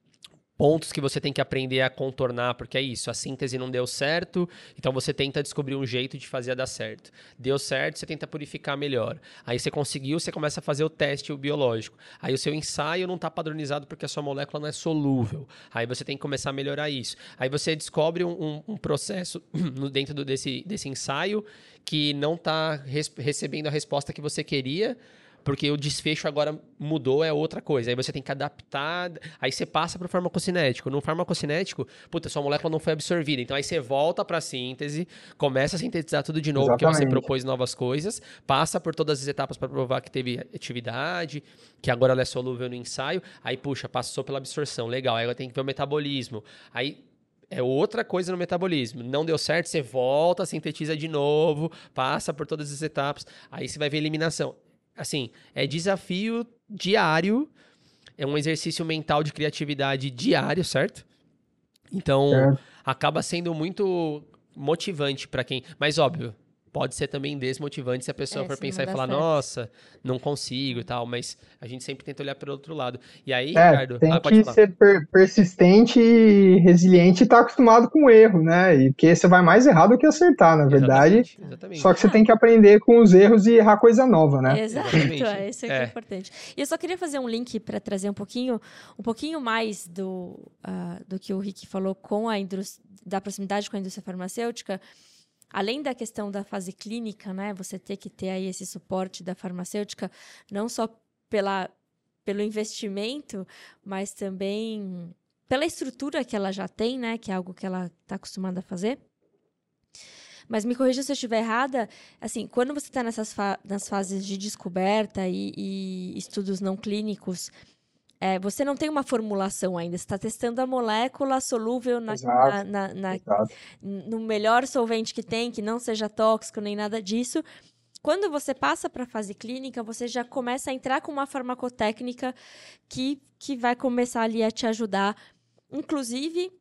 pontos que você tem que aprender a contornar, porque é isso, a síntese não deu certo, então você tenta descobrir um jeito de fazer dar certo. Deu certo, você tenta purificar melhor. Aí você conseguiu, você começa a fazer o teste biológico. Aí o seu ensaio não está padronizado porque a sua molécula não é solúvel. Aí você tem que começar a melhorar isso. Aí você descobre um, um- um processo no- dentro do- desse, desse ensaio que não está recebendo a resposta que você queria, porque o desfecho agora mudou, é outra coisa. Aí você tem que adaptar, aí você passa para o farmacocinético. No farmacocinético, puta, sua molécula não foi absorvida. Então aí você volta para a síntese, começa a sintetizar tudo de novo, porque você Exatamente. propôs novas coisas, passa por todas as etapas para provar que teve atividade, que agora ela é solúvel no ensaio. Aí, puxa, passou pela absorção, legal. Aí agora tem que ver o metabolismo. Aí é outra coisa no metabolismo. Não deu certo, você volta, sintetiza de novo, passa por todas as etapas. Aí você vai ver a eliminação. Assim, é desafio diário, é um exercício mental de criatividade diário, certo? Então, É. acaba sendo muito motivante para quem... Mas, óbvio, pode ser também desmotivante se a pessoa É, for se não pensar e dá falar, certo. nossa, não consigo e tal, mas a gente sempre tenta olhar pelo outro lado. E aí, É, Ricardo... tem Ah, pode que falar. ser per- persistente e resiliente e estar acostumado com o erro, né? E porque você vai mais errar do que acertar, na verdade. Exatamente, exatamente. Só que você tem que aprender com os erros e errar coisa nova, né? Exato, Exatamente. é isso que é, É. importante. E eu só queria fazer um link para trazer um pouquinho, um pouquinho mais do, ah, do que o Rick falou com a indústria, da proximidade com a indústria farmacêutica. Além da questão da fase clínica, né, você ter que ter aí esse suporte da farmacêutica, não só pela, pelo investimento, mas também pela estrutura que ela já tem, né, que é algo que ela está acostumada a fazer. Mas me corrija se eu estiver errada, assim, quando você está nessas fa- nas fases de descoberta e, e estudos não clínicos, é, você não tem uma formulação ainda, você está testando a molécula solúvel na, Exato. na- na- na- Exato. no melhor solvente que tem, que não seja tóxico nem nada disso. Quando você passa para a fase clínica, você já começa a entrar com uma farmacotécnica que, que vai começar ali a te ajudar, inclusive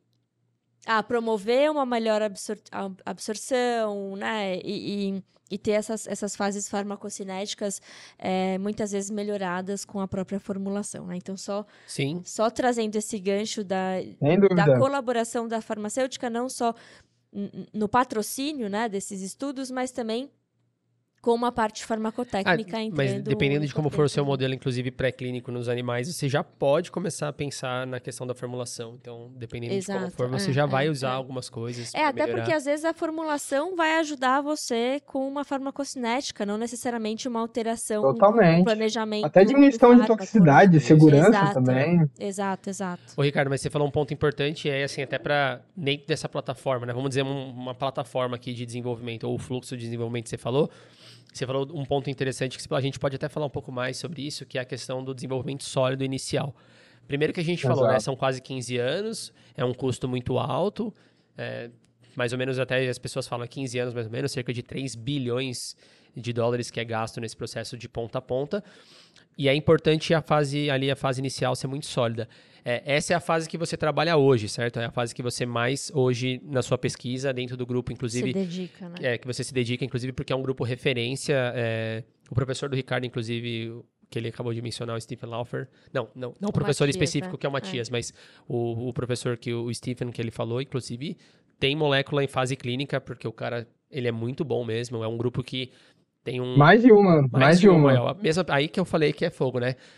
a promover uma melhor absor a- absorção, né? E, e, e ter essas, essas fases farmacocinéticas é, muitas vezes melhoradas com a própria formulação, né? Então, só, Sim, só trazendo esse gancho da, Sem da dúvida. colaboração da farmacêutica, não só n- no patrocínio, né, desses estudos, mas também com uma parte farmacotécnica Ah, entrando. mas dependendo de como for o seu importante, né? modelo, inclusive pré-clínico nos animais, você já pode começar a pensar na questão da formulação. Então, dependendo de como Exato, for, você é, já vai é, usar é. algumas coisas É, pra até melhorar. porque às vezes a formulação vai ajudar você com uma farmacocinética, não necessariamente uma alteração no Totalmente. planejamento. Até diminuição do de fármaco, toxicidade, né? segurança Exato, também. Exato, exato. Ô, Ricardo, mas você falou um ponto importante, é assim, até para dentro dessa plataforma, né? Vamos dizer um- uma plataforma aqui de desenvolvimento, ou o fluxo de desenvolvimento que você falou. Você falou um ponto interessante que a gente pode até falar um pouco mais sobre isso, que é a questão do desenvolvimento sólido inicial. Primeiro que a gente falou, né? Exato. São quase quinze anos, é um custo muito alto, é, mais ou menos até as pessoas falam quinze anos, mais ou menos, cerca de três bilhões de dólares que é gasto nesse processo de ponta a ponta. E é importante a fase ali, a fase inicial ser muito sólida. É, essa é a fase que você trabalha hoje, certo? É a fase que você mais hoje na sua pesquisa dentro do grupo, inclusive, Se dedica, né? é, que você se dedica, inclusive, porque é um grupo referência. é, o professor do Ricardo, inclusive, o- que ele acabou de mencionar, o Stephen Laufer. Não, não, não o professor Matias, específico, né? que é o Matias, mas o, o professor que o Stephen que ele falou, inclusive, tem molécula em fase clínica, porque o cara, ele é muito bom mesmo. É um grupo que tem um. Mais de uma, mais, de uma. é a mesma- aí que eu falei que é fogo, né?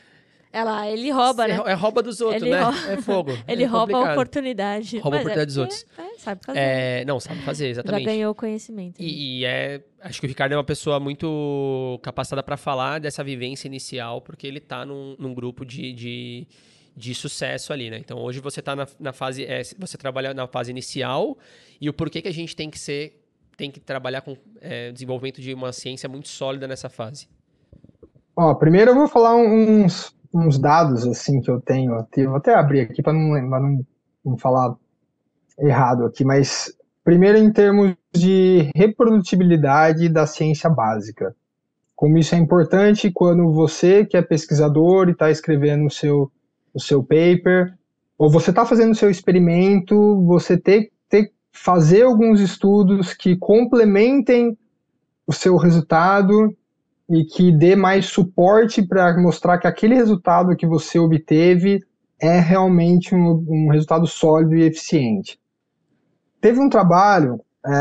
Ela, ele rouba, Você né? É rouba dos outros, Ele né? rouba- É fogo. Ele é rouba a complicado. oportunidade. Rouba a Mas oportunidade dos é outros. porque, é, sabe fazer. É, não, sabe fazer, Já exatamente. ganhou conhecimento. né? E, e é, acho que o Ricardo é uma pessoa muito capacitada para falar dessa vivência inicial, porque ele tá num, num grupo de, de, de sucesso ali, né? Então hoje você tá na, na fase, é, você trabalha na fase inicial, e o porquê que a gente tem que ser, tem que trabalhar com é, desenvolvimento de uma ciência muito sólida nessa fase. Ó, primeiro eu vou falar uns, uns dados assim que eu tenho. Eu vou até abrir aqui para não, pra não, não falar errado aqui, mas primeiro em termos de reprodutibilidade da ciência básica. Como isso é importante quando você, que é pesquisador e está escrevendo o seu, o seu paper, ou você está fazendo o seu experimento, você ter que fazer alguns estudos que complementem o seu resultado e que dê mais suporte para mostrar que aquele resultado que você obteve é realmente um, um resultado sólido e eficiente. Teve um trabalho, é,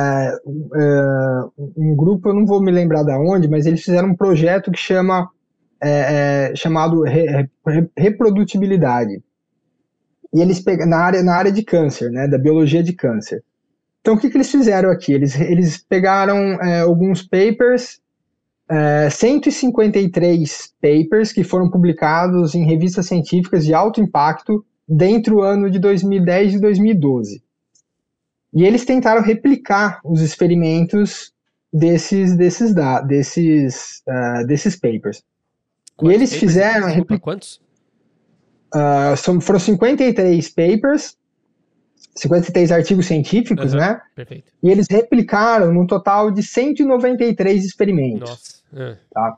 é, um grupo, eu não vou me lembrar de onde, mas eles fizeram um projeto que chama, é, é, chamado re, re, reprodutibilidade. E eles pegam na área, na área de câncer, né, da biologia de câncer. Então, o que, que eles fizeram aqui? Eles, eles pegaram é, alguns papers, é, cento e cinquenta e três papers que foram publicados em revistas científicas de alto impacto dentre o ano de dois mil e dez e dois mil e doze. E eles tentaram replicar os experimentos desses, desses, desses, uh, desses papers. Quantos e eles papers? fizeram... Desculpa, repli- quantos? Uh, são, foram cinquenta e três papers, cinquenta e três artigos científicos, Uhum, né? Perfeito. E eles replicaram num total de cento e noventa e três experimentos. Nossa. É. Tá?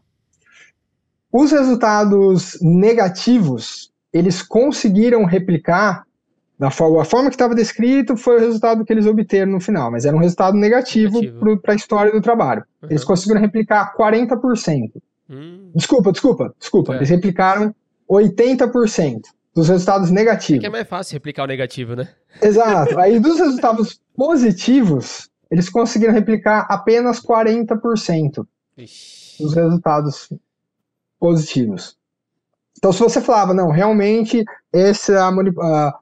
Os resultados negativos, eles conseguiram replicar da forma, a forma que estava descrito foi o resultado que eles obteram no final, mas era um resultado negativo, Negativo. para a história do trabalho. Uhum. Eles conseguiram replicar quarenta por cento. Hum. Desculpa, desculpa, desculpa. É. Eles replicaram oitenta por cento dos resultados É negativos. que é mais fácil replicar o negativo, né? Exato. Aí dos resultados positivos, eles conseguiram replicar apenas quarenta por cento Ixi. dos resultados positivos. Então, se você falava, não, realmente, esse, a, a,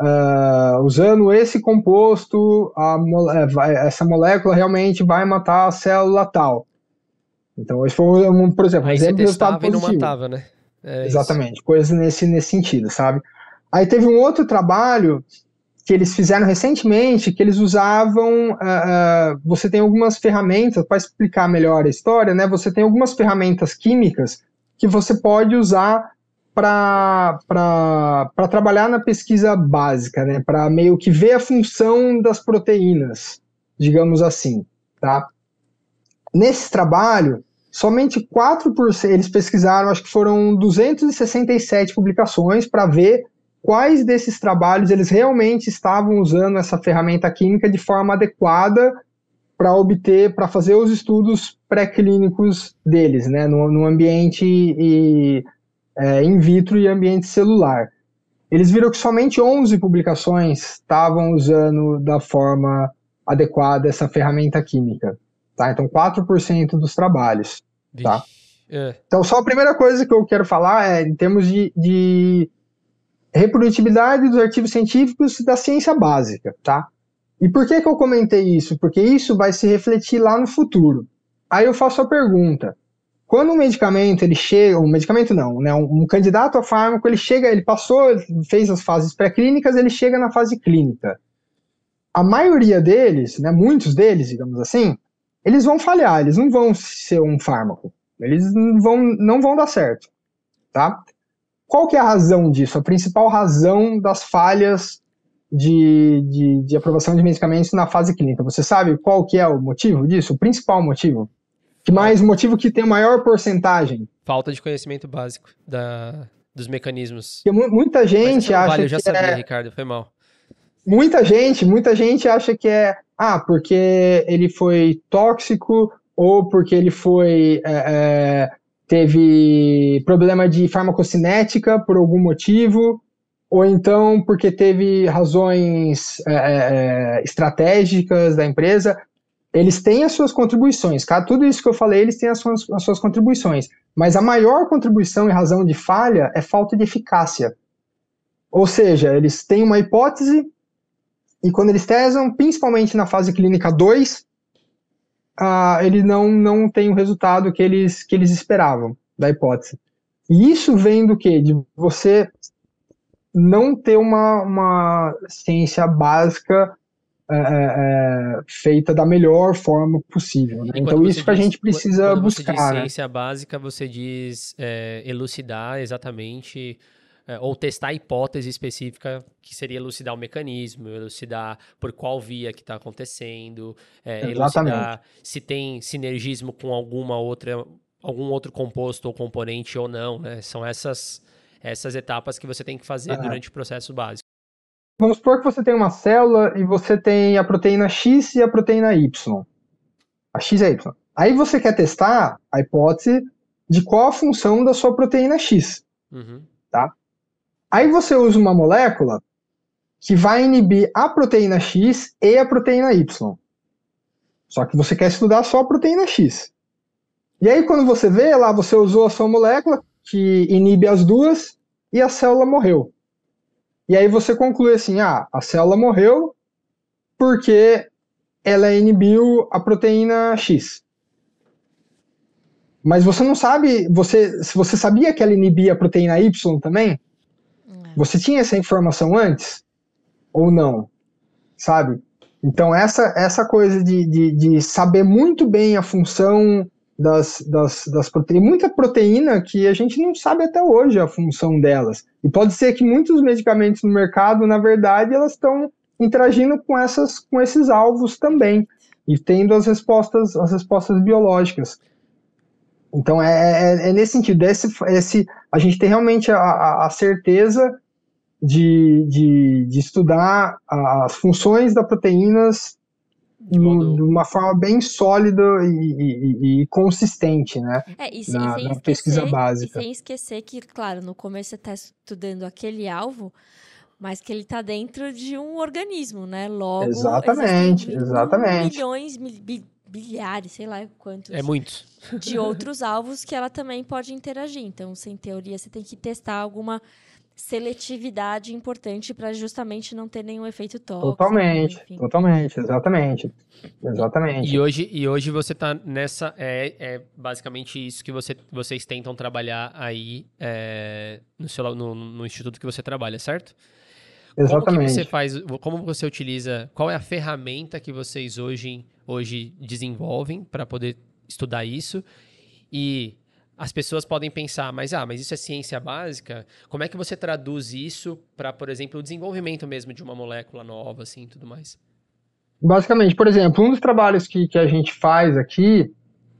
a, usando esse composto, a, essa molécula realmente vai matar a célula tal. Então, esse foi, um, por exemplo, um Aí exemplo você de resultado testava e não positivo. matava, né? É Exatamente, isso. Coisas nesse, nesse sentido, sabe? Aí teve um outro trabalho que eles fizeram recentemente, que eles usavam, uh, uh, você tem algumas ferramentas, para explicar melhor a história, né? Você tem algumas ferramentas químicas que você pode usar para trabalhar na pesquisa básica, né? Para meio que ver a função das proteínas, digamos assim, tá? Nesse trabalho, somente quatro por cento, eles pesquisaram, acho que foram duzentas e sessenta e sete publicações para ver quais desses trabalhos eles realmente estavam usando essa ferramenta química de forma adequada para obter, para fazer os estudos pré-clínicos deles, né, no, no ambiente e, é, in vitro e ambiente celular. Eles viram que somente onze publicações estavam usando da forma adequada essa ferramenta química. Tá? Então, quatro por cento dos trabalhos. Tá? É. Então, só a primeira coisa que eu quero falar é em termos de, de reprodutibilidade dos artigos científicos da ciência básica. Tá? E por que, que eu comentei isso? Porque isso vai se refletir lá no futuro. Aí eu faço a pergunta. Quando um medicamento, ele chega, um medicamento não, né, um, um candidato a fármaco, ele chega, ele passou, fez as fases pré-clínicas, ele chega na fase clínica. A maioria deles, né, muitos deles, digamos assim, eles vão falhar, eles não vão ser um fármaco, eles não vão, não vão dar certo, tá? Qual que é a razão disso? A principal razão das falhas de, de, de aprovação de medicamentos na fase clínica. Você sabe qual que é o motivo disso? O principal motivo? Que mais o motivo que tem a maior porcentagem? Falta de conhecimento básico da, dos mecanismos. Porque muita gente acha vale, eu já que sabia, é... Ricardo, foi mal. Muita gente, muita gente acha que é, ah, porque ele foi tóxico, ou porque ele foi, é, é, teve problema de farmacocinética por algum motivo, ou então porque teve razões é, é, estratégicas da empresa. Eles têm as suas contribuições, cara, tudo isso que eu falei, eles têm as suas, as suas contribuições, Mas a maior contribuição e razão de falha é falta de eficácia. Ou seja, eles têm uma hipótese e quando eles testam, principalmente na fase clínica dois, uh, ele não, não tem o resultado que eles, que eles esperavam da hipótese. E isso vem do quê? De você não ter uma, uma ciência básica é, é, feita da melhor forma possível. Né? Então, isso que diz, a gente precisa quando buscar. Quando você diz né? ciência básica, você diz é, elucidar exatamente, é, ou testar a hipótese específica, que seria elucidar o mecanismo, elucidar por qual via que está acontecendo, é, elucidar se tem sinergismo com alguma outra, algum outro composto ou componente ou não. Né? São essas, essas etapas que você tem que fazer uhum. durante o processo básico. Vamos supor que você tem uma célula e você tem a proteína X e a proteína Y. A X e a Y. Aí você quer testar a hipótese de qual a função da sua proteína X. Uhum. Tá? Aí você usa uma molécula que vai inibir a proteína X e a proteína Y. Só que você quer estudar só a proteína X. E aí quando você vê lá, você usou a sua molécula que inibe as duas e a célula morreu. E aí você conclui assim, ah, a célula morreu porque ela inibiu a proteína X. Mas você não sabe, você, se você sabia que ela inibia a proteína Y também? Não. Você tinha essa informação antes? Ou não? Sabe? Então essa, essa coisa de, de, de saber muito bem a função das, das, das proteínas, muita proteína que a gente não sabe até hoje a função delas. E pode ser que muitos medicamentos no mercado, na verdade, elas estão interagindo com, essas, com esses alvos também, e tendo as respostas, as respostas biológicas. Então é, é, é nesse sentido, esse, esse, a gente tem realmente a, a certeza de, de, de estudar as funções das proteínas de, modo... de uma forma bem sólida e, e, e consistente, né? É, e, na, e sem na esquecer, pesquisa básica. E sem esquecer que, claro, no começo você está estudando aquele alvo, mas que ele está dentro de um organismo, né? Logo, exatamente, existem exatamente. milhões, mil, bilhares, sei lá quantos. É muitos. De outros alvos que ela também pode interagir. Então, sem teoria, você tem que testar alguma seletividade importante para justamente não ter nenhum efeito tóxico. Totalmente, enfim. totalmente, exatamente. Exatamente. E, e, hoje, e hoje você está nessa... É, é basicamente isso que você, vocês tentam trabalhar aí é, no, seu, no, no instituto que você trabalha, certo? Exatamente. Como que você faz, como você utiliza, qual é a ferramenta que vocês hoje, hoje desenvolvem para poder estudar isso? E as pessoas podem pensar, mas, ah, mas isso é ciência básica? Como é que você traduz isso para, por exemplo, o desenvolvimento mesmo de uma molécula nova, assim, e tudo mais? Basicamente, por exemplo, um dos trabalhos que, que a gente faz aqui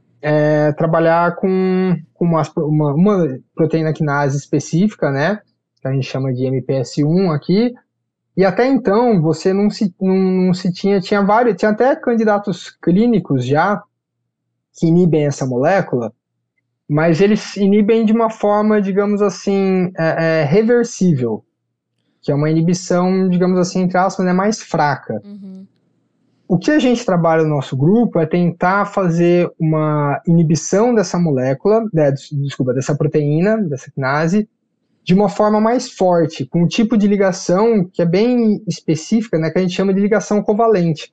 é trabalhar com, com uma, uma, uma proteína quinase específica, né? Que a gente chama de M P S um aqui. E até então, você não se, não, não se tinha, tinha vários, tinha até candidatos clínicos já que inibem essa molécula, mas eles inibem de uma forma, digamos assim, é, é, reversível, que é uma inibição, digamos assim, entre aspas, né, mais fraca. Uhum. O que a gente trabalha no nosso grupo é tentar fazer uma inibição dessa molécula, né, desculpa, dessa proteína, dessa quinase, de uma forma mais forte, com um tipo de ligação que é bem específica, né, que a gente chama de ligação covalente.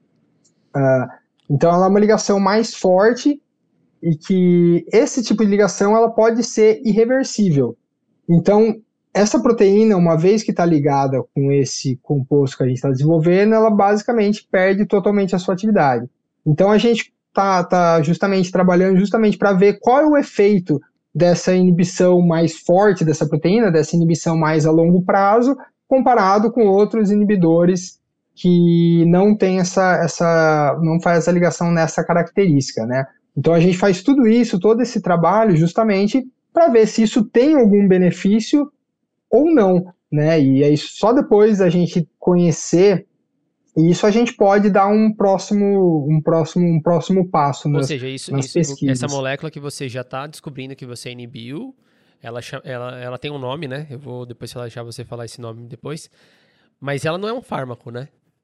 Uh, então, ela é uma ligação mais forte e que esse tipo de ligação ela pode ser irreversível. Então, essa proteína, uma vez que está ligada com esse composto que a gente está desenvolvendo, ela basicamente perde totalmente a sua atividade. Então, a gente está tá justamente trabalhando justamente para ver qual é o efeito dessa inibição mais forte dessa proteína, dessa inibição mais a longo prazo, comparado com outros inibidores que não tem essa, essa, não faz essa ligação nessa característica, né? Então a gente faz tudo isso, todo esse trabalho, justamente para ver se isso tem algum benefício ou não, né? E aí só depois a gente conhecer isso a gente pode dar um próximo, um próximo, um próximo passo nas, Ou seja, isso, nas isso, pesquisas. Essa molécula que você já está descobrindo que você inibiu, ela, ela, ela tem um nome, né? Eu vou depois deixar você falar esse nome depois. Mas ela não é um fármaco, né?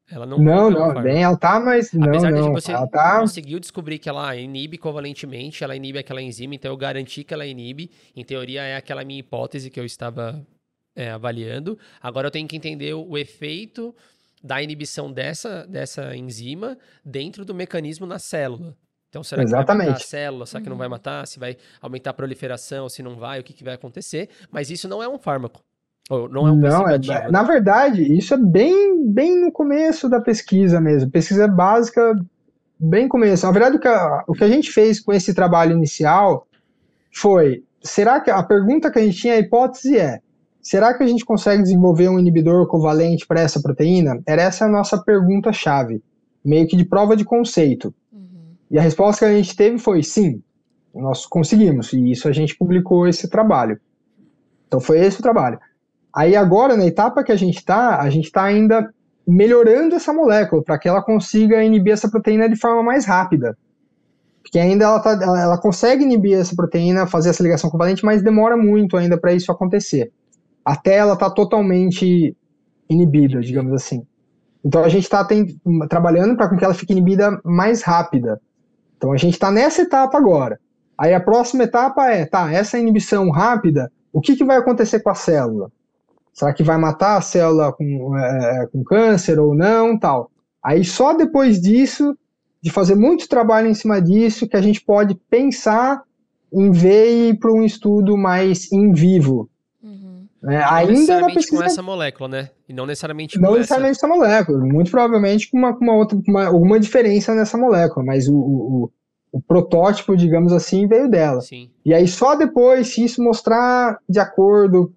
Ela não, Não, é um não, fármaco. bem, ela tá, mas não, Apesar de não, você ela tá... conseguiu descobrir que ela inibe covalentemente, ela inibe aquela enzima, então eu garanti que ela inibe. Em teoria, é aquela minha hipótese que eu estava é, avaliando. Agora eu tenho que entender o, o efeito da inibição dessa, dessa enzima dentro do mecanismo na célula. Então, será que vai matar a Exatamente. célula? Será que não vai matar? Se vai aumentar a proliferação, se não vai, o que, que vai acontecer? Mas isso não é um fármaco. Ou não é um Não, princípio é, ativo, na né? verdade, isso é bem, bem no começo da pesquisa mesmo. Pesquisa básica, bem começo. Na verdade, o que a, o que a gente fez com esse trabalho inicial foi, será que a pergunta que a gente tinha, a hipótese é, será que a gente consegue desenvolver um inibidor covalente para essa proteína? Era essa a nossa pergunta-chave, meio que de prova de conceito. Uhum. E a resposta que a gente teve foi sim, nós conseguimos, e isso a gente publicou esse trabalho. Então foi esse o trabalho. Aí agora, na etapa que a gente está, a gente está ainda melhorando essa molécula para que ela consiga inibir essa proteína de forma mais rápida. Porque ainda ela, tá, ela, ela consegue inibir essa proteína, fazer essa ligação covalente, mas demora muito ainda para isso acontecer. Até ela estar tá totalmente inibida, Inibida. digamos assim. Então a gente está trabalhando para que ela fique inibida mais rápida. Então a gente está nessa etapa agora. Aí a próxima etapa é, tá, essa inibição rápida, o que, que vai acontecer com a célula? Será que vai matar a célula com, é, com câncer ou não, tal? Aí só depois disso, de fazer muito trabalho em cima disso, que a gente pode pensar em ver e ir para um estudo mais in vivo. Uhum. Né? E não Ainda na necessariamente pesquisa, com essa molécula, né? E não necessariamente não com essa. necessariamente essa molécula, muito provavelmente com uma, com uma outra, com uma, alguma diferença nessa molécula, mas o, o, o protótipo, digamos assim, veio dela. Sim. E aí só depois, se isso mostrar de acordo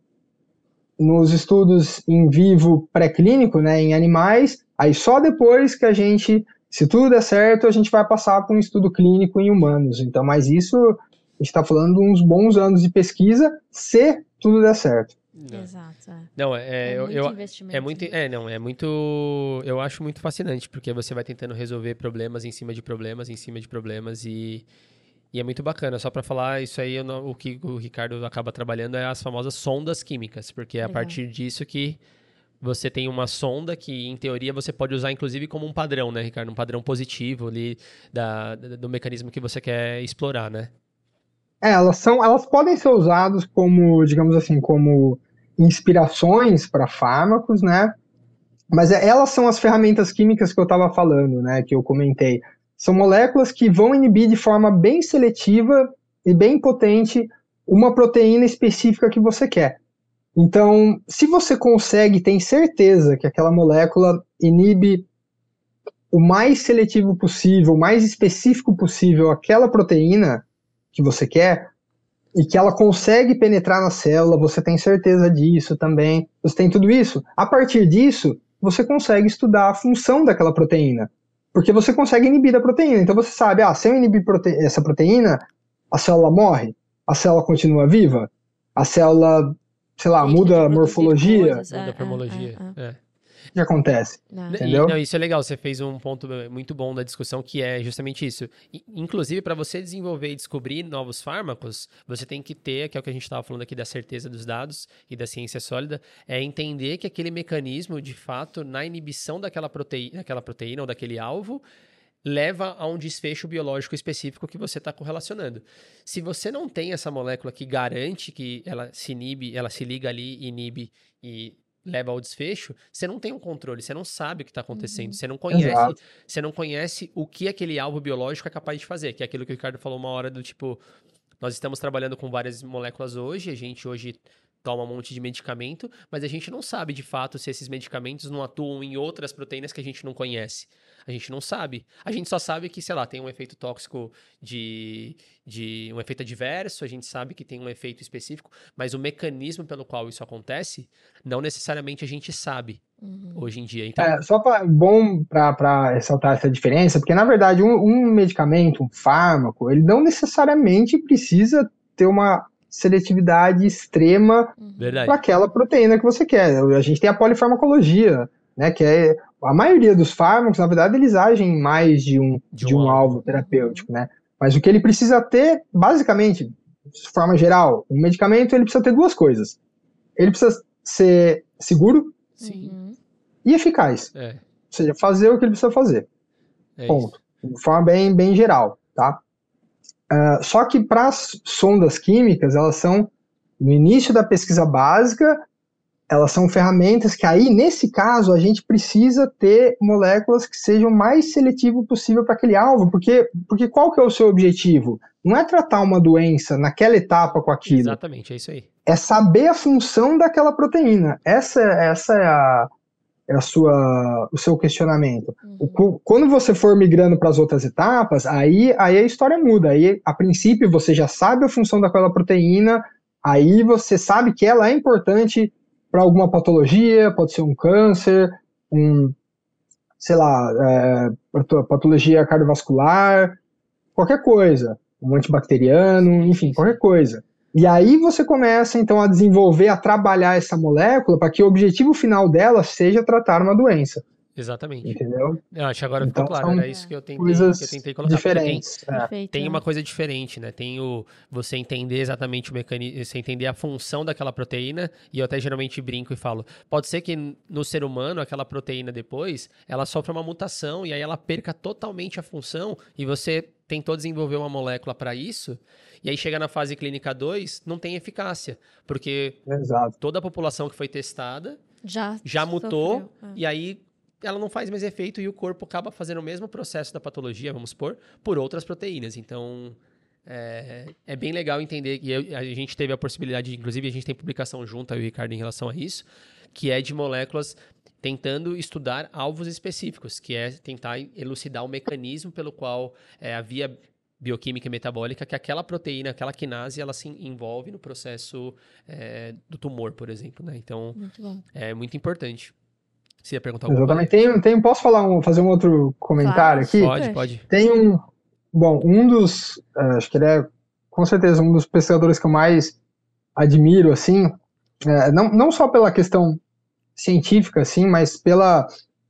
nos estudos em vivo pré-clínico, né, em animais, aí só depois que a gente, se tudo der certo, a gente vai passar para um estudo clínico em humanos. Então, mas isso, a gente está falando de uns bons anos de pesquisa, se tudo der certo. Não. Exato. É, Não, é, é eu, muito eu, investimento. é muito, é, não, é muito, eu acho muito fascinante, porque você vai tentando resolver problemas em cima de problemas, em cima de problemas, e, e é muito bacana. Só para falar, isso aí, eu não- o que o Ricardo acaba trabalhando é as famosas sondas químicas, porque é a Legal. partir disso que você tem uma sonda que, em teoria, você pode usar, inclusive, como um padrão, né, Ricardo? Um padrão positivo ali da, da- do mecanismo que você quer explorar, né? É, elas são, elas podem ser usadas como, digamos assim, como inspirações para fármacos, né? Mas é- elas são as ferramentas químicas que eu estava falando, né? Que eu comentei. São moléculas que vão inibir de forma bem seletiva e bem potente uma proteína específica que você quer. Então, se você consegue, tem certeza que aquela molécula inibe o mais seletivo possível, o mais específico possível aquela proteína que você quer, e que ela consegue penetrar na célula, você tem certeza disso também, você tem tudo isso. A partir disso, você consegue estudar a função daquela proteína, porque você consegue inibir a proteína. Então você sabe, ah, se eu inibir prote- essa proteína, a célula morre, a célula continua viva, a célula, sei lá, Deixa de muda a produzir morfologia, coisas, Muda é, a formologia. é, é, É. o que acontece? é. E, Entendeu? não, isso é legal, você fez um ponto muito bom da discussão, que é justamente isso. I- Inclusive, para você desenvolver e descobrir novos fármacos, você tem que ter, que é o que a gente estava falando aqui da certeza dos dados e da ciência sólida, é entender que aquele mecanismo, de fato, na inibição daquela proteína, daquela proteína ou daquele alvo, leva a um desfecho biológico específico que você está correlacionando. Se você não tem essa molécula que garante que ela se inibe, ela se liga ali, inibe e leva ao desfecho, você não tem um controle, você não sabe o que está acontecendo, você não conhece, Exato. você não conhece o que aquele alvo biológico é capaz de fazer, que é aquilo que o Ricardo falou uma hora do tipo, nós estamos trabalhando com várias moléculas hoje, a gente hoje toma um monte de medicamento, mas a gente não sabe de fato se esses medicamentos não atuam em outras proteínas que a gente não conhece. A gente não sabe. A gente só sabe que, sei lá, tem um efeito tóxico de, de um efeito adverso, a gente sabe que tem um efeito específico, mas o mecanismo pelo qual isso acontece, não necessariamente a gente sabe Uhum. hoje em dia. Então, É, só pra, bom para ressaltar essa diferença, porque na verdade um, um medicamento, um fármaco, ele não necessariamente precisa ter uma seletividade extrema verdade. para aquela proteína que você quer. A gente tem a polifarmacologia, né, que é a maioria dos fármacos, na verdade, eles agem em mais de um, De de um um alvo. alvo terapêutico, né? Mas o que ele precisa ter, basicamente, de forma geral, um medicamento ele precisa ter duas coisas. Ele precisa ser seguro Sim. Uhum. e eficaz. É. seja, fazer o que ele precisa fazer. É Ponto. isso. De forma bem, bem geral, tá? Uh, só que para as sondas químicas, elas são, no início da pesquisa básica, elas são ferramentas que aí, nesse caso, a gente precisa ter moléculas que sejam o mais seletivo possível para aquele alvo, porque, porque qual que é o seu objetivo? Não é tratar uma doença naquela etapa com aquilo. Exatamente, é isso aí. É saber a função daquela proteína. Essa, essa é, a, é a sua, o seu questionamento. Uhum. O, quando você for migrando para as outras etapas, aí, aí a história muda. Aí, a princípio, você já sabe a função daquela proteína, aí você sabe que ela é importante para alguma patologia, pode ser um câncer, um, sei lá, é, patologia cardiovascular, qualquer coisa, um antibacteriano, enfim, qualquer coisa. E aí você começa, então, a desenvolver, a trabalhar essa molécula para que o objetivo final dela seja tratar uma doença. Exatamente. Entendeu? Eu acho que agora então, ficou claro, era isso que eu tentei, coisas que eu tentei colocar. Diferentes. Tem, é. Perfeito, tem é. uma coisa diferente, né? Tem o você entender exatamente o mecanismo, você entender a função daquela proteína, e eu até geralmente brinco e falo, pode ser que no ser humano, aquela proteína depois, ela sofra uma mutação e aí ela perca totalmente a função e você tentou desenvolver uma molécula para isso, e aí chega na fase clínica dois, não tem eficácia, porque Exato. toda a população que foi testada Já, já mutou, sofreu, é. e aí ela não faz mais efeito e o corpo acaba fazendo o mesmo processo da patologia, vamos supor, por outras proteínas. Então, é, é bem legal entender, e eu, a gente teve a possibilidade, inclusive a gente tem publicação junto, eu e o Ricardo, em relação a isso, que é de moléculas tentando estudar alvos específicos, que é tentar elucidar o mecanismo pelo qual é, a via bioquímica e metabólica, que aquela proteína, aquela quinase, ela se envolve no processo é, do tumor, por exemplo, né? Então, Muito bom. é muito importante. Você ia perguntar alguma Exatamente. coisa? Tem, tem, posso falar um, fazer um outro comentário Claro, aqui? Pode, super. pode. Tem um, bom, um dos, uh, acho que ele é com certeza um dos pesquisadores que eu mais admiro, assim, uh, não, não só pela questão científica, assim, mas pela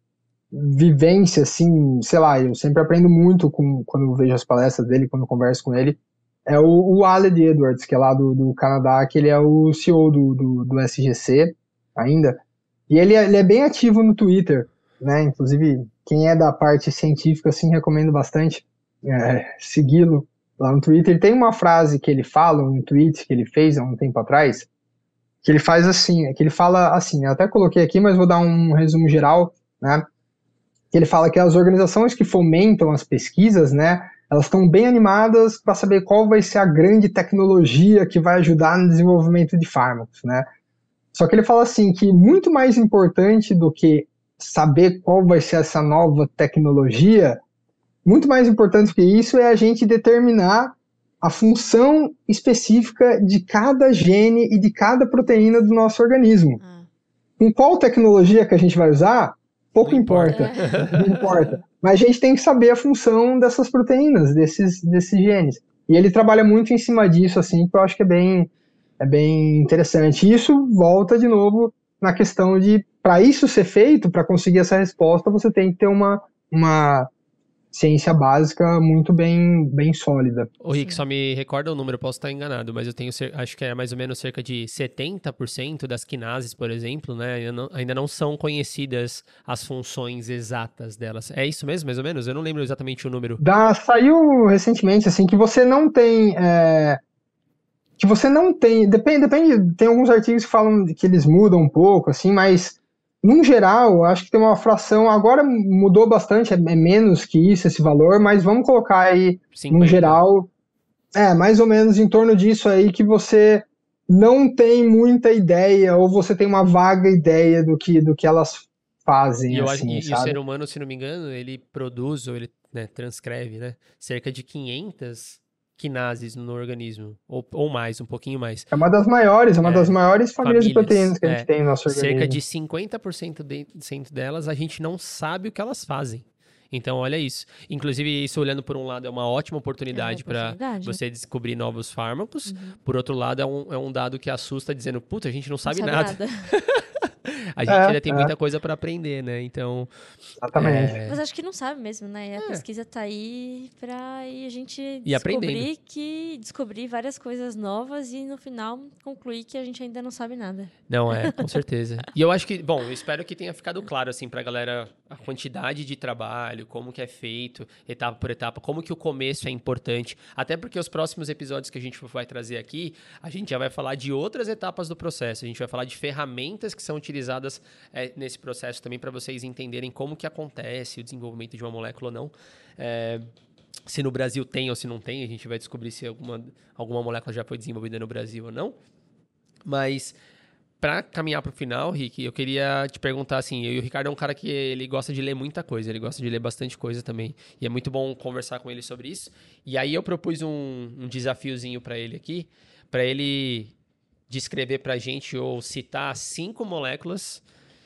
vivência, assim, sei lá, eu sempre aprendo muito com, quando eu vejo as palestras dele, quando eu converso com ele, é o, o Aled Edwards, que é lá do, do Canadá, que ele é o C E O do, do, do S G C ainda, e ele é, ele é bem ativo no Twitter, né, inclusive quem é da parte científica, assim, recomendo bastante é, segui-lo lá no Twitter. Ele tem uma frase que ele fala, um tweet que ele fez há um tempo atrás, que ele faz assim, que ele fala assim, eu até coloquei aqui, mas vou dar um resumo geral, né, que ele fala que as organizações que fomentam as pesquisas, né, elas estão bem animadas para saber qual vai ser a grande tecnologia que vai ajudar no desenvolvimento de fármacos, né. Só que ele fala assim, que muito mais importante do que saber qual vai ser essa nova tecnologia, muito mais importante que isso é a gente determinar a função específica de cada gene e de cada proteína do nosso organismo. Ah. Com qual tecnologia que a gente vai usar, pouco Não importa. importa. Não importa. Mas a gente tem que saber a função dessas proteínas, desses, desses genes. E ele trabalha muito em cima disso, assim, que eu acho que é bem, é bem interessante. E isso volta de novo na questão de, para isso ser feito, para conseguir essa resposta, você tem que ter uma, uma ciência básica muito bem, bem sólida. Ô Rick, só me recorda o número, eu posso estar enganado, mas eu tenho, acho que é mais ou menos cerca de setenta por cento das quinases, por exemplo, né, ainda não, ainda não são conhecidas as funções exatas delas. É isso mesmo, mais ou menos? Eu não lembro exatamente o número. Da, saiu recentemente, assim, que você não tem... É, que você não tem... Depende, depende, tem alguns artigos que falam que eles mudam um pouco, assim, mas... Num geral, acho que tem uma fração, agora mudou bastante, é menos que isso, esse valor, mas vamos colocar aí, cinquenta. No geral, é mais ou menos em torno disso aí que você não tem muita ideia, ou você tem uma vaga ideia do que, do que elas fazem, E, eu, assim, e, e o sabe? ser humano, se não me engano, ele produz, ou ele né, transcreve, né, cerca de quinhentas quinases no organismo, ou, ou mais, um pouquinho mais. É uma das maiores, é uma É, das maiores famílias, famílias de proteínas que é, a gente tem no nosso organismo. Cerca de cinquenta por cento delas a gente não sabe o que elas fazem. Então, olha isso. Inclusive, isso olhando por um lado é uma ótima oportunidade, é uma para você descobrir novos fármacos. Uhum. Por outro lado, é um, é um dado que assusta, dizendo, puta, a gente não sabe, não sabe nada. nada. A gente é, ainda tem é. muita coisa para aprender, né? Então. Exatamente. É... Mas acho que não sabe mesmo, né? E a é. pesquisa tá aí pra e a gente e descobrir que descobrir várias coisas novas e no final concluir que a gente ainda não sabe nada. Não, é, com certeza. E eu acho que, bom, eu espero que tenha ficado claro, assim, pra galera a quantidade de trabalho, como que é feito, etapa por etapa, como que o começo é importante. Até porque os próximos episódios que a gente vai trazer aqui, a gente já vai falar de outras etapas do processo. A gente vai falar de ferramentas que são utilizadas é, nesse processo também para vocês entenderem como que acontece o desenvolvimento de uma molécula ou não. É, se no Brasil tem ou se não tem, a gente vai descobrir se alguma, alguma molécula já foi desenvolvida no Brasil ou não. Mas... Para caminhar para o final, Rick, eu queria te perguntar assim, eu e o Ricardo é um cara que ele gosta de ler muita coisa, ele gosta de ler bastante coisa também, e é muito bom conversar com ele sobre isso. E aí eu propus um, um desafiozinho para ele aqui, para ele descrever para a gente ou citar cinco moléculas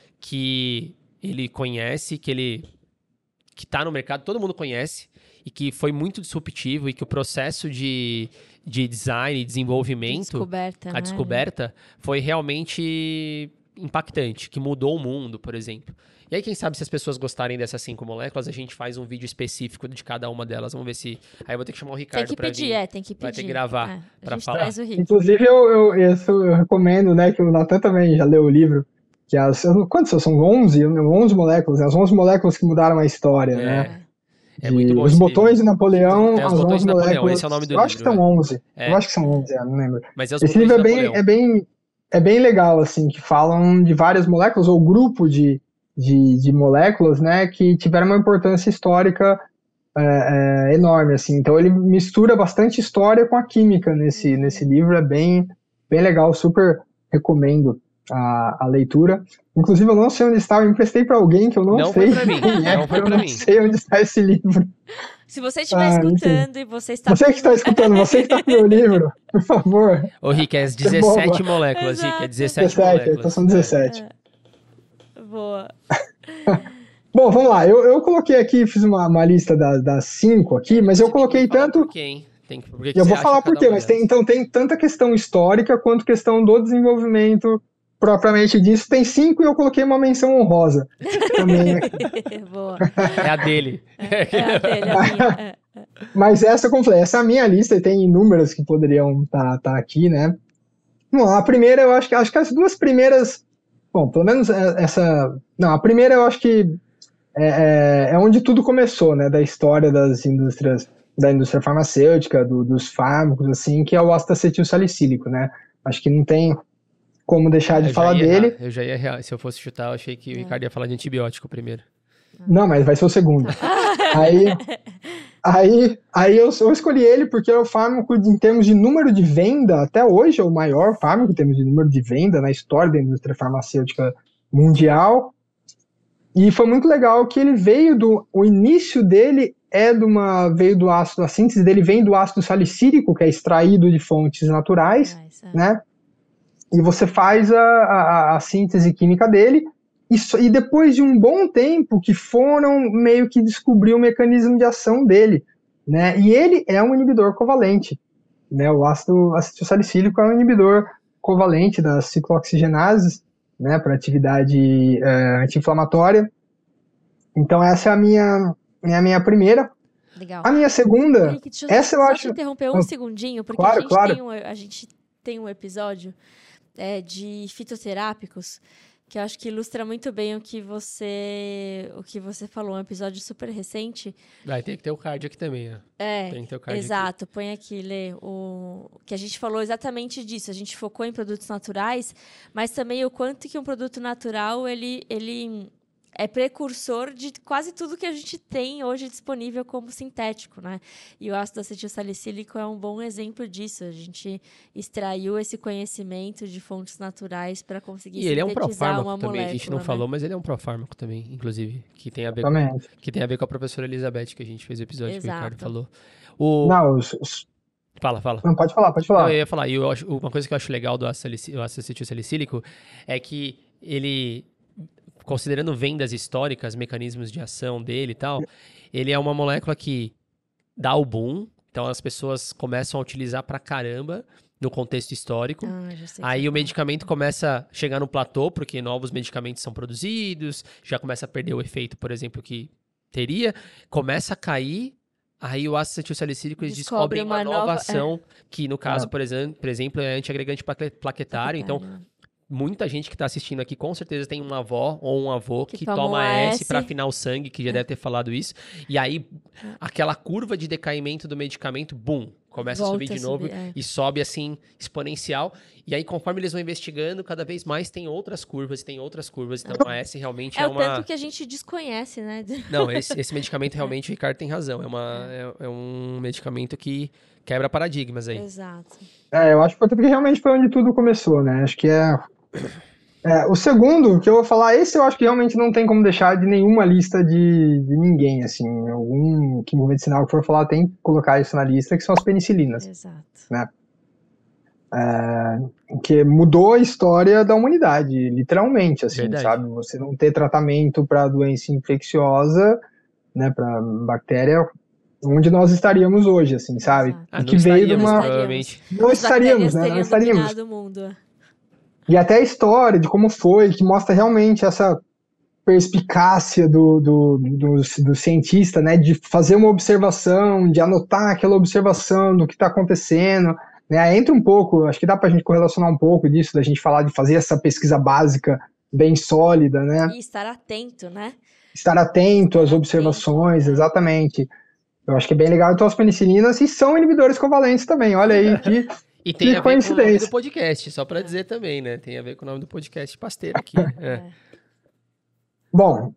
que ele conhece, que ele que está no mercado, todo mundo conhece, e que foi muito disruptivo e que o processo de, de design e desenvolvimento, descoberta, a né? descoberta, foi realmente impactante, que mudou o mundo, por exemplo. E aí, quem sabe, se as pessoas gostarem dessas cinco moléculas, a gente faz um vídeo específico de cada uma delas. Vamos ver se... Aí eu vou ter que chamar o Ricardo Tem que para pedir, vir. é, tem que pedir. Vai ter que gravar é, para gente falar. Traz o Rick. Inclusive, eu, eu, eu, eu recomendo, né, que o Natan também já leu o livro, que as... Quantas são? onze? onze moléculas, né? As onze moléculas que mudaram a história, É. né? É muito bom Os esse botões livro. de Napoleão, É, os as botões onze de Napoleão, moléculas. esse é o nome do eu acho que livro, são onze. É. Eu acho que são onze, é, não lembro. Mas é os Esse botões livro de é bem, Napoleão. é, bem, é bem legal, assim, que falam de várias moléculas, ou grupo de, de, de moléculas, né, que tiveram uma importância histórica é, é, enorme, assim. Então ele mistura bastante história com a química nesse, Uhum. nesse livro, é bem, bem legal, super recomendo a, a leitura. Inclusive, eu não sei onde está, eu emprestei para alguém que eu não, Não sei foi pra mim, quem é, não foi eu pra não mim. sei onde está esse livro. Se você estiver Ah, escutando e você está Você que está escutando, você que está com o meu livro, por favor. Ô, Rick, é as boba. dezessete moléculas, Rick, é Exato. dezessete dezessete, moléculas. então são É. dezessete. É. Boa. Bom, vamos lá. Eu, eu coloquei aqui, fiz uma, uma lista das, das cinco aqui, mas eu Você tem que coloquei falar tanto. Por quê, hein? Tem que, por que que Eu você vou acha falar por cada quê, uma mas tem, delas? então tem tanta questão histórica quanto questão do desenvolvimento propriamente disso. Tem cinco e eu coloquei uma menção honrosa também aqui. Boa. É a dele. É, é a dele, a minha. É. Mas essa, como eu falei, essa é a minha lista e tem inúmeras que poderiam estar tá, tá aqui, né? Bom, a primeira, eu acho que, acho que as duas primeiras. Bom, pelo menos essa. Não, a primeira eu acho que é, é, é onde tudo começou, né? Da história das indústrias, da indústria farmacêutica, do, dos fármacos, assim, que é o ácido acetil salicílico, né? Acho que não tem como deixar de Eu já falar ia dele. errar, Eu já ia errar. Se eu fosse chutar, eu achei que o É. Ricardo ia falar de antibiótico primeiro. Não, mas vai ser o segundo. Aí, aí, aí eu, eu escolhi ele porque é o fármaco, em termos de número de venda, até hoje é o maior fármaco em termos de número de venda na história da indústria farmacêutica mundial. E foi muito legal que ele veio do... O início dele é de uma... Veio do ácido... A síntese dele vem do ácido salicílico, que é extraído de fontes naturais, Nice, é. né? E você faz a, a, a síntese química dele, e, so, e depois de um bom tempo que foram meio que descobrir o mecanismo de ação dele, né? E ele é um inibidor covalente, né? O ácido acetilsalicílico é um inibidor covalente das ciclooxigenases, né? Para atividade é, anti-inflamatória. Então essa é a minha, é a minha primeira. Legal. A minha segunda, Henrique, deixa eu essa eu só acho... te interromper um Ah, segundinho, porque claro, a, gente claro. tem um, a gente tem um episódio é, de fitoterápicos que eu acho que ilustra muito bem o que você o que você falou, um episódio super recente. Vai ter que ter o card aqui também, ó. É, Tem que ter o card aqui. exato. Põe aqui, Lê, o que a gente falou exatamente disso. A gente focou em produtos naturais, mas também o quanto que um produto natural, ele, ele é precursor de quase tudo que a gente tem hoje disponível como sintético, né? E o ácido acetilsalicílico é um bom exemplo disso. A gente extraiu esse conhecimento de fontes naturais para conseguir E ele é um sintetizar uma profármaco também, a gente não molécula, né? falou, mas ele é um profármaco também, inclusive, que tem a ver, Exatamente. que tem a ver com a professora Elizabeth, que a gente fez o episódio que o Ricardo Exato. falou. O... Não, os, os... Fala, fala. não, pode falar, pode Não, falar. eu ia falar, e eu acho, uma coisa que eu acho legal do ácido salici- o ácido acetilsalicílico é que ele, considerando vendas históricas, mecanismos de ação dele e tal, ele é uma molécula que dá o boom, então as pessoas começam a utilizar pra caramba no contexto histórico. Ah, já sei Aí que o é. medicamento começa a chegar no platô, porque novos medicamentos são produzidos, já começa a perder o efeito, por exemplo, que teria, começa a cair, aí o ácido acetilsalicílico eles Descobre descobrem uma uma nova nova- ação, que no caso, É. por exemplo, por exemplo, é antiagregante plaque- plaquetário, então Plaquetário. muita gente que tá assistindo aqui com certeza tem uma avó ou um avô que, Que toma toma S S. para afinar o sangue, que já É. deve ter falado isso. E aí, aquela curva de decaimento do medicamento, bum, começa Volta a subir de a novo subir, é. e sobe assim, exponencial. E aí, conforme eles vão investigando, cada vez mais tem outras curvas, tem outras curvas. Então, a S realmente é, É o uma... tanto que a gente desconhece, né? Não, esse, esse medicamento realmente, o Ricardo tem razão. É, uma, é. é um medicamento que quebra paradigmas aí. Exato. É, eu acho que porque realmente foi onde tudo começou, né? Acho que é, é. O segundo que eu vou falar, esse eu acho que realmente não tem como deixar de nenhuma lista de, de ninguém, assim. Algum químico medicinal que for falar tem que colocar isso na lista, que são as penicilinas, Exato. né? É, que mudou a história da humanidade, literalmente, assim, Verdade. sabe? Você não ter tratamento para doença infecciosa, né, para bactéria, onde nós estaríamos hoje, assim, sabe? Exato. Ah, E não que veio de estaríamos, uma... provavelmente. Não As estaríamos, bactérias né? Não teriam estaríamos. dominado o mundo. E até a história de como foi, que mostra realmente essa perspicácia do, do, do, do cientista, né, de fazer uma observação, de anotar aquela observação do que está acontecendo, né, entra um pouco, acho que dá para a gente correlacionar um pouco disso, da gente falar de fazer essa pesquisa básica bem sólida, né, E estar atento, né? estar atento Estar às observações, atento, é. exatamente. Eu acho que é bem legal. Então, as penicilinas e são inibidores covalentes também, olha aí que... E tem Que a ver com o nome coincidência. do podcast, só pra dizer também, né? Tem a ver com o nome do podcast Pasteiro aqui. É. É. Bom,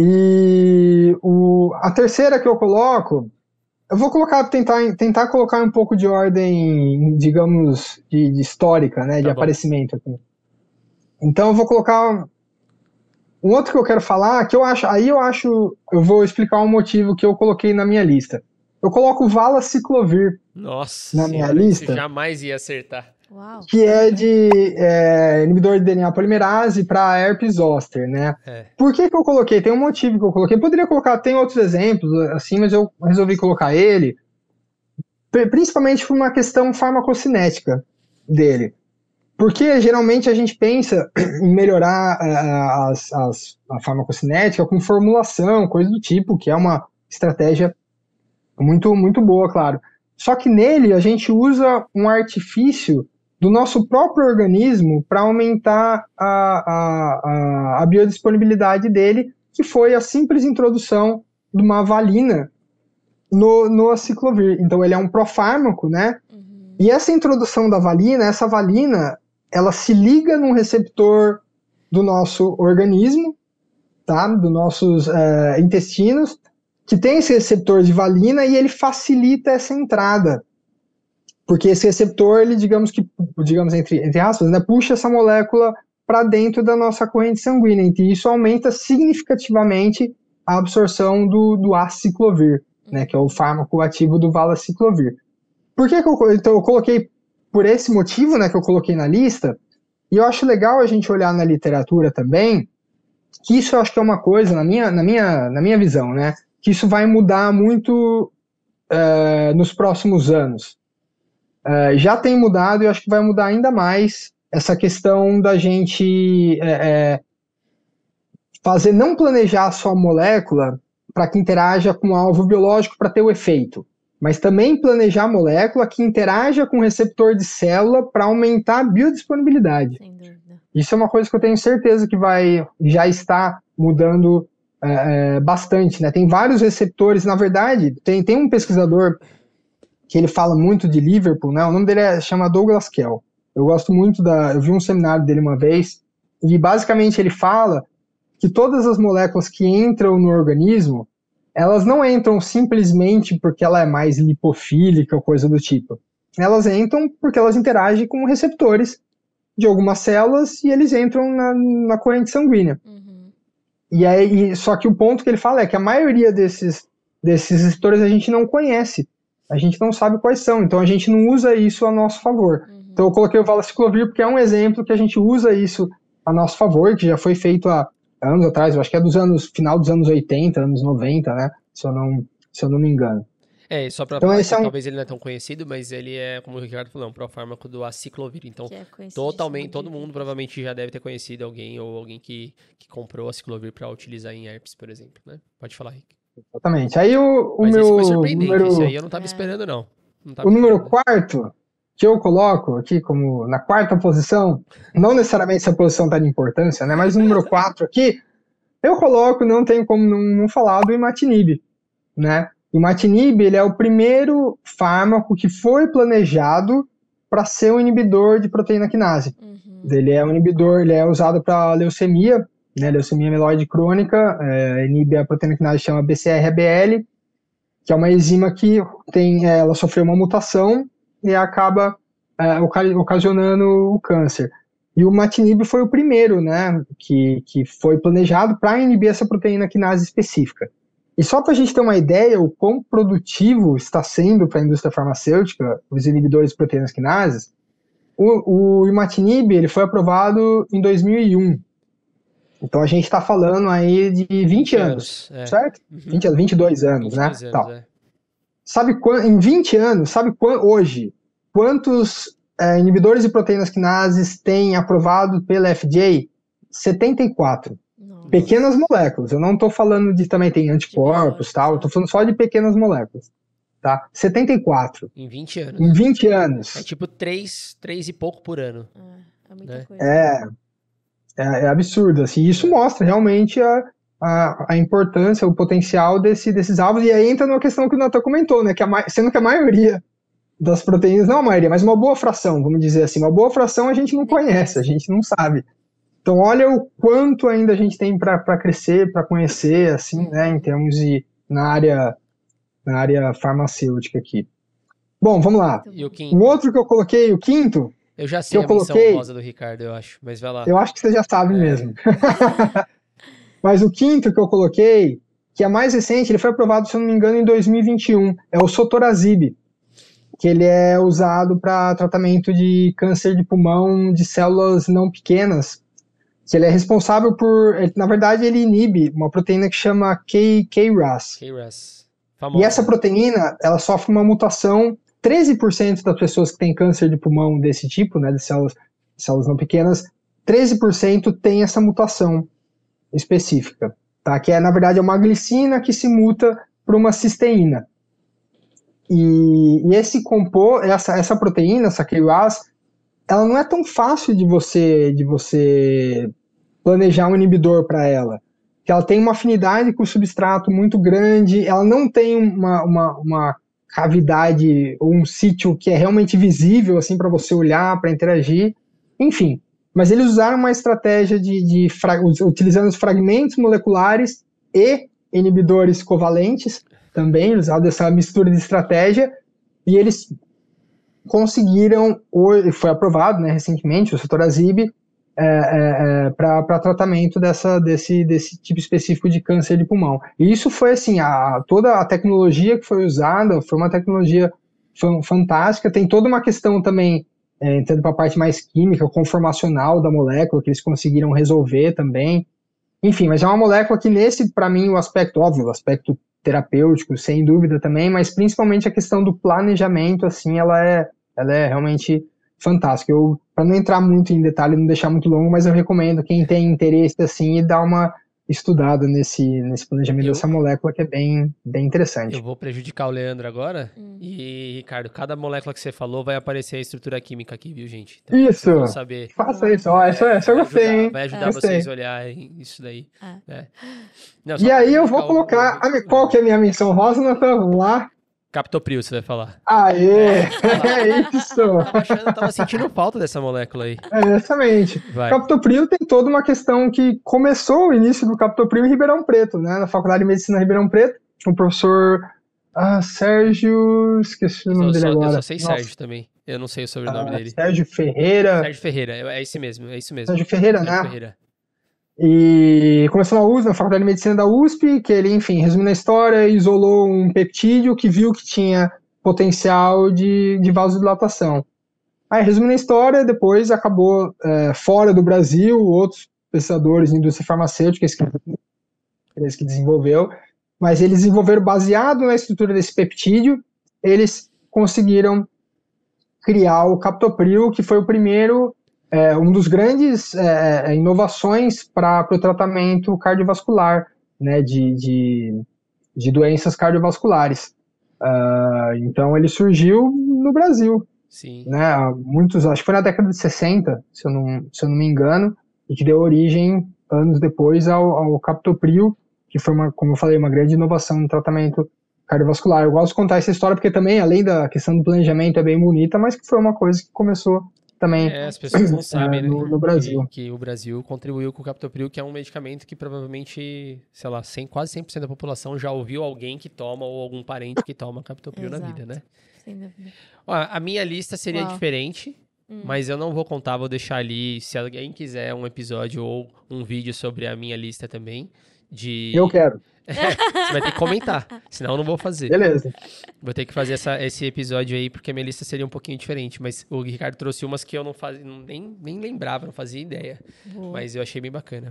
e o, a terceira que eu coloco, eu vou colocar, tentar, tentar colocar um pouco de ordem, digamos, de, de histórica, né, de Tá bom. aparecimento aqui. Então eu vou colocar um outro que eu quero falar, que eu acho, aí eu acho, eu vou explicar um motivo que eu coloquei na minha lista. Eu coloco Valaciclovir Nossa na minha senhora, isso lista, jamais ia acertar. Uau. que é de é, inibidor de D N A polimerase para herpes zoster, né? É. Por que que eu coloquei? Tem um motivo que eu coloquei. Eu poderia colocar, tem outros exemplos, assim, mas eu resolvi colocar ele, pri- principalmente por uma questão farmacocinética dele. Porque geralmente a gente pensa em melhorar ah, as, as, a farmacocinética com formulação, coisa do tipo, que é uma estratégia muito, muito boa, claro. Só que nele a gente usa um artifício do nosso próprio organismo para aumentar a, a, a, a biodisponibilidade dele, que foi a simples introdução de uma valina no, no aciclovir. Então ele é um profármaco, né? Uhum. E essa introdução da valina, essa valina, ela se liga num receptor do nosso organismo, tá? Dos nossos é, intestinos, que tem esse receptor de valina e ele facilita essa entrada. Porque esse receptor, ele, digamos que, digamos entre, entre aspas, né, puxa essa molécula para dentro da nossa corrente sanguínea. E isso aumenta significativamente a absorção do, do aciclovir, né, que é o fármaco ativo do valaciclovir. Por que que eu, então, eu coloquei por esse motivo, né, que eu coloquei na lista, e eu acho legal a gente olhar na literatura também, que isso eu acho que é uma coisa, na minha, na minha, na minha visão, né, que isso vai mudar muito uh, nos próximos anos. Uh, já tem mudado e eu acho que vai mudar ainda mais essa questão da gente é, é, fazer, não planejar só a molécula para que interaja com o alvo biológico para ter o efeito, mas também planejar a molécula que interaja com o receptor de célula para aumentar a biodisponibilidade. Sem dúvida. Isso é uma coisa que eu tenho certeza que vai, já está mudando é, bastante, né? Tem vários receptores, na verdade, tem, tem um pesquisador que ele fala muito de Liverpool, né? O nome dele é, chama Douglas Kell. Eu gosto muito da... Eu vi um seminário dele uma vez, e basicamente ele fala que todas as moléculas que entram no organismo, elas não entram simplesmente porque ela é mais lipofílica ou coisa do tipo. Elas entram porque elas interagem com receptores de algumas células e eles entram na, na corrente sanguínea. Uhum. E aí, só que o ponto que ele fala é que a maioria desses, desses receptores a gente não conhece. A gente não sabe quais são, então a gente não usa isso a nosso favor. Uhum. Então eu coloquei o valaciclovir porque é um exemplo que a gente usa isso a nosso favor, que já foi feito há anos atrás, eu acho que é dos anos, final dos anos oitenta, anos noventa, né? Se eu não, se eu não me engano. É, só pra Então, falar esse que é um- talvez ele não é tão conhecido, mas ele é, como o Ricardo falou, um profármaco do aciclovir. Então, Que é conhecidíssimo totalmente, de todo mundo vida. provavelmente já deve ter conhecido alguém ou alguém que, que comprou aciclovir pra utilizar em herpes, por exemplo, né? Pode falar, Rick. Exatamente. Aí o, o Mas meu esse foi surpreendente, número, esse aí eu não tava É. esperando, não. Não tava o número esperando. quarto, que eu coloco aqui como na quarta posição, não necessariamente essa posição está de importância, né? Mas o número quatro aqui, eu coloco, não tem como não, não falar do imatinib, né? O imatinib, ele é o primeiro fármaco que foi planejado para ser um inibidor de proteína quinase. Uhum. Ele é um inibidor, ele é usado para leucemia, né? Leucemia mieloide crônica, é, inibe a proteína quinase, chama B C R A B L, que é uma enzima que tem, ela sofreu uma mutação e acaba é, ocasionando o câncer. E o imatinib foi o primeiro, né, que, que foi planejado para inibir essa proteína quinase específica. E só para a gente ter uma ideia o quão produtivo está sendo para a indústria farmacêutica os inibidores de proteínas quinases, o, o imatinib ele foi aprovado em dois mil e um. Então a gente está falando aí de vinte, vinte anos, anos é. certo? Uhum. vinte, vinte e dois anos, vinte e dois né? Anos, é. Sabe quando, em vinte anos, sabe quando, hoje, quantos é, inibidores de proteínas quinases tem aprovado pela F D A? setenta e quatro. Nossa. Pequenas moléculas. Eu não estou falando de também tem anticorpos, tal. Eu estou falando só de pequenas moléculas. Tá? setenta e quatro. Em vinte anos. Em vinte anos. É tipo três, três e pouco por ano. É, é muita né? coisa. É, é, é absurdo. Assim, isso mostra realmente a, a, a importância, o potencial desse, desses alvos. E aí entra numa questão que o Natan comentou, né? Que a, sendo que a maioria das proteínas, não a maioria, mas uma boa fração, vamos dizer assim. Uma boa fração a gente não conhece, a gente não sabe. Então, olha o quanto ainda a gente tem para crescer, para conhecer, assim, né, em termos de, na área, na área farmacêutica aqui. Bom, vamos lá. E o quinto? O outro que eu coloquei, o quinto... Eu já sei que a eu menção coloquei, rosa do Ricardo, eu acho, mas vai lá. Eu acho que você já sabe é. mesmo. Mas o quinto que eu coloquei, que é mais recente, ele foi aprovado, se eu não me engano, em dois mil e vinte e um, é o sotorazib, que ele é usado para tratamento de câncer de pulmão de células não pequenas, que ele é responsável por, na verdade, ele inibe uma proteína que chama K R A S. K R A S. Famosa. E essa proteína, ela sofre uma mutação, treze por cento das pessoas que têm câncer de pulmão desse tipo, né, de células, células não pequenas, treze por cento tem essa mutação específica, tá? Que é, na verdade, é uma glicina que se muta para uma cisteína. E, e esse compor, essa, essa proteína, essa K R A S, ela não é tão fácil de você, de você planejar um inibidor para ela. Porque ela tem uma afinidade com o substrato muito grande, ela não tem uma, uma, uma cavidade ou um sítio que é realmente visível assim, para você olhar, para interagir. Enfim, mas eles usaram uma estratégia de, de utilizando os fragmentos moleculares e inibidores covalentes, também usaram essa mistura de estratégia, e eles conseguiram, foi aprovado, né, recentemente, o sotorazib, é, é, é, para tratamento dessa, desse, desse tipo específico de câncer de pulmão. E isso foi assim, a, toda a tecnologia que foi usada foi uma tecnologia fantástica, tem toda uma questão também, é, entrando para a parte mais química, conformacional da molécula, que eles conseguiram resolver também. Enfim, mas é uma molécula que nesse, para mim, o aspecto, óbvio, o aspecto terapêutico, sem dúvida também, mas principalmente a questão do planejamento, assim, ela é, ela é realmente fantástica. Eu, para não entrar muito em detalhe, não deixar muito longo, mas eu recomendo quem tem interesse, assim, e dar uma estudada nesse, nesse planejamento eu, dessa molécula, que é bem, bem interessante. Eu vou prejudicar o Leandro agora, hum. e, Ricardo, cada molécula que você falou vai aparecer a estrutura química aqui, viu, gente? Então, isso! Saber. Faça isso, ó, essa, essa eu gostei, hein? Vai ajudar é. vocês a olharem isso daí. É. É. Não, e aí eu vou colocar, o... a, qual que é a minha menção rosa, Natan? Vamos lá? Captopril, você vai falar. Aê! É, é isso! Eu tava, achando, tava sentindo falta dessa molécula aí. É, exatamente. Vai. Captopril tem toda uma questão que começou o início do Captopril em Ribeirão Preto, né? Na Faculdade de Medicina Ribeirão Preto, tinha um professor ah, Sérgio... Esqueci o nome dele só, agora. Eu só sei Nossa. Sérgio também. Eu não sei o sobrenome ah, dele. Sérgio Ferreira. Sérgio Ferreira, é esse mesmo, é isso mesmo. Sérgio Ferreira, Sérgio né? Ferreira. E começou na U S P, na Faculdade de Medicina da U S P, que ele, enfim, resumindo a história, isolou um peptídeo que viu que tinha potencial de, de vasodilatação. Aí, resumindo a história, depois acabou é, fora do Brasil, outros pesquisadores de indústria farmacêutica, esse que, esse que desenvolveu, mas eles desenvolveram baseado na estrutura desse peptídeo, eles conseguiram criar o Captopril, que foi o primeiro... É, um dos grandes é, inovações para o tratamento cardiovascular, né, de, de, de doenças cardiovasculares. Uh, então ele surgiu no Brasil, Sim. Né? Muitos, acho que foi na década de sessenta, se eu não, se eu não me engano, e que deu origem, anos depois, ao, ao captopril, que foi, uma, como eu falei, uma grande inovação no tratamento cardiovascular. Eu gosto de contar essa história porque também, além da questão do planejamento, é bem bonita, mas que foi uma coisa que começou também É, as pessoas não sabem, é, né, no, no Brasil. Que, que o Brasil contribuiu com o captopril, que é um medicamento que provavelmente, sei lá, cem, quase cem por cento da população já ouviu alguém que toma ou algum parente que toma captopril na vida, né? Sem dúvida. Ó, a minha lista seria Uau. diferente, Hum. mas eu não vou contar, vou deixar ali, se alguém quiser um episódio ou um vídeo sobre a minha lista também, de... Eu quero. É, você vai ter que comentar, senão eu não vou fazer. Beleza. Vou ter que fazer essa, esse episódio aí, porque a minha lista seria um pouquinho diferente. Mas o Ricardo trouxe umas que eu não fazia, nem, nem lembrava, não fazia ideia. Boa. Mas eu achei bem bacana.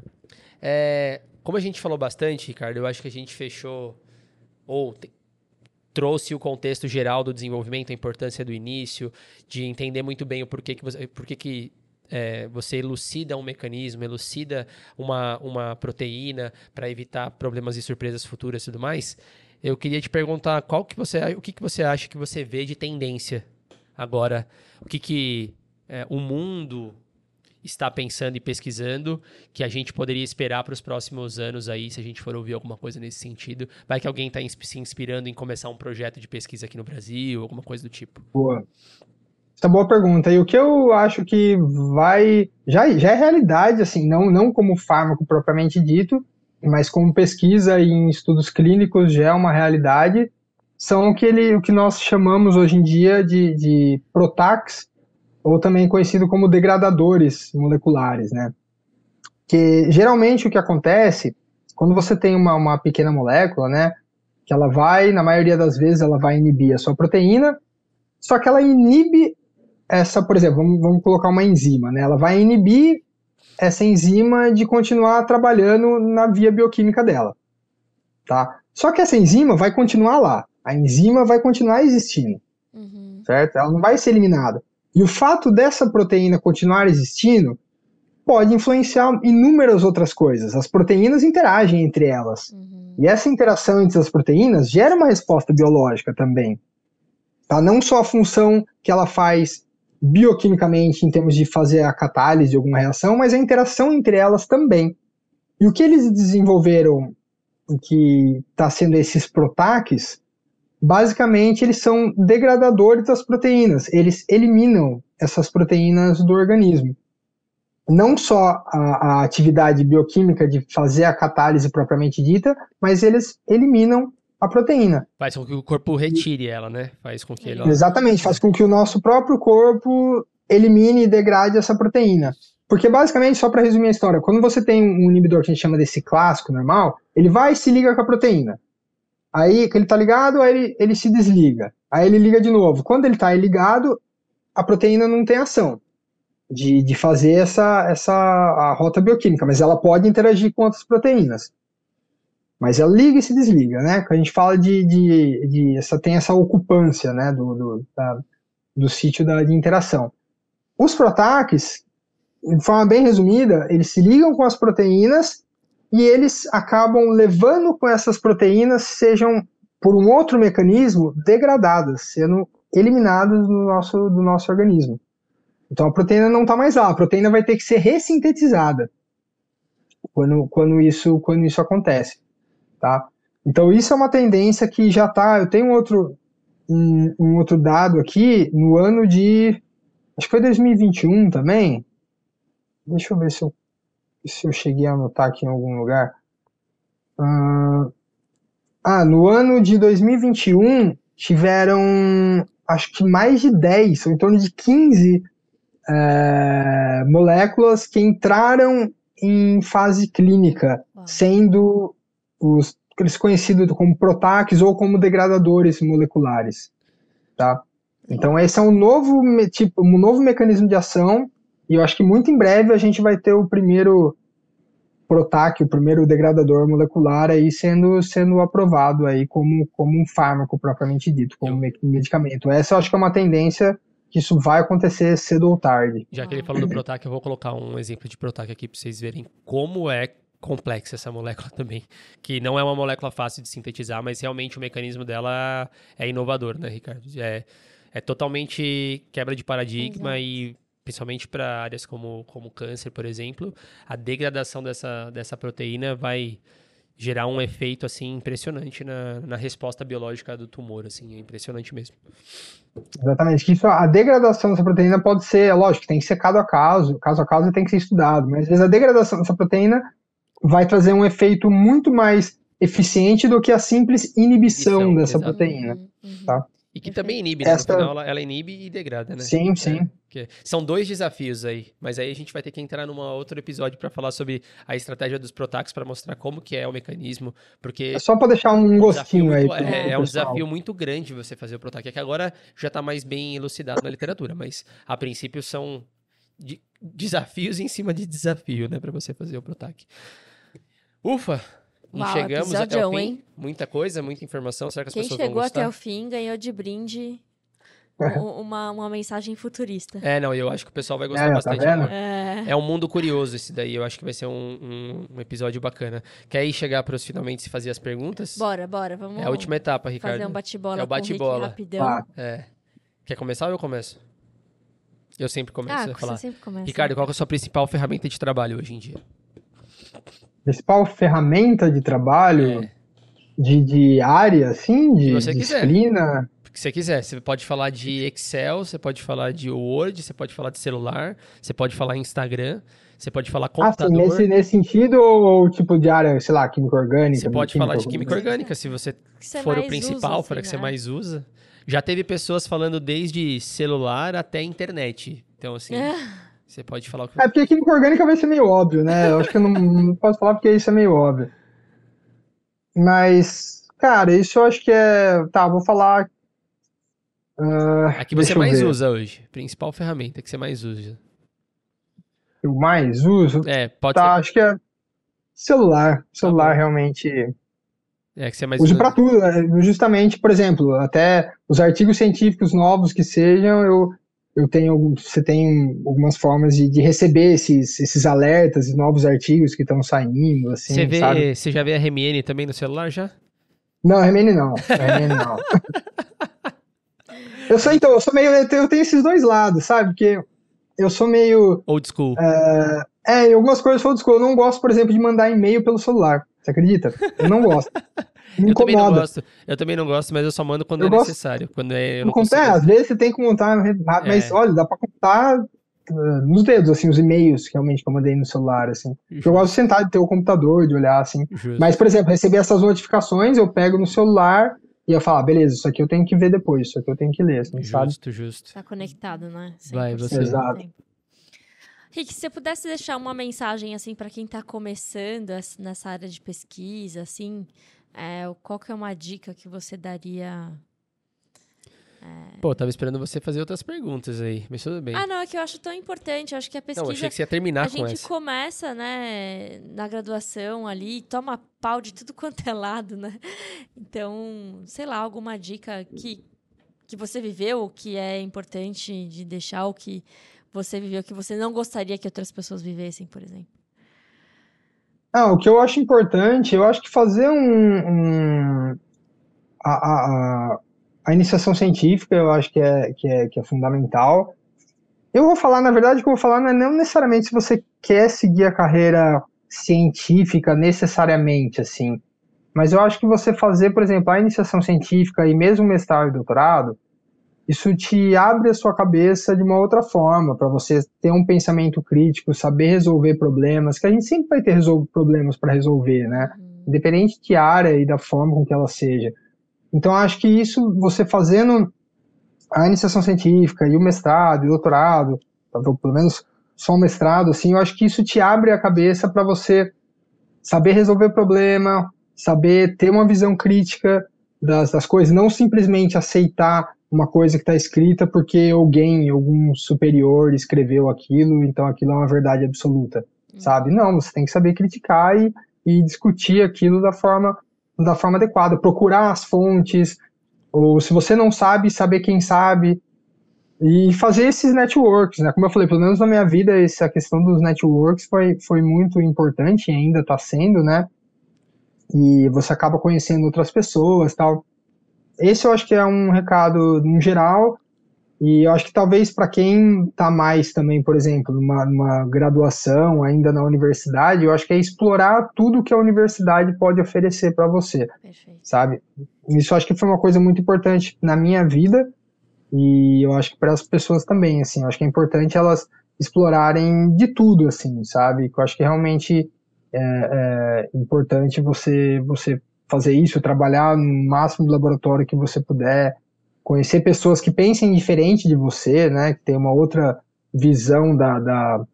É, como a gente falou bastante, Ricardo, eu acho que a gente fechou, ou te, trouxe o contexto geral do desenvolvimento, a importância do início, de entender muito bem o porquê que você... Porquê que É, você elucida um mecanismo, elucida uma, uma proteína para evitar problemas e surpresas futuras e tudo mais. Eu queria te perguntar qual que você, o que, que você acha que você vê de tendência agora, o que, que é, o mundo está pensando e pesquisando que a gente poderia esperar para os próximos anos aí, se a gente for ouvir alguma coisa nesse sentido. Vai que alguém está se inspirando em começar um projeto de pesquisa aqui no Brasil, alguma coisa do tipo. Boa. Essa é boa pergunta. E o que eu acho que vai... Já, já é realidade, assim, não, não como fármaco propriamente dito, mas como pesquisa e em estudos clínicos já é uma realidade, são o que, ele, o que nós chamamos hoje em dia de, de PROTACs, ou também conhecido como degradadores moleculares, né? Que geralmente o que acontece, quando você tem uma, uma pequena molécula, né, que ela vai, na maioria das vezes, ela vai inibir a sua proteína, só que ela inibe essa, por exemplo, vamos, vamos colocar uma enzima, né? Ela vai inibir essa enzima de continuar trabalhando na via bioquímica dela, tá? Só que essa enzima vai continuar lá, a enzima vai continuar existindo, Uhum. certo? Ela não vai ser eliminada. E o fato dessa proteína continuar existindo pode influenciar inúmeras outras coisas. As proteínas interagem entre elas. Uhum. E essa interação entre as proteínas gera uma resposta biológica também. Tá? Não só a função que ela faz bioquimicamente em termos de fazer a catálise de alguma reação, mas a interação entre elas também. E o que eles desenvolveram, que está sendo esses PROTACs, basicamente eles são degradadores das proteínas. Eles eliminam essas proteínas do organismo. Não só a, a atividade bioquímica de fazer a catálise propriamente dita, mas eles eliminam a proteína. Faz com que o corpo retire ela, né? Faz com que ele... Exatamente, faz com que o nosso próprio corpo elimine e degrade essa proteína. Porque basicamente, só para resumir a história, quando você tem um inibidor que a gente chama desse clássico normal, ele vai e se liga com a proteína. Aí, que ele está ligado, aí ele, ele se desliga. Aí ele liga de novo. Quando ele está ligado, a proteína não tem ação de, de fazer essa, essa a rota bioquímica, mas ela pode interagir com outras proteínas. Mas ela liga e se desliga, né? Que a gente fala de, de, de essa, tem essa ocupância, né? Do, do, da, do sítio da, de interação. Os PROTACs, de forma bem resumida, eles se ligam com as proteínas e eles acabam levando com essas proteínas, sejam por um outro mecanismo, degradadas, sendo eliminadas do nosso, do nosso organismo. Então a proteína não está mais lá, a proteína vai ter que ser ressintetizada quando, quando, isso, quando isso acontece. Tá? Então isso é uma tendência que já está, eu tenho um outro, um, um outro dado aqui, no ano de, acho que foi dois mil e vinte e um também, deixa eu ver se eu, se eu cheguei a anotar aqui em algum lugar, uh, ah, no ano de dois mil e vinte e um tiveram, acho que mais de dez, ou em torno de quinze é, moléculas que entraram em fase clínica, Uau. sendo os eles conhecidos como PROTACs ou como degradadores moleculares, tá? Então esse é um novo tipo, um novo mecanismo de ação e eu acho que muito em breve a gente vai ter o primeiro PROTAC, o primeiro degradador molecular aí sendo, sendo aprovado aí como, como um fármaco propriamente dito, como eu... medicamento. Essa eu acho que é uma tendência que isso vai acontecer cedo ou tarde. Já que ele falou do PROTAC, eu vou colocar um exemplo de PROTAC aqui para vocês verem como é complexa essa molécula também, que não é uma molécula fácil de sintetizar, mas realmente o mecanismo dela é inovador, né, Ricardo? É, é totalmente quebra de paradigma Exato. e principalmente para áreas como, como câncer, por exemplo, a degradação dessa, dessa proteína vai gerar um efeito assim impressionante na, na resposta biológica do tumor, assim, é impressionante mesmo. Exatamente. Que isso, a degradação dessa proteína pode ser, lógico, tem que ser caso a caso, caso a caso tem que ser estudado, mas às vezes a degradação dessa proteína vai trazer um efeito muito mais eficiente do que a simples inibição, Inibição, dessa exato. proteína, Uhum, uhum. tá? E que Perfeito. também inibe, né? Essa- No final ela, ela inibe e degrada, né? Sim, sim. É, que- são dois desafios aí, mas aí a gente vai ter que entrar num outro episódio para falar sobre a estratégia dos Protacs para mostrar como que é o mecanismo, porque É só para deixar um um desafio gostinho aí muito, pro, é, pro é um pessoal. desafio muito grande você fazer o Protac, é que agora já está mais bem elucidado na literatura, mas a princípio são de- desafios em cima de desafio, né, para você fazer o Protac. Ufa! E Uau, chegamos até o episodião, fim. hein? Muita coisa, muita informação. Será que as Quem pessoas vão chegou gostar? até o fim ganhou de brinde um- uma, uma mensagem futurista. É, não, eu acho que o pessoal vai gostar É, tá bastante. vendo? É. É um mundo curioso esse daí, eu acho que vai ser um, um- um episódio bacana. Quer ir chegar para os finalmente e fazer as perguntas? Bora, bora, vamos É a última etapa, Ricardo. fazer um bate-bola É o com o Rick bate-bola. rapidão. Tá. É. Quer começar ou eu começo? Eu sempre começo Ah, a você falar. sempre começa. Ricardo, qual que é a sua principal ferramenta de trabalho hoje em dia? Principal ferramenta de trabalho, É. de, de área, assim, de, Que você de quiser. disciplina. O que você quiser. Você pode falar de Excel, você pode falar de Word, você pode falar de celular, você pode falar Instagram, você pode falar Ah, sim, computador. nesse, nesse sentido, ou, ou tipo de área, sei lá, química orgânica? Você pode bioquímica falar de química orgânica? orgânica, se você que você for o mais principal, usa, for a assim, que você né? mais usa. Já teve pessoas falando desde celular até internet. Então, assim, você pode falar o que É, porque química orgânica vai ser meio óbvio, né? Eu acho que eu não, não posso falar porque isso é meio óbvio. Mas, cara, isso eu acho que é... Tá, vou falar... ah, a que deixa você eu mais ver. usa hoje. Principal ferramenta que você mais usa. Eu mais uso? É, pode Tá, ser. acho que é celular. Celular bom. realmente... É que você mais Uso usa. pra tudo, né? Justamente, por exemplo, até os artigos científicos novos que sejam, eu, eu tenho, algum- você tem algumas formas de, de receber esses, esses alertas e novos artigos que estão saindo, assim, Você vê, sabe? você já vê a R M N também no celular já? Não, R M N não, R M N não. Eu sou, então, eu sou meio, eu tenho eu tenho esses dois lados, sabe? Porque eu sou meio, Old school. é, em algumas coisas eu sou eu não gosto, por exemplo, de mandar e-mail pelo celular, você acredita? Eu não gosto. Me Eu também não incomoda. gosto. Eu também não gosto, mas eu só mando quando Eu é gosto- necessário. Quando é, eu Eu não conto- consigo. é, às vezes você tem que montar, mas É. olha, dá pra contar uh, nos dedos, assim, os e-mails que realmente que eu mandei no celular, assim. Porque eu gosto de sentar, de ter o computador, de olhar, assim. Justo. Mas, por exemplo, receber essas notificações, eu pego no celular e eu falo, ah, beleza, isso aqui eu tenho que ver depois, isso aqui eu tenho que ler, assim, sabe? Justo, justo. Tá conectado, né? Vai, cem por cento você. do Exato. tempo. Rick, se você pudesse deixar uma mensagem, assim, para quem tá começando essa- nessa área de pesquisa, assim, é, qual que é uma dica que você daria? Pô, tava esperando você fazer outras perguntas aí, mas tudo bem. Ah, não, é que eu acho tão importante. Eu acho que a pesquisa... não, achei que você ia terminar a com gente essa. começa, né, na graduação ali, toma pau de tudo quanto é lado, né? Então, sei lá, alguma dica que, que você viveu, que é importante de deixar, ou que você viveu, que você não gostaria que outras pessoas vivessem, por exemplo. Ah, o que eu acho importante, eu acho que fazer um, um- a, a, a, a iniciação científica, eu acho que é, que é, que é fundamental. Eu vou falar, na verdade, o que eu vou falar não é não necessariamente se você quer seguir a carreira científica necessariamente, assim, mas eu acho que você fazer, por exemplo, a iniciação científica e mesmo mestrado e doutorado, isso te abre a sua cabeça de uma outra forma, para você ter um pensamento crítico, saber resolver problemas, que a gente sempre vai ter resol- problemas para resolver, né? Independente de área e da forma com que ela seja. Então, eu acho que isso, você fazendo a iniciação científica e o mestrado e o doutorado, pelo menos só o mestrado, assim, eu acho que isso te abre a cabeça para você saber resolver problema, saber ter uma visão crítica das, das coisas, não simplesmente aceitar uma coisa que está escrita porque alguém, algum superior escreveu aquilo, então aquilo é uma verdade absoluta, sabe? Não, você tem que saber criticar e, e discutir aquilo da forma, da forma adequada, procurar as fontes, ou se você não sabe, saber quem sabe, e fazer esses networks, né? Como eu falei, pelo menos na minha vida, essa questão dos networks foi, foi muito importante e ainda está sendo, né? E você acaba conhecendo outras pessoas, tal. Esse eu acho que é um recado, no geral, E eu acho que talvez para quem está mais também, por exemplo, numa, numa graduação, ainda na universidade, eu acho que é explorar tudo que a universidade pode oferecer para você, Perfeito. sabe? Isso eu acho que foi uma coisa muito importante na minha vida e eu acho que para as pessoas também, assim, eu acho que é importante elas explorarem de tudo, assim, sabe? Eu acho que realmente é, é importante você, você fazer isso, trabalhar no máximo de laboratório que você puder, conhecer pessoas que pensem diferente de você, né, que tem uma outra visão da, da,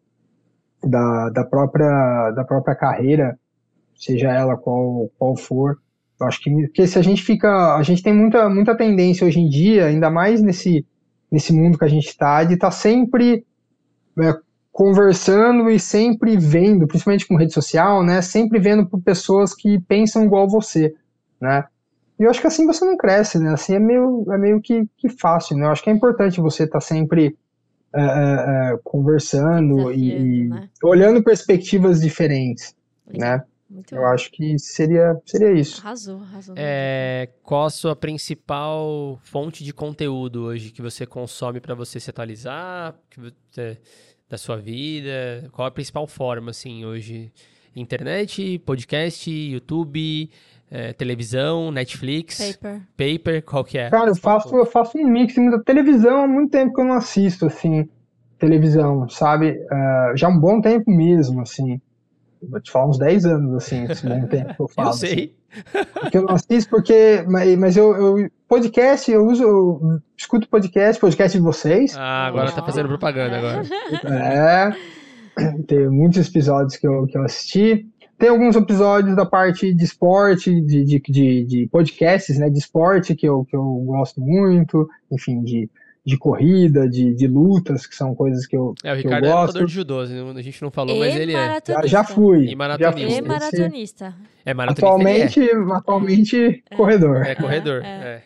da, da, própria, da própria carreira, seja ela qual, qual for. Eu acho que porque se a gente fica, a gente tem muita, muita tendência hoje em dia, ainda mais nesse, nesse mundo que a gente está, de estar tá sempre é, conversando e sempre vendo, principalmente com rede social, né, sempre vendo por pessoas que pensam igual você, né. E eu acho que assim você não cresce, né? Assim é meio, é meio que, que fácil, né? Eu acho que é importante você estar tá sempre é, é, conversando e, e né? olhando perspectivas diferentes, Legal. né? Muito eu bom. acho que seria, seria isso. Arrasou, arrasou. É, qual a sua principal fonte de conteúdo hoje que você consome para você se atualizar que você, da sua vida? Qual a principal forma, assim, hoje? Internet, podcast, YouTube... É, televisão, Netflix, Paper. Paper, qual que é? Cara, eu faço, eu faço um mix. Muita televisão, há muito tempo que eu não assisto, assim, televisão, sabe? Uh, já há um bom tempo mesmo, assim. Vou te falar uns dez anos, assim, esse bom tempo que eu falo. Eu sei. Assim. Porque eu não assisto, porque... Mas, mas eu, eu... Podcast, eu uso... Eu escuto podcast, podcast de vocês. Ah, agora Oh. tá fazendo propaganda, agora. É... Tem muitos episódios que eu, que eu assisti. Tem alguns episódios da parte de esporte, de, de, de, de podcasts, né, de esporte, que eu, que eu gosto muito, enfim, de, de corrida, de, de lutas, que são coisas que eu, é, o que Ricardo eu é gosto. lutador de judô, a gente não falou, e mas ele é. Já, já fui. E maratonista. Já fui. E maratonista. É, maratonista Atualmente, ele é. atualmente é. corredor. É, corredor, é. é. é.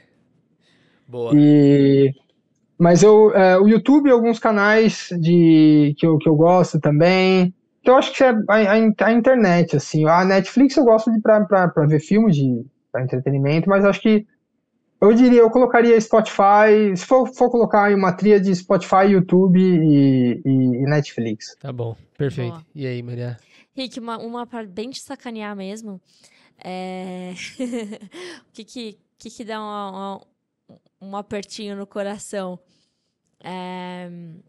Boa. E... Mas eu, é, o YouTube, alguns canais de, que, eu, que eu gosto também. Então, eu acho que é a, a, a internet, assim. A Netflix eu gosto de para ver filmes de pra entretenimento, mas acho que eu diria, eu colocaria Spotify, se for, for colocar uma tria de Spotify, YouTube e, e, e Netflix. Tá bom, perfeito. Boa. E aí, Maria? Rick, uma, uma parte bem de sacanear mesmo. É... o que que, que que dá uma, uma, um apertinho no coração? É...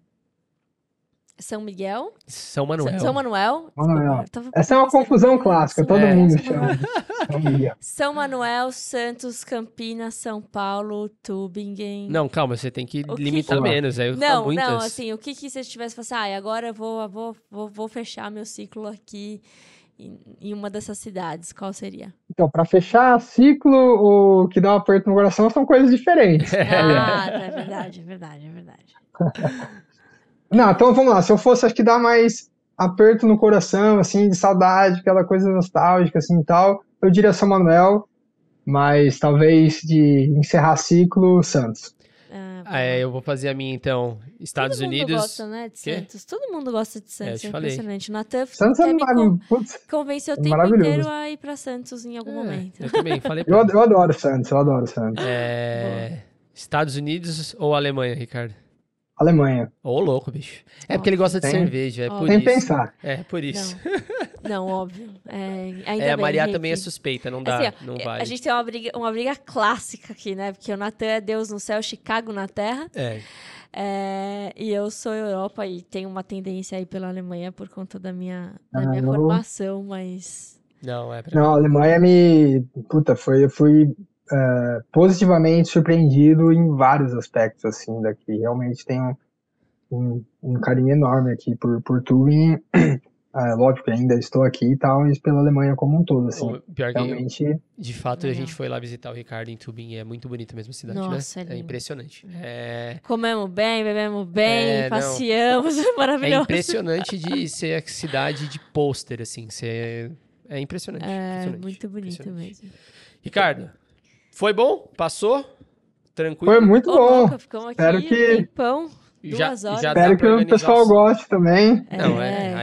São Miguel? São Manuel. São Manuel? Manuel. Tava... Essa é uma confusão clássica, São todo é. mundo São chama. São Miguel. São Manuel, Santos, Campinas, São Paulo, Tübingen. Não, calma, você tem que O que limitar que... menos. Aí não, muitas... não, assim, o que que você tivesse falado assim, ah, agora eu vou, vou, vou, vou fechar meu ciclo aqui em, em uma dessas cidades, qual seria? Então, para fechar ciclo, o que dá um aperto no coração são coisas diferentes. Ah, tá, é verdade, é verdade, é verdade. Não, então vamos lá. Se eu fosse, acho que dá mais aperto no coração, assim, de saudade, aquela coisa nostálgica, assim, e tal, eu diria São Manuel, mas talvez de encerrar ciclo, Santos. Ah, é, eu vou fazer a minha, então. Estados Todo mundo Unidos... gosta, né, de Quê? Santos. Todo mundo gosta de Santos, É, eu é te falei. impressionante. O Natan Santos é me mar... con... Putz, convenceu o é tempo maravilhoso. inteiro a ir pra Santos em algum É, momento. eu também falei eu, pra eu adoro Santos, eu adoro Santos. é... Estados Unidos ou Alemanha, Ricardo? Alemanha. Ô, louco, bicho. É porque ele gosta de Tem- cerveja, é Ó, por Sem isso. pensar. É, por isso. Não, óbvio. É, ainda É, a bem, Maria Rick. também é suspeita, não dá, Assim, ó, não vale. A gente tem uma briga, uma briga clássica aqui, né? Porque o Natan é Deus no céu, Chicago na terra. É, É, e eu sou Europa e tenho uma tendência aí pela Alemanha por conta da minha, da Ah, minha não. formação, mas... não, é pra Não, a mim. Alemanha me... Puta, foi, eu fui é, positivamente surpreendido em vários aspectos, assim, daqui. Realmente tenho um, um carinho enorme aqui por, por Tübingen. É, lógico que ainda estou aqui e tal, mas pela Alemanha como um todo, assim. O pior que, eu- Realmente, de fato, a Legal. gente foi lá visitar o Ricardo em Tübingen, é muito bonita mesmo a cidade, Nossa, é né? É lindo. impressionante. É, Comemos bem, bebemos bem, É, não. passeamos, é maravilhoso. impressionante de ser a cidade de pôster, assim, ser... É impressionante. É, impressionante, muito bonito impressionante. mesmo. Ricardo, foi bom? Passou? Tranquilo? foi muito Ô, bom. louca, ficamos aqui Espero que- tempão, Já- duas horas. já dá Espero pra que o organizar pessoal os- goste também. Não, é, É, a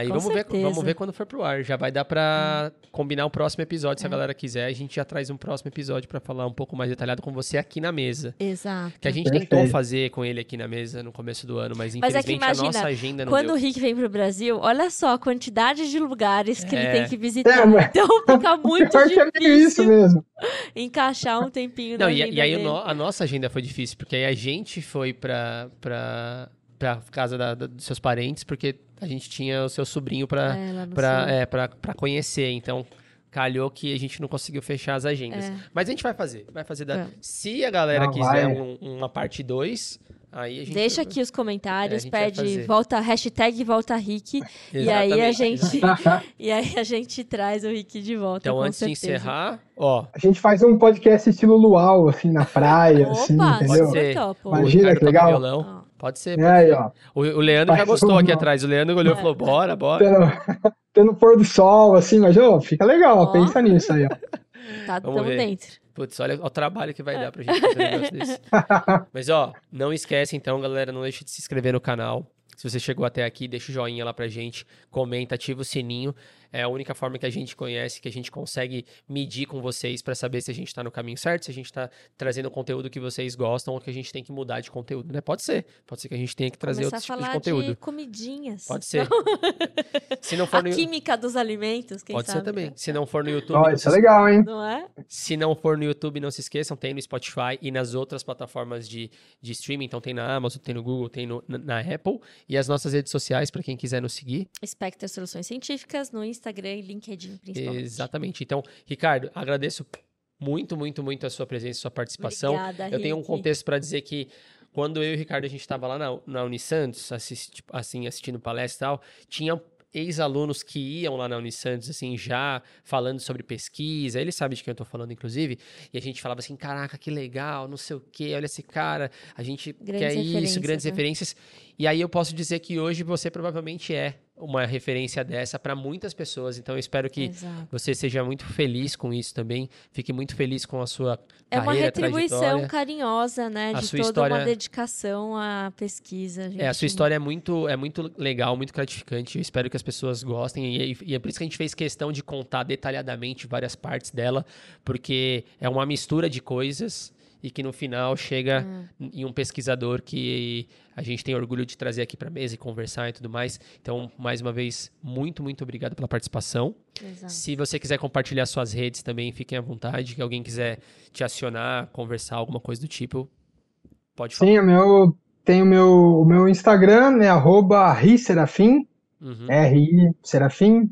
Aí com vamos ver, certeza. vamos ver quando for pro ar. Já vai dar pra combinar o próximo episódio, se É. a galera quiser. A gente já traz um próximo episódio pra falar um pouco mais detalhado com você aqui na mesa. Exato. Que a gente Perfeito. tentou fazer com ele aqui na mesa no começo do ano, mas Mas é que infelizmente imagina, a nossa agenda não Quando deu. o Rick vem pro Brasil, olha só a quantidade de lugares que É. ele tem que visitar. É, mas- Então fica muito Pior que é meio isso difícil mesmo. encaixar um tempinho Não, na e, agenda e aí o dele. no- a nossa agenda foi difícil, porque aí a gente foi pra, pra, pra casa da- da- dos seus parentes, porque a gente tinha o seu sobrinho pra, É, lá no pra, sul. é, pra, pra conhecer. Então, calhou que a gente não conseguiu fechar as agendas. É. Mas a gente vai fazer. Vai fazer da... É. Se a galera Não, quiser vai. um- uma parte dois, aí a gente... Deixa aqui os comentários, É, a gente vai pede fazer. volta, hashtag volta Rick, e aí a Exatamente. gente e aí a gente traz o Rick de volta, Então, com antes de certeza. encerrar, ó... A gente faz um podcast estilo luau, assim, na praia, assim, Opa, entendeu? Pode ser. super top. O Imagina Ricardo que toca legal. violão. Ó. Pode ser, É pode aí, ser. ó. O, o Leandro já Faz gostou um- aqui atrás. O Leandro olhou e falou, bora, bora. Tendo, tendo pôr do sol, assim, mas, ó, fica legal, Ó. pensa nisso aí, ó. Tá, Vamos tamo ver. dentro. Putz, olha o trabalho que vai dar pra gente fazer um negócio desse. Mas, ó, não esquece, então, galera, não deixe de se inscrever no canal. Se você chegou até aqui, deixa o joinha lá pra gente, comenta, ativa o sininho. É a única forma que a gente conhece, que a gente consegue medir com vocês pra saber se a gente tá no caminho certo, se a gente tá trazendo o conteúdo que vocês gostam ou que a gente tem que mudar de conteúdo, né? Pode ser. Pode ser que a gente tenha que trazer Começar a outros tipos de falar conteúdo. de comidinhas. Pode ser. Se não for A no... química dos alimentos, quem Pode sabe? ser também. Se não for no YouTube, Ó, não isso é se- legal, hein? Não é? Se não for no YouTube, não se esqueçam, tem no Spotify e nas outras plataformas de, de streaming. Então tem na Amazon, tem no Google, tem no- na, na Apple. E as nossas redes sociais, para quem quiser nos seguir. Spectre Soluções Científicas no Instagram e LinkedIn, principalmente. Exatamente. Então, Ricardo, agradeço muito, muito, muito a sua presença, a sua participação. Obrigada, Eu tenho um Rick. contexto para dizer que quando eu e o Ricardo, a gente estava lá na, na Unisantos, assisti, tipo, assim, assistindo palestra e tal, tinha ex-alunos que iam lá na Unisantos, assim, já falando sobre pesquisa, ele sabe de quem eu tô falando, inclusive, e a gente falava assim, caraca, que legal, não sei o quê, olha esse cara, a gente Grandes quer isso, referências, grandes né? referências, e aí eu posso dizer que hoje você provavelmente é uma referência dessa para muitas pessoas, então eu espero que Exato. você seja muito feliz com isso também, fique muito feliz com a sua É uma carreira, retribuição trajetória. carinhosa, né? A De sua toda história- uma dedicação à pesquisa. É, a gente. sua história é muito, é muito legal, muito gratificante. Eu espero que as pessoas gostem. E, e é por isso que a gente fez questão de contar detalhadamente várias partes dela, porque é uma mistura de coisas e que no final chega em um pesquisador que a gente tem orgulho de trazer aqui para mesa e conversar e tudo mais. Então, mais uma vez, muito, muito obrigado pela participação. Exato. Se você quiser compartilhar suas redes também, fiquem à vontade. Que alguém quiser te acionar, conversar, alguma coisa do tipo, pode falar. Sim, o meu, tem o meu, o meu Instagram, né, arroba riserafim, Uhum. R I Serafim.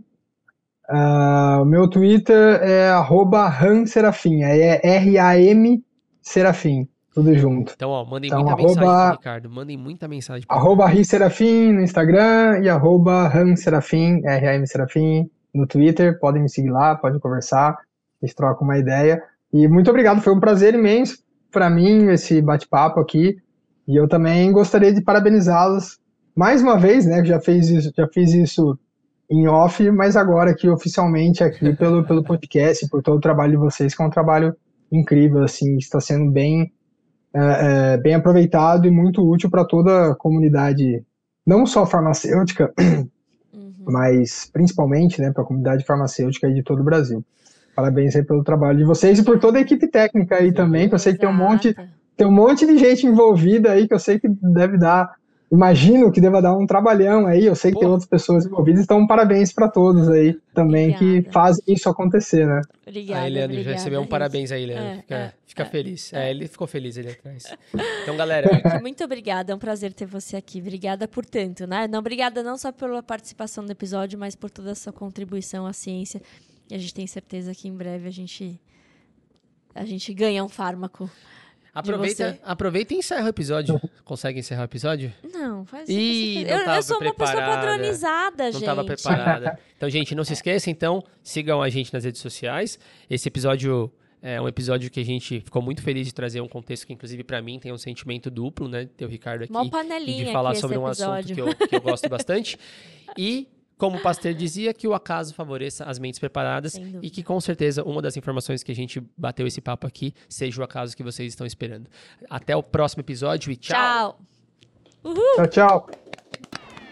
Ah, o meu Twitter é arroba ramserafim, aí é R A M Serafim, tudo junto. Então, ó, mandem Então, muita arroba- mensagem pro Ricardo. Mandem muita mensagem pro Arroba riserafim no Instagram e arroba ramserafim, R A M Serafim, no Twitter. Podem me seguir lá, podem conversar, a gente troca uma ideia. E muito obrigado, foi um prazer imenso para mim esse bate-papo aqui. E eu também gostaria de parabenizá-los mais uma vez, né, que já fez isso, já fiz isso em off, mas agora aqui oficialmente aqui pelo, pelo podcast, por todo o trabalho de vocês, que é um trabalho incrível, assim, está sendo bem, é, é, bem aproveitado e muito útil para toda a comunidade, não só farmacêutica, Uhum. mas principalmente, né, para a comunidade farmacêutica aí de todo o Brasil. Parabéns aí pelo trabalho de vocês e por toda a equipe técnica aí também, que eu sei que tem um monte, Exato. tem um monte de gente envolvida aí, que eu sei que deve dar, imagino que deva dar um trabalhão aí, eu sei que Pô. tem outras pessoas envolvidas, então parabéns para todos aí também que Obrigada. fazem isso acontecer, né? Obrigada, Aí, Leandro, já obrigada, recebeu um Rick. parabéns aí, Leandro. É, fica é, fica é, feliz. é. É, ele ficou feliz ali atrás. Então, galera, Rick, muito obrigada, é um prazer ter você aqui. Obrigada por tanto, né? Não, obrigada não só pela participação no episódio, mas por toda a sua contribuição à ciência. E a gente tem certeza que em breve a gente, a gente ganha um fármaco. aproveita, você. aproveita e encerra o episódio. Consegue encerrar o episódio? Não, faz Ih, isso. não Eu, tava eu sou uma pessoa preparada. padronizada, Não gente. estava preparada. Então, gente, não se esqueça, então, sigam a gente nas redes sociais. Esse episódio é um episódio que a gente ficou muito feliz de trazer um contexto que, inclusive, para mim, tem um sentimento duplo, né? Ter o Ricardo aqui Mó e panelinha de falar aqui sobre esse um assunto episódio. que eu, que eu gosto bastante. E, como o Pasteur dizia, que o acaso favoreça as mentes preparadas Sem dúvida. e que, com certeza, uma das informações que a gente bateu esse papo aqui seja o acaso que vocês estão esperando. Até o próximo episódio e tchau! Tchau. Uhul. Tchau, tchau.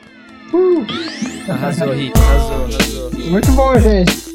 Uh! Arrasou, Rick, arrasou, arrasou. Muito bom, gente.